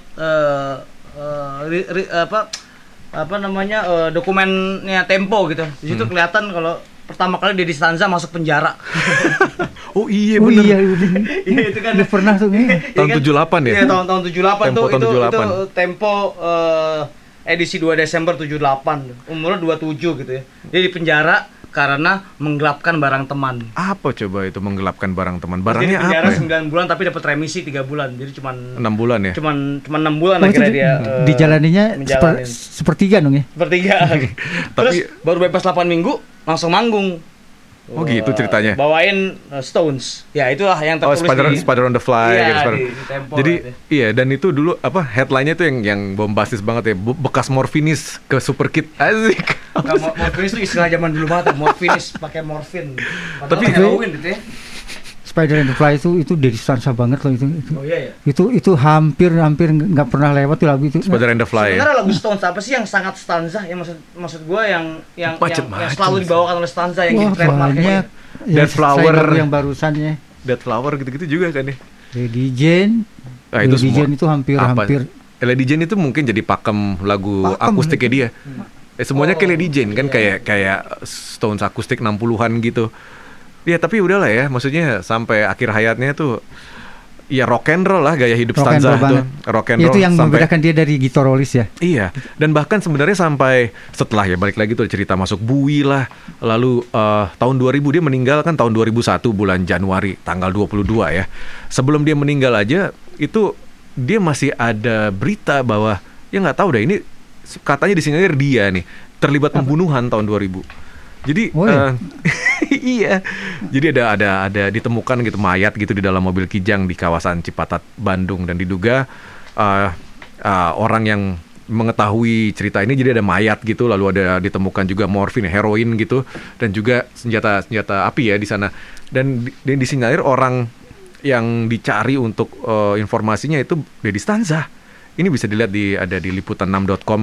dokumennya Tempo gitu. Di situ kelihatan kalau pertama kali Deddy Stanza masuk penjara. Oh iya Oh bener. iya, Iya itu kan. udah pernah tuh. Tahun 78 ya? Iya tahun 78 Tempo tuh tahun itu 78. Tempo edisi 2 Desember 78. Umurnya 27 gitu ya. Dia di penjara karena menggelapkan barang teman. Apa coba itu menggelapkan barang teman? Dia di Barangnya penjara apa ya? 9 bulan tapi dapat remisi 3 bulan. Jadi cuman 6 bulan ya? cuman 6 bulan Oh, itu akhirnya dia dijalaninya menjalanin. sepertiga dong ya. Sepertiga. Terus baru bebas 8 minggu langsung manggung. Oh gitu ceritanya. Bawain Stones. Ya itulah yang Oh, tertulis Spider on the Fly Iya, gitu, di Tempo Jadi gitu. iya, dan itu dulu apa headline-nya tuh yang bombastis banget ya. Bekas morfinis ke super kid. Asik. Morfinis itu istilah zaman dulu banget ya. Morfinis pakai morfin. Padahal Tapi- heroin gitu ya. Spider and the Fly itu Deddy Stanza banget loh itu. Oh iya ya. Itu hampir nggak pernah lewat tuh lagu itu. Spider and the Fly ya. Sebenarnya lagu Stones apa sih yang sangat stanza? Yang maksud gue yang Macem-macem. selalu dibawakan oleh stanza yang Wah, jadi trademark banyak. Dead Flower. Yang barusan ya. Dead Flower gitu-gitu juga kan ya. Lady Jane. Nah, itu Lady semua. Jane itu hampir. Lady Jane itu mungkin jadi pakem lagu Pakem. akustiknya dia. Semuanya kayak Lady Jane kan kayak Stones akustik 60-an gitu. Ya tapi udahlah ya, maksudnya sampai akhir hayatnya tuh ya rock and roll lah gaya hidup Rock and Stanza roll tuh. banget. Rock and Itu roll yang sampai membedakan dia dari gitarolis ya. iya, dan bahkan sebenarnya sampai setelah ya balik lagi tuh cerita masuk Bowie lah. Lalu tahun 2000 dia meninggal kan tahun 2001 bulan Januari tanggal 22 ya. Sebelum dia meninggal aja itu dia masih ada berita bahwa ya nggak tahu deh ini katanya disinyalir dia nih terlibat pembunuhan tahun 2000. Jadi Oh, iya. iya. Jadi ada ditemukan gitu mayat gitu di dalam mobil Kijang di kawasan Cipatat, Bandung, dan diduga orang yang mengetahui cerita ini jadi ada mayat gitu, lalu ada ditemukan juga morfin, heroin gitu, dan juga senjata api ya di sana. Dan disinyalir orang yang dicari untuk informasinya itu Deddy Stanza. Ini bisa dilihat ada di liputan6.com,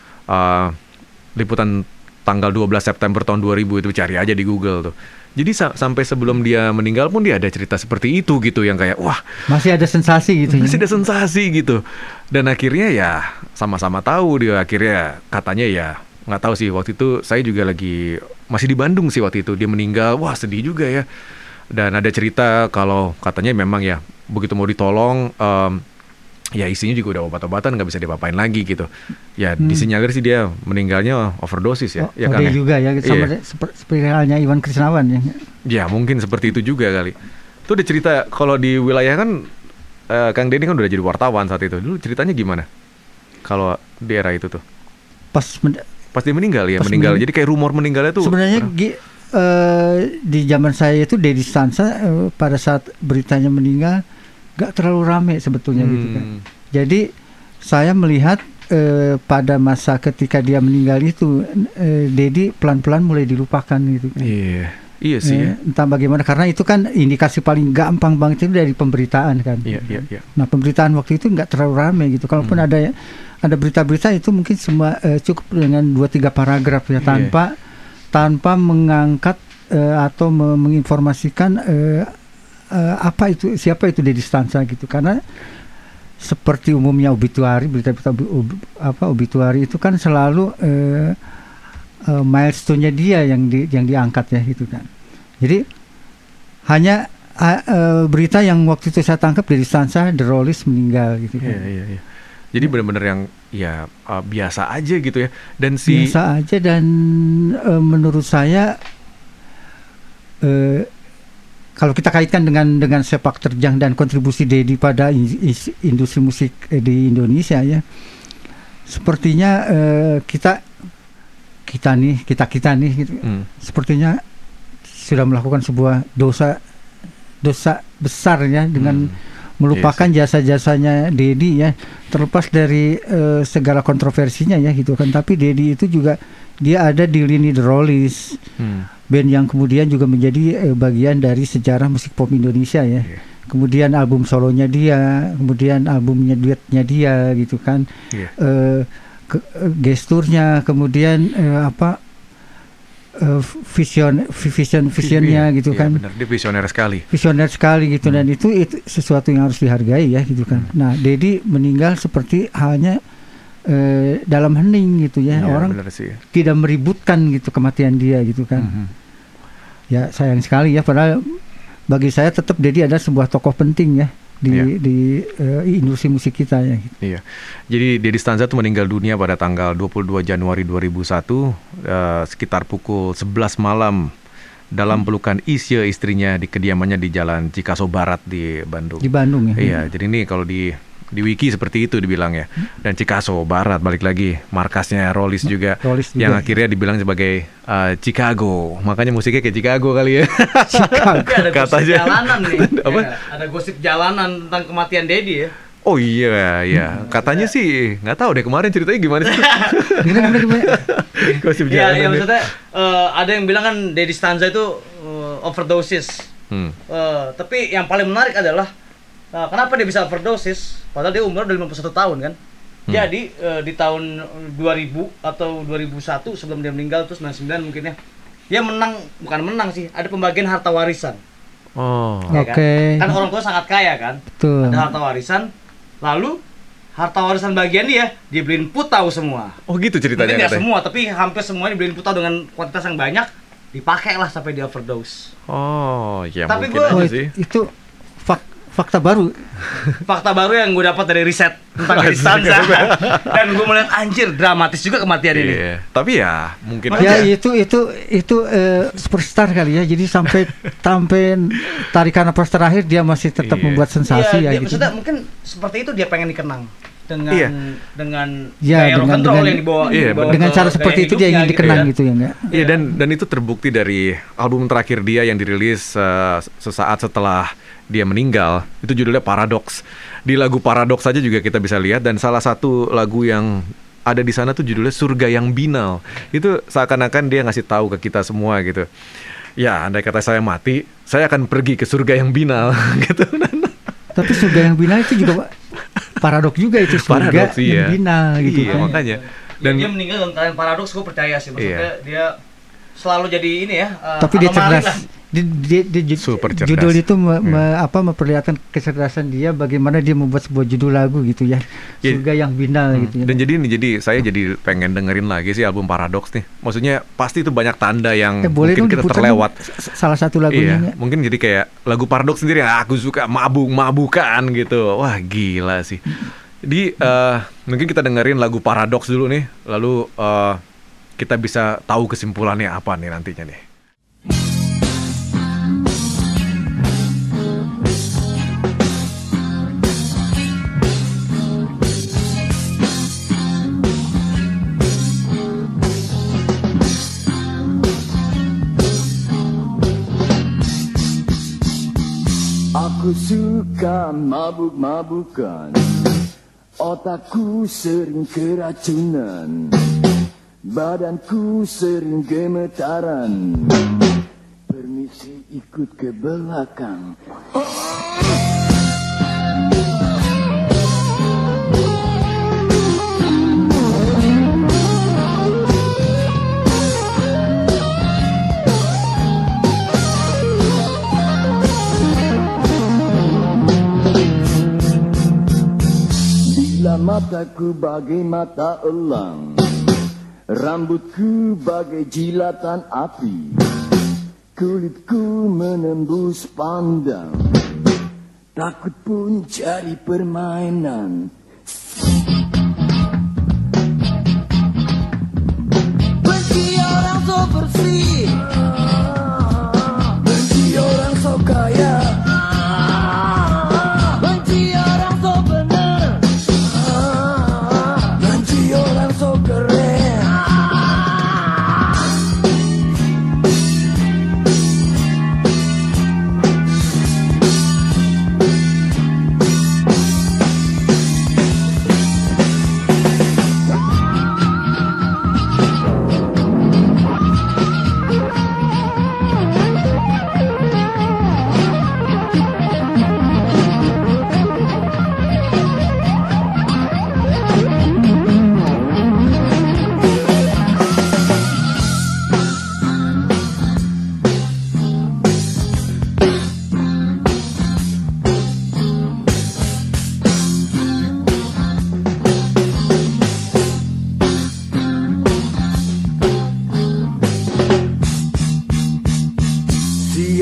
liputan tanggal 12 September tahun 2000 itu, cari aja di Google tuh. Jadi sampai sebelum dia meninggal pun dia ada cerita seperti itu gitu yang kayak wah Masih ada sensasi gitu. masih ada sensasi gitu. Dan akhirnya ya sama-sama tahu dia akhirnya katanya ya nggak tahu sih, waktu itu saya juga lagi masih di Bandung sih waktu itu dia meninggal. Wah sedih juga ya. Dan ada cerita kalau katanya memang ya begitu mau ditolong ya isinya juga udah obat-obatan nggak bisa diapa-apain lagi gitu. Ya disinyalir sih dia meninggalnya overdosis ya. Ya kan Dia ya? juga ya sama Iya. seperti halnya Iwan Krisnawan ya. Ya mungkin seperti itu juga kali. Itu ada cerita kalau di wilayah kan Kang Denny kan udah jadi wartawan saat itu. Dulu ceritanya gimana? Kalau di era itu tuh. Pas dia meninggal ya, Pas meninggal. Jadi kayak rumor meninggalnya tuh. Sebenarnya di zaman saya itu Deddy Stanza pada saat beritanya meninggal gak terlalu rame sebetulnya gitu kan. Jadi saya melihat pada masa ketika dia meninggal itu Deddy pelan-pelan mulai dilupakan gitu kan. Iya sih ya. Entah bagaimana karena itu kan indikasi paling gampang banget itu dari pemberitaan kan. Iya. Nah pemberitaan waktu itu nggak terlalu ramai gitu. Kalaupun ada berita-berita itu mungkin semua cukup dengan 2-3 paragraf ya tanpa mengangkat atau menginformasikan siapa itu Deddy Stanza gitu. Karena seperti umumnya obituari, berita-berita obituari itu kan selalu milestone-nya dia yang diangkat ya gitu kan. Jadi hanya berita yang waktu itu saya tangkap dari Stanza, The Rollies meninggal gitu kan. Iya. Jadi benar-benar yang ya biasa aja gitu ya. Dan biasa aja dan menurut saya kalau kita kaitkan dengan sepak terjang dan kontribusi Deddy pada industri musik di Indonesia ya, sepertinya kita nih gitu, sepertinya sudah melakukan sebuah dosa besar ya dengan melupakan jasa-jasanya Dedi ya, terlepas dari segala kontroversinya ya gitu kan, tapi Dedi itu juga dia ada di lini The Rollies, band yang kemudian juga menjadi bagian dari sejarah musik pop Indonesia ya. Kemudian album solonya dia, kemudian albumnya duetnya dia gitu kan, gesturnya, kemudian visionnya gitu kan. Benar, dia visioner sekali gitu, dan itu sesuatu yang harus dihargai ya gitu kan. Nah, Dedi meninggal seperti halnya dalam hening gitu ya, orang tidak meributkan gitu kematian dia gitu kan. Ya sayang sekali ya, padahal bagi saya tetap Dedi adalah sebuah tokoh penting ya di industri musik kita ya. Gitu. Iya. Jadi Dedi Stanza itu meninggal dunia pada tanggal 22 Januari 2001 sekitar pukul 11 malam dalam pelukan Isya, istrinya, di kediamannya di Jalan Cikaso Barat di Bandung. Di Bandung ya. Iya, jadi ini kalau di wiki seperti itu dibilang ya. Dan Cikaso Barat balik lagi markasnya Rollies juga, yang akhirnya dibilang sebagai Chicago. Makanya musiknya kayak Chicago kali ya. Chicago. Ada gosip jalanan nih. Apa? Ya, ada gosip jalanan tentang kematian Dedi ya. Oh iya. Katanya sih nggak tahu deh kemarin ceritanya gimana sih. Gosip jalanan. Ya maksudnya ada yang bilang kan Dedi Stanza itu overdosis. Tapi yang paling menarik adalah kenapa dia bisa overdosis? Padahal dia umur udah 51 tahun kan. Jadi di tahun 2000 atau 2001 sebelum dia meninggal, terus 99 mungkin ya, dia bukan menang sih, ada pembagian harta warisan. Ya kan orang tua sangat kaya kan. Betul. Ada harta warisan, lalu harta warisan bagian dia dibeliin putau semua. Oh gitu ceritanya. Mungkin nggak semua, tapi hampir semuanya dibeliin putau dengan kuantitas yang banyak, dipakai lah sampai dia overdose. Oh ya, tapi mungkin aja sih. Itu fakta baru yang gue dapat dari riset tentang Dedi Stanza. Dan gue melihat anjir, dramatis juga kematian ini. Tapi ya mungkin ya aja. itu superstar kali ya. Jadi sampai tarikan nafas terakhir dia masih tetap membuat sensasi ya gitu. Maksudnya mungkin seperti itu dia pengen dikenang dengan rock and roll yang dibawa dengan cara seperti itu dia ingin dikenang gitu ya enggak? Iya, dan itu terbukti dari album terakhir dia yang dirilis sesaat setelah dia meninggal, itu judulnya Paradox. Di lagu Paradox saja juga kita bisa lihat, dan salah satu lagu yang ada di sana tuh judulnya Surga yang Binal. Itu seakan-akan dia ngasih tahu ke kita semua gitu. Ya, andai kata saya mati, saya akan pergi ke surga yang binal gitu. Tapi surga yang binal itu juga paradoks juga, itu surga yang binal gitu. Iya, makanya. Dan dia meninggal dalam keadaan paradoks, gue percaya sih. Maksudnya dia selalu jadi ini ya. Tapi dia cerdas. Dia super cerdas. Judul itu memperlihatkan kecerdasan dia, bagaimana dia membuat sebuah judul lagu gitu ya. Surga yang binal gitu ya. Dan jadi saya jadi pengen dengerin lagi sih album Paradox nih. Maksudnya pasti itu banyak tanda yang mungkin kita terlewat. Salah satu lagunya. Iya, mungkin jadi kayak lagu Paradox sendiri yang aku suka, mabuk-mabukan gitu. Wah, gila sih. Jadi mungkin kita dengerin lagu Paradox dulu nih, lalu kita bisa tahu kesimpulannya apa nih nantinya nih. Aku suka mabuk-mabukan, otakku sering keracunan, badanku sering gemetaran. Permisi ikut ke belakang. Mataku bagai mata elang, rambutku bagai jilatan api, kulitku menembus pandang, takut pun jadi permainan. Benci orang so bersih, benci orang so kaya, benci orang so benar, benci orang so keren.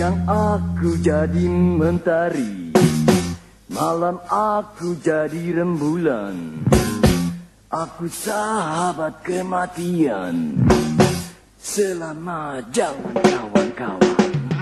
Siang aku jadi mentari, malam aku jadi rembulan. Aku sahabat kematian selama zaman kawan-kawan.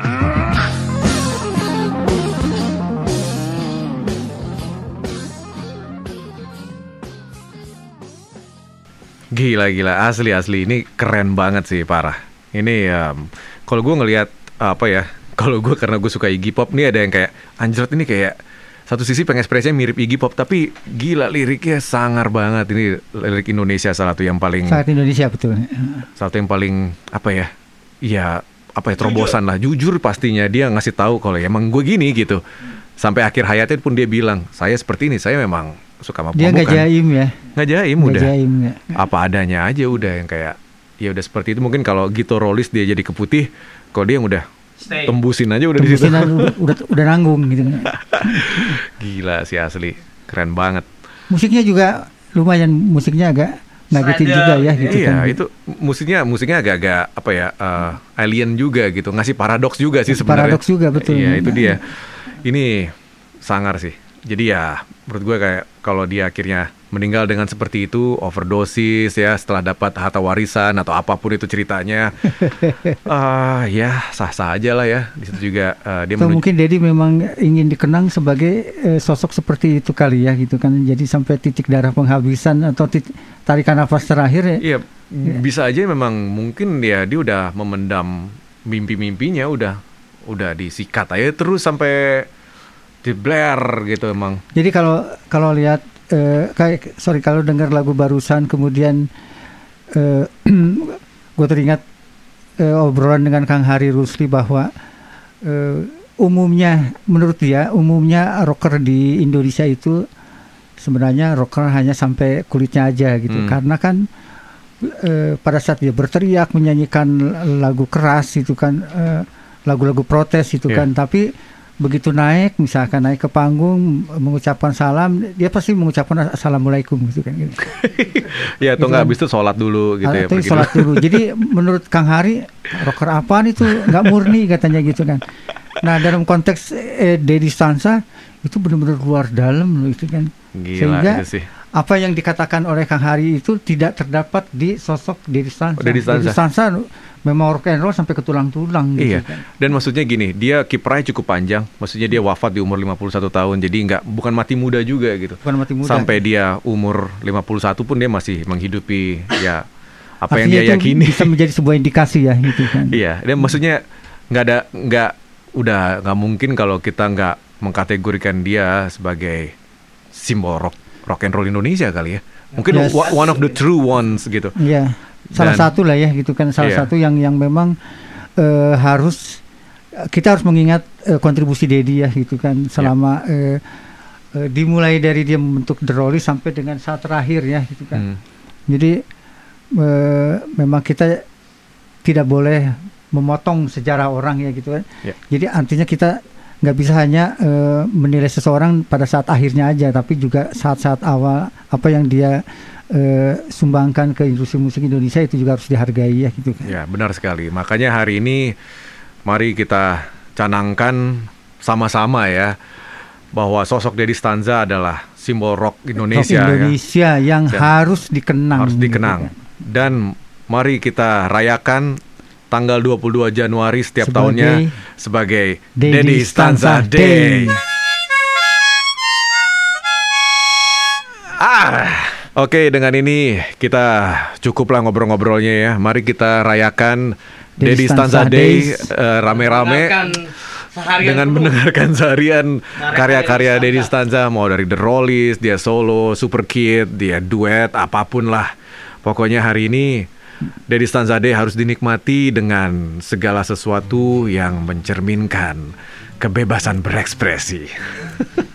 Gila, asli ini keren banget sih, parah. Ini kalau gue ngelihat kalau gue karena gue suka Iggy Pop nih, ada yang kayak anjrot ini kayak satu sisi pengekspresinya mirip Iggy Pop, tapi gila liriknya sangar banget. Ini lirik Indonesia salah satu yang paling sangat Indonesia betul. Satu yang paling terobosan lah, jujur pastinya dia ngasih tahu kalau emang gue gini gitu. Sampai akhir hayatnya pun dia bilang, saya seperti ini, saya memang suka sama dia pemukan. Dia nggak jaim udah. Ya. Apa adanya aja udah, yang kayak ya udah seperti itu. Mungkin kalau Gito Rolis dia jadi ke putih, kalau dia yang udah tembusin aja udah di situ. udah nanggung gitu. Gila sih, asli keren banget. Musiknya juga lumayan, musiknya agak ngagetin juga ya gitu. Iya, kan. itu musiknya agak-agak alien juga gitu, ngasih paradoks juga sih sebenarnya. Paradoks juga betul. Iya, itu dia. Ini sangar sih. Jadi ya menurut gue kayak kalau dia akhirnya meninggal dengan seperti itu, overdosis ya, setelah dapat harta warisan atau apapun itu ceritanya, ya sah-sah aja lah ya. Di situ juga dia mungkin Dedi memang ingin dikenang sebagai sosok seperti itu kali ya gitu kan. Jadi sampai titik darah penghabisan atau tarikan nafas terakhir ya. Iya, bisa aja memang mungkin dia udah memendam mimpi-mimpinya, udah disikat aja terus sampai di Blair gitu emang. Jadi kalau lihat kalau dengar lagu barusan kemudian gue teringat obrolan dengan Kang Hari Rusli bahwa menurut dia umumnya rocker di Indonesia itu sebenarnya rocker hanya sampai kulitnya aja gitu. Karena kan pada saat dia berteriak menyanyikan lagu keras itu kan, lagu-lagu protes itu kan, tapi begitu misalkan naik ke panggung mengucapkan salam, dia pasti mengucapkan assalamualaikum gitu kan. Gitu. Ya atau nggak, habis itu sholat dulu gitu ya. Sholat dulu. Jadi menurut Kang Hari, rocker apaan itu, nggak murni katanya gitu kan. Nah dalam konteks Dedi Stanza itu benar-benar luar dalam loh itu kan. Gila, sehingga itu sih. Apa yang dikatakan oleh Kang Hari itu tidak terdapat di sosok Dedi Stanza. Dedi Stanza memang rock and roll sampai ke tulang-tulang gitu. Iya. Kan. Dan maksudnya gini, dia kiprahnya cukup panjang. Maksudnya dia wafat di umur 51 tahun. Jadi bukan mati muda juga gitu. Bukan mati muda. Sampai dia umur 51 pun dia masih menghidupi ya apa yang dia yakini. Bisa menjadi sebuah indikasi ya gitu kan. Iya, dan maksudnya nggak mungkin kalau kita nggak mengkategorikan dia sebagai simbol rock and roll Indonesia kali ya. Mungkin one of the true ones gitu. Iya. Salah satu lah ya gitu kan, salah satu yang memang kita harus mengingat kontribusi Dedi ya gitu kan selama dimulai dari dia membentuk The Rollies sampai dengan saat terakhir ya gitu kan. Jadi memang kita tidak boleh memotong sejarah orang ya gitu kan. Jadi artinya kita nggak bisa hanya menilai seseorang pada saat akhirnya aja, tapi juga saat-saat awal apa yang dia sumbangkan ke industri musik Indonesia itu juga harus dihargai ya gitu kan. Ya benar sekali. Makanya hari ini mari kita canangkan sama-sama ya bahwa sosok Dedi Stanza adalah simbol rock Indonesia. Rock Indonesia ya, yang harus dikenang. Harus dikenang. Gitu kan. Dan mari kita rayakan tanggal 22 Januari setiap tahunnya sebagai Dedi Stanza Day. Oke, dengan ini kita cukuplah ngobrol-ngobrolnya ya. Mari kita rayakan Dedi Stanza Day rame-rame dengan mendengarkan seharian karya-karya Dedi Stanza, mau dari The Rollies, dia solo, Super Kid, dia duet, apapun lah. Pokoknya hari ini Dedi Stanza Day harus dinikmati dengan segala sesuatu yang mencerminkan kebebasan berekspresi.